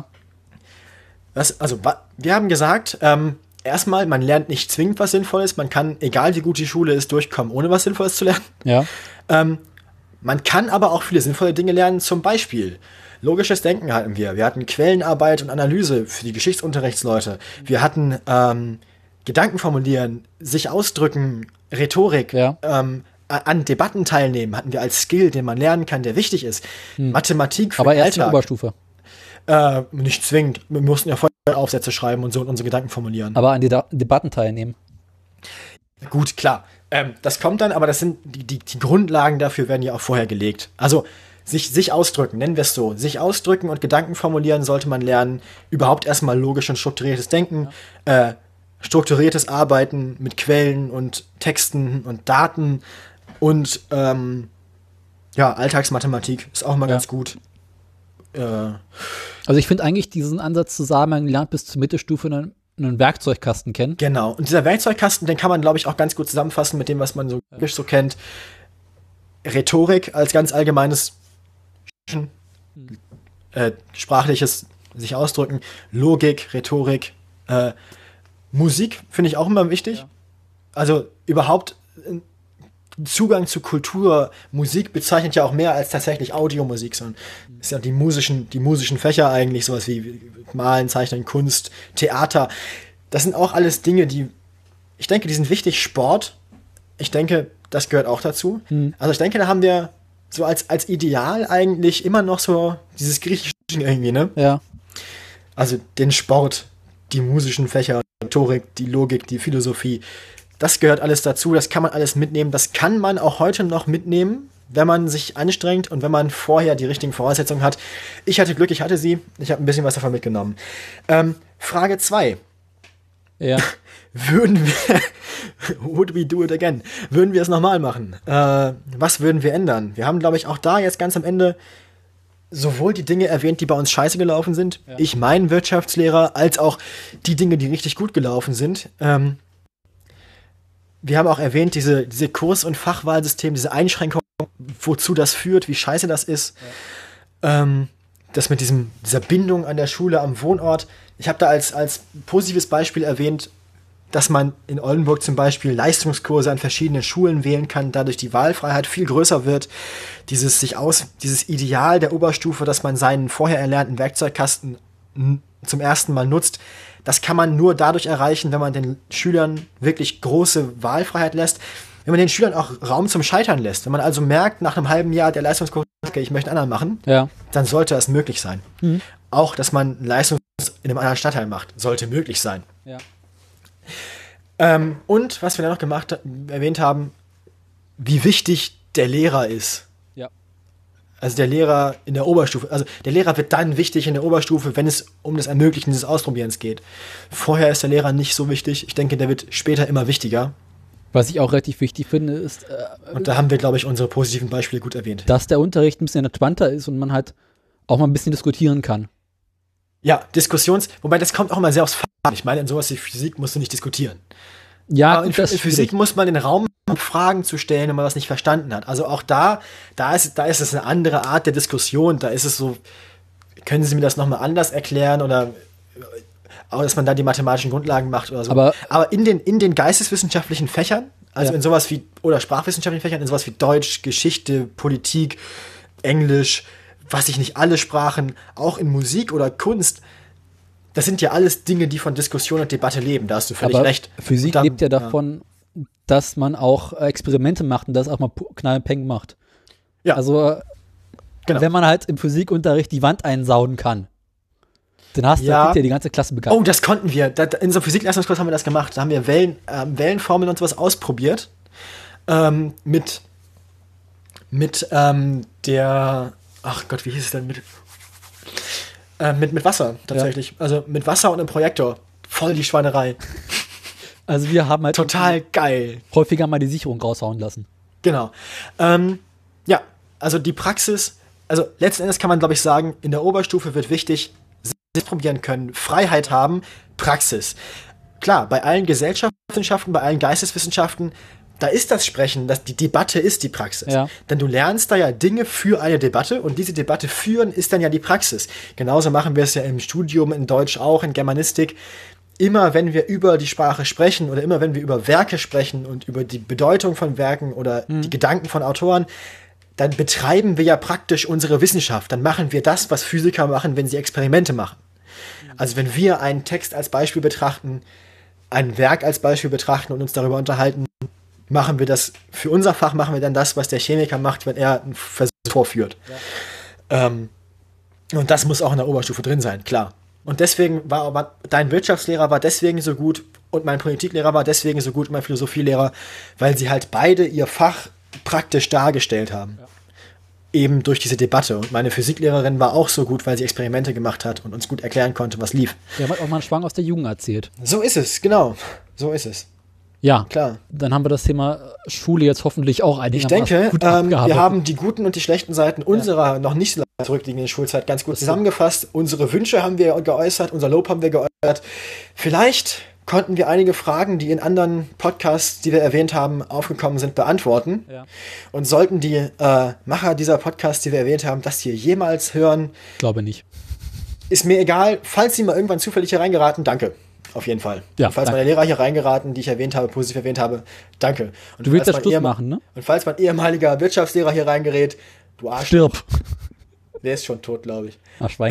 Wir haben gesagt, erstmal, man lernt nicht zwingend was Sinnvolles, man kann, egal wie gut die Schule ist, durchkommen, ohne was Sinnvolles zu lernen. Ja. Man kann aber auch viele sinnvolle Dinge lernen, zum Beispiel logisches Denken hatten wir. Wir hatten Quellenarbeit und Analyse für die Geschichtsunterrichtsleute. Wir hatten Gedanken formulieren, sich ausdrücken, Rhetorik, an Debatten teilnehmen, hatten wir als Skill, den man lernen kann, der wichtig ist. Mathematik für den Alltag. Aber erst in der Oberstufe. Nicht zwingend. Wir mussten ja vorher Aufsätze schreiben und so und unsere Gedanken formulieren. Aber an Debatten teilnehmen. Gut, klar. Das kommt dann, aber das sind die Grundlagen dafür werden ja auch vorher gelegt. Also sich ausdrücken, nennen wir es so. Sich ausdrücken und Gedanken formulieren sollte man lernen. Überhaupt erstmal logisch und strukturiertes Denken. Strukturiertes Arbeiten mit Quellen und Texten und Daten und Alltagsmathematik ist auch mal ganz gut. Also ich finde eigentlich diesen Ansatz zu sagen, man lernt bis zur Mittelstufe einen Werkzeugkasten kennen. Genau. Und dieser Werkzeugkasten, den kann man, glaube ich, auch ganz gut zusammenfassen mit dem, was man so kennt. Rhetorik als ganz allgemeines sprachliches sich ausdrücken, Logik, Rhetorik, Musik finde ich auch immer wichtig. Ja. Also überhaupt Zugang zu Kultur, Musik bezeichnet ja auch mehr als tatsächlich Audiomusik, sondern ist ja die musischen Fächer eigentlich, sowas wie Malen, Zeichnen, Kunst, Theater. Das sind auch alles Dinge, ich denke, die sind wichtig. Sport, ich denke, das gehört auch dazu. Also ich denke, da haben wir so als Ideal eigentlich immer noch so dieses griechische irgendwie, ne? Ja. Also den Sport, die musischen Fächer, Rhetorik, die Logik, die Philosophie, das gehört alles dazu, das kann man alles mitnehmen, das kann man auch heute noch mitnehmen, wenn man sich anstrengt und wenn man vorher die richtigen Voraussetzungen hat. Ich hatte Glück, ich hatte sie, ich habe ein bisschen was davon mitgenommen. Frage 2. Ja. Would we do it again? Würden wir es nochmal machen? Was würden wir ändern? Wir haben, glaube ich, auch da jetzt ganz am Ende sowohl die Dinge erwähnt, die bei uns scheiße gelaufen sind, ich mein Wirtschaftslehrer, als auch die Dinge, die richtig gut gelaufen sind. Wir haben auch erwähnt, diese Kurs- und Fachwahlsystem, diese Einschränkung, wozu das führt, wie scheiße das ist. Das mit dieser Bindung an der Schule, am Wohnort. Ich habe da als positives Beispiel erwähnt, dass man in Oldenburg zum Beispiel Leistungskurse an verschiedenen Schulen wählen kann, dadurch die Wahlfreiheit viel größer wird. Dieses Ideal der Oberstufe, dass man seinen vorher erlernten Werkzeugkasten zum ersten Mal nutzt, das kann man nur dadurch erreichen, wenn man den Schülern wirklich große Wahlfreiheit lässt, wenn man den Schülern auch Raum zum Scheitern lässt. Wenn man also merkt, nach einem halben Jahr der Leistungskurs, okay, ich möchte einen anderen machen, dann sollte das möglich sein. Auch, dass man einen Leistungskurs in einem anderen Stadtteil macht, sollte möglich sein. Ja. Und was wir da noch erwähnt haben, wie wichtig der Lehrer ist. Ja. Also der Lehrer in der Oberstufe. Also der Lehrer wird dann wichtig in der Oberstufe, wenn es um das Ermöglichen des Ausprobierens geht. Vorher ist der Lehrer nicht so wichtig. Ich denke, der wird später immer wichtiger. Was ich auch relativ wichtig finde, ist und da haben wir, glaube ich, unsere positiven Beispiele gut erwähnt. Dass der Unterricht ein bisschen entspannter ist und man halt auch mal ein bisschen diskutieren kann. Ja, wobei das kommt auch immer sehr aufs Fach. Ich meine, in sowas wie Physik musst du nicht diskutieren. Ja, aber in Physik muss man den Raum haben, Fragen zu stellen, wenn man was nicht verstanden hat. Also auch da ist es eine andere Art der Diskussion. Da ist es so, können Sie mir das nochmal anders erklären oder auch, dass man da die mathematischen Grundlagen macht oder so. Aber in den geisteswissenschaftlichen Fächern, also in sowas wie, oder sprachwissenschaftlichen Fächern, in sowas wie Deutsch, Geschichte, Politik, Englisch, was ich nicht, alle Sprachen, auch in Musik oder Kunst, das sind ja alles Dinge, die von Diskussion und Debatte leben, da hast du völlig recht. Physik lebt ja davon, dass man auch Experimente macht und das auch mal knallpeng macht. Ja. Also, wenn man halt im Physikunterricht die Wand einsauen kann, dann hast du die ganze Klasse begeistert. Oh, das konnten wir. In so einem Physikleistungskurs haben wir das gemacht. Da haben wir Wellenformeln und sowas ausprobiert. Mit der, ach Gott, wie hieß es denn? Mit Wasser, tatsächlich. Ja. Also mit Wasser und einem Projektor. Voll die Schweinerei. Also wir haben halt total geil. Häufiger mal die Sicherung raushauen lassen. Genau. Ja, also die Praxis, also letzten Endes kann man, glaube ich, sagen, in der Oberstufe wird wichtig, sich probieren können, Freiheit haben, Praxis. Klar, bei allen Gesellschaftswissenschaften, bei allen Geisteswissenschaften, da ist das Sprechen, die Debatte ist die Praxis. Ja. Denn du lernst da ja Dinge für eine Debatte und diese Debatte führen ist dann ja die Praxis. Genauso machen wir es ja im Studium, in Deutsch auch, in Germanistik. Immer wenn wir über die Sprache sprechen oder immer wenn wir über Werke sprechen und über die Bedeutung von Werken oder die Gedanken von Autoren, dann betreiben wir ja praktisch unsere Wissenschaft. Dann machen wir das, was Physiker machen, wenn sie Experimente machen. Also wenn wir einen Text als Beispiel betrachten, ein Werk als Beispiel betrachten und uns darüber unterhalten, machen wir das, für unser Fach machen wir dann das, was der Chemiker macht, wenn er einen Versuch vorführt. Ja. Und das muss auch in der Oberstufe drin sein, klar. Und deswegen war aber, dein Wirtschaftslehrer war deswegen so gut und mein Politiklehrer war deswegen so gut und mein Philosophielehrer, weil sie halt beide ihr Fach praktisch dargestellt haben. Ja. Eben durch diese Debatte. Und meine Physiklehrerin war auch so gut, weil sie Experimente gemacht hat und uns gut erklären konnte, was lief. Der hat auch mal einen Schwang aus der Jugend erzählt. So ist es, genau. So ist es. Ja, klar. Dann haben wir das Thema Schule jetzt hoffentlich auch einigermaßen gut abgearbeitet. Ich denke, wir haben die guten und die schlechten Seiten unserer noch nicht so zurückliegenden Schulzeit ganz gut zusammengefasst. Unsere Wünsche haben wir geäußert, unser Lob haben wir geäußert. Vielleicht konnten wir einige Fragen, die in anderen Podcasts, die wir erwähnt haben, aufgekommen sind, beantworten. Ja. Und sollten die Macher dieser Podcasts, die wir erwähnt haben, das hier jemals hören, Glaube nicht. ist mir egal. Falls sie mal irgendwann zufällig hier reingeraten, danke. Auf jeden Fall. Ja, und falls danke. meine Lehrer hier reingeraten, die ich erwähnt habe, positiv erwähnt habe, danke. Und Du willst falls das mein Schluss machen, ne? Und falls mein ehemaliger Wirtschaftslehrer hier reingerät, du Arsch, Stirb. der ist schon tot, glaube ich. Ach, Schwein.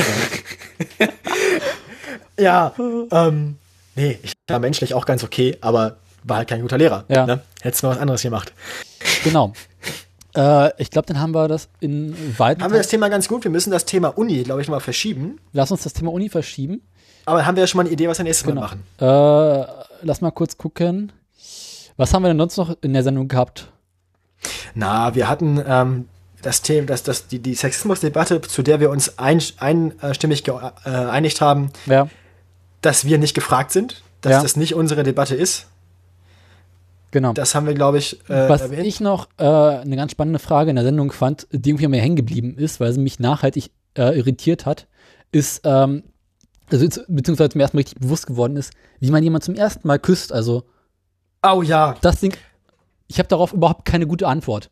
Ja, nee, ich war menschlich auch ganz okay, aber war halt kein guter Lehrer. Ja. Ne? Hättest du mal was anderes gemacht. Genau. Ich glaube, dann haben wir das in weiten Haben wir das Thema ganz gut. Wir müssen das Thema Uni, glaube ich, nochmal verschieben. Lass uns das Thema Uni verschieben. Aber haben wir ja schon mal eine Idee, was wir nächstes Mal Genau. machen. Lass mal kurz gucken. Was haben wir denn sonst noch in der Sendung gehabt? Na, wir hatten das Thema, die Sexismusdebatte, zu der wir uns einstimmig geeinigt haben, Ja. dass wir nicht gefragt sind, dass Ja. das nicht unsere Debatte ist. Genau. Das haben wir, glaube ich, Was erwähnt. ich noch eine ganz spannende Frage in der Sendung fand, die irgendwie mir hängen geblieben ist, weil sie mich nachhaltig irritiert hat, ist, beziehungsweise zum ersten Mal richtig bewusst geworden ist, wie man jemanden zum ersten Mal küsst. Also Oh ja. das Ding, ich habe darauf überhaupt keine gute Antwort.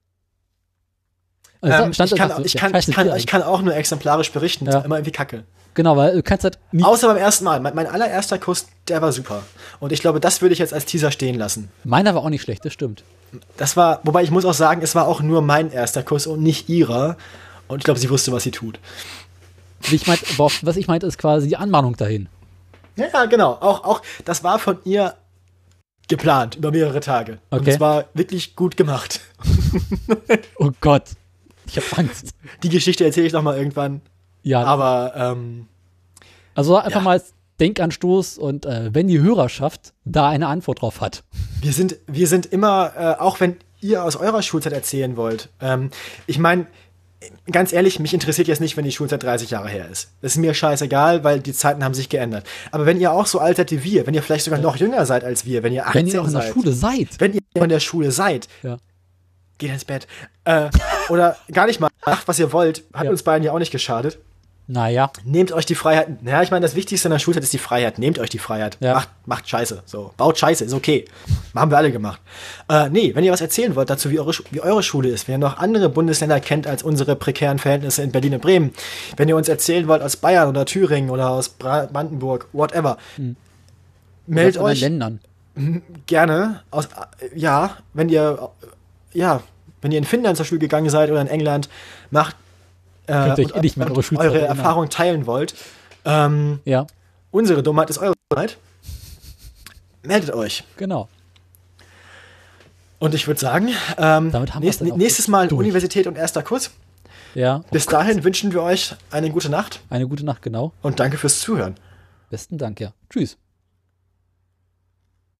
Also ich kann auch nur exemplarisch berichten. Ja. Das war immer irgendwie kacke. Genau, weil du kannst halt nie. Außer beim ersten Mal. Mein allererster Kuss, der war super. Und ich glaube, das würde ich jetzt als Teaser stehen lassen. Meiner war auch nicht schlecht, das stimmt. Das war, wobei ich muss auch sagen, es war auch nur mein erster Kuss und nicht ihrer. Und ich glaube, sie wusste, was sie tut. Was ich meinte, ist quasi die Anmahnung dahin. Ja, genau. Auch das war von ihr geplant über mehrere Tage. Und Okay. es war wirklich gut gemacht. Oh Gott, ich habe Angst. Die Geschichte erzähle ich noch mal irgendwann. Ja, Aber also einfach ja. mal als Denkanstoß und wenn die Hörerschaft da eine Antwort drauf hat. wir sind immer, auch wenn ihr aus eurer Schulzeit erzählen wollt. Ich meine, ganz ehrlich, mich interessiert jetzt nicht, wenn die Schulzeit 30 Jahre her ist. Das ist mir scheißegal, weil die Zeiten haben sich geändert. Aber wenn ihr auch so alt seid wie wir, wenn ihr vielleicht sogar noch jünger seid als wir, wenn ihr 18 Wenn ihr noch in der seid, Schule seid. wenn ihr in der Schule seid, Ja. geht ins Bett. Oder gar nicht mal, macht, was ihr wollt. Hat Ja. uns beiden ja auch nicht geschadet. Naja, Nehmt euch die Freiheit. Naja, ich meine, das Wichtigste in der Schulzeit ist die Freiheit. Nehmt euch die Freiheit. Ja. Macht Scheiße. So. Baut Scheiße, ist okay. Haben wir alle gemacht. Nee, wenn ihr was erzählen wollt dazu, wie eure Schule ist, wenn ihr noch andere Bundesländer kennt als unsere prekären Verhältnisse in Berlin und Bremen, wenn ihr uns erzählen wollt aus Bayern oder Thüringen oder aus Brandenburg, whatever, meldet aus anderen euch Ländern. gerne aus, wenn ihr in Finnland zur Schule gegangen seid oder in England, macht Könnt ihr euch und nicht mehr an eure Schulzeit eure erinnern. Erfahrung teilen wollt. Ja, Unsere Dummheit ist eure Dummheit. Meldet euch. genau. Und ich würde sagen, Damit haben wir's dann auch nächstes Mal durch. Universität und erster Kurs. Ja, Bis dahin wünschen wir euch eine gute Nacht eine gute Nacht, genau. und danke fürs Zuhören. Besten Dank, ja. Tschüss.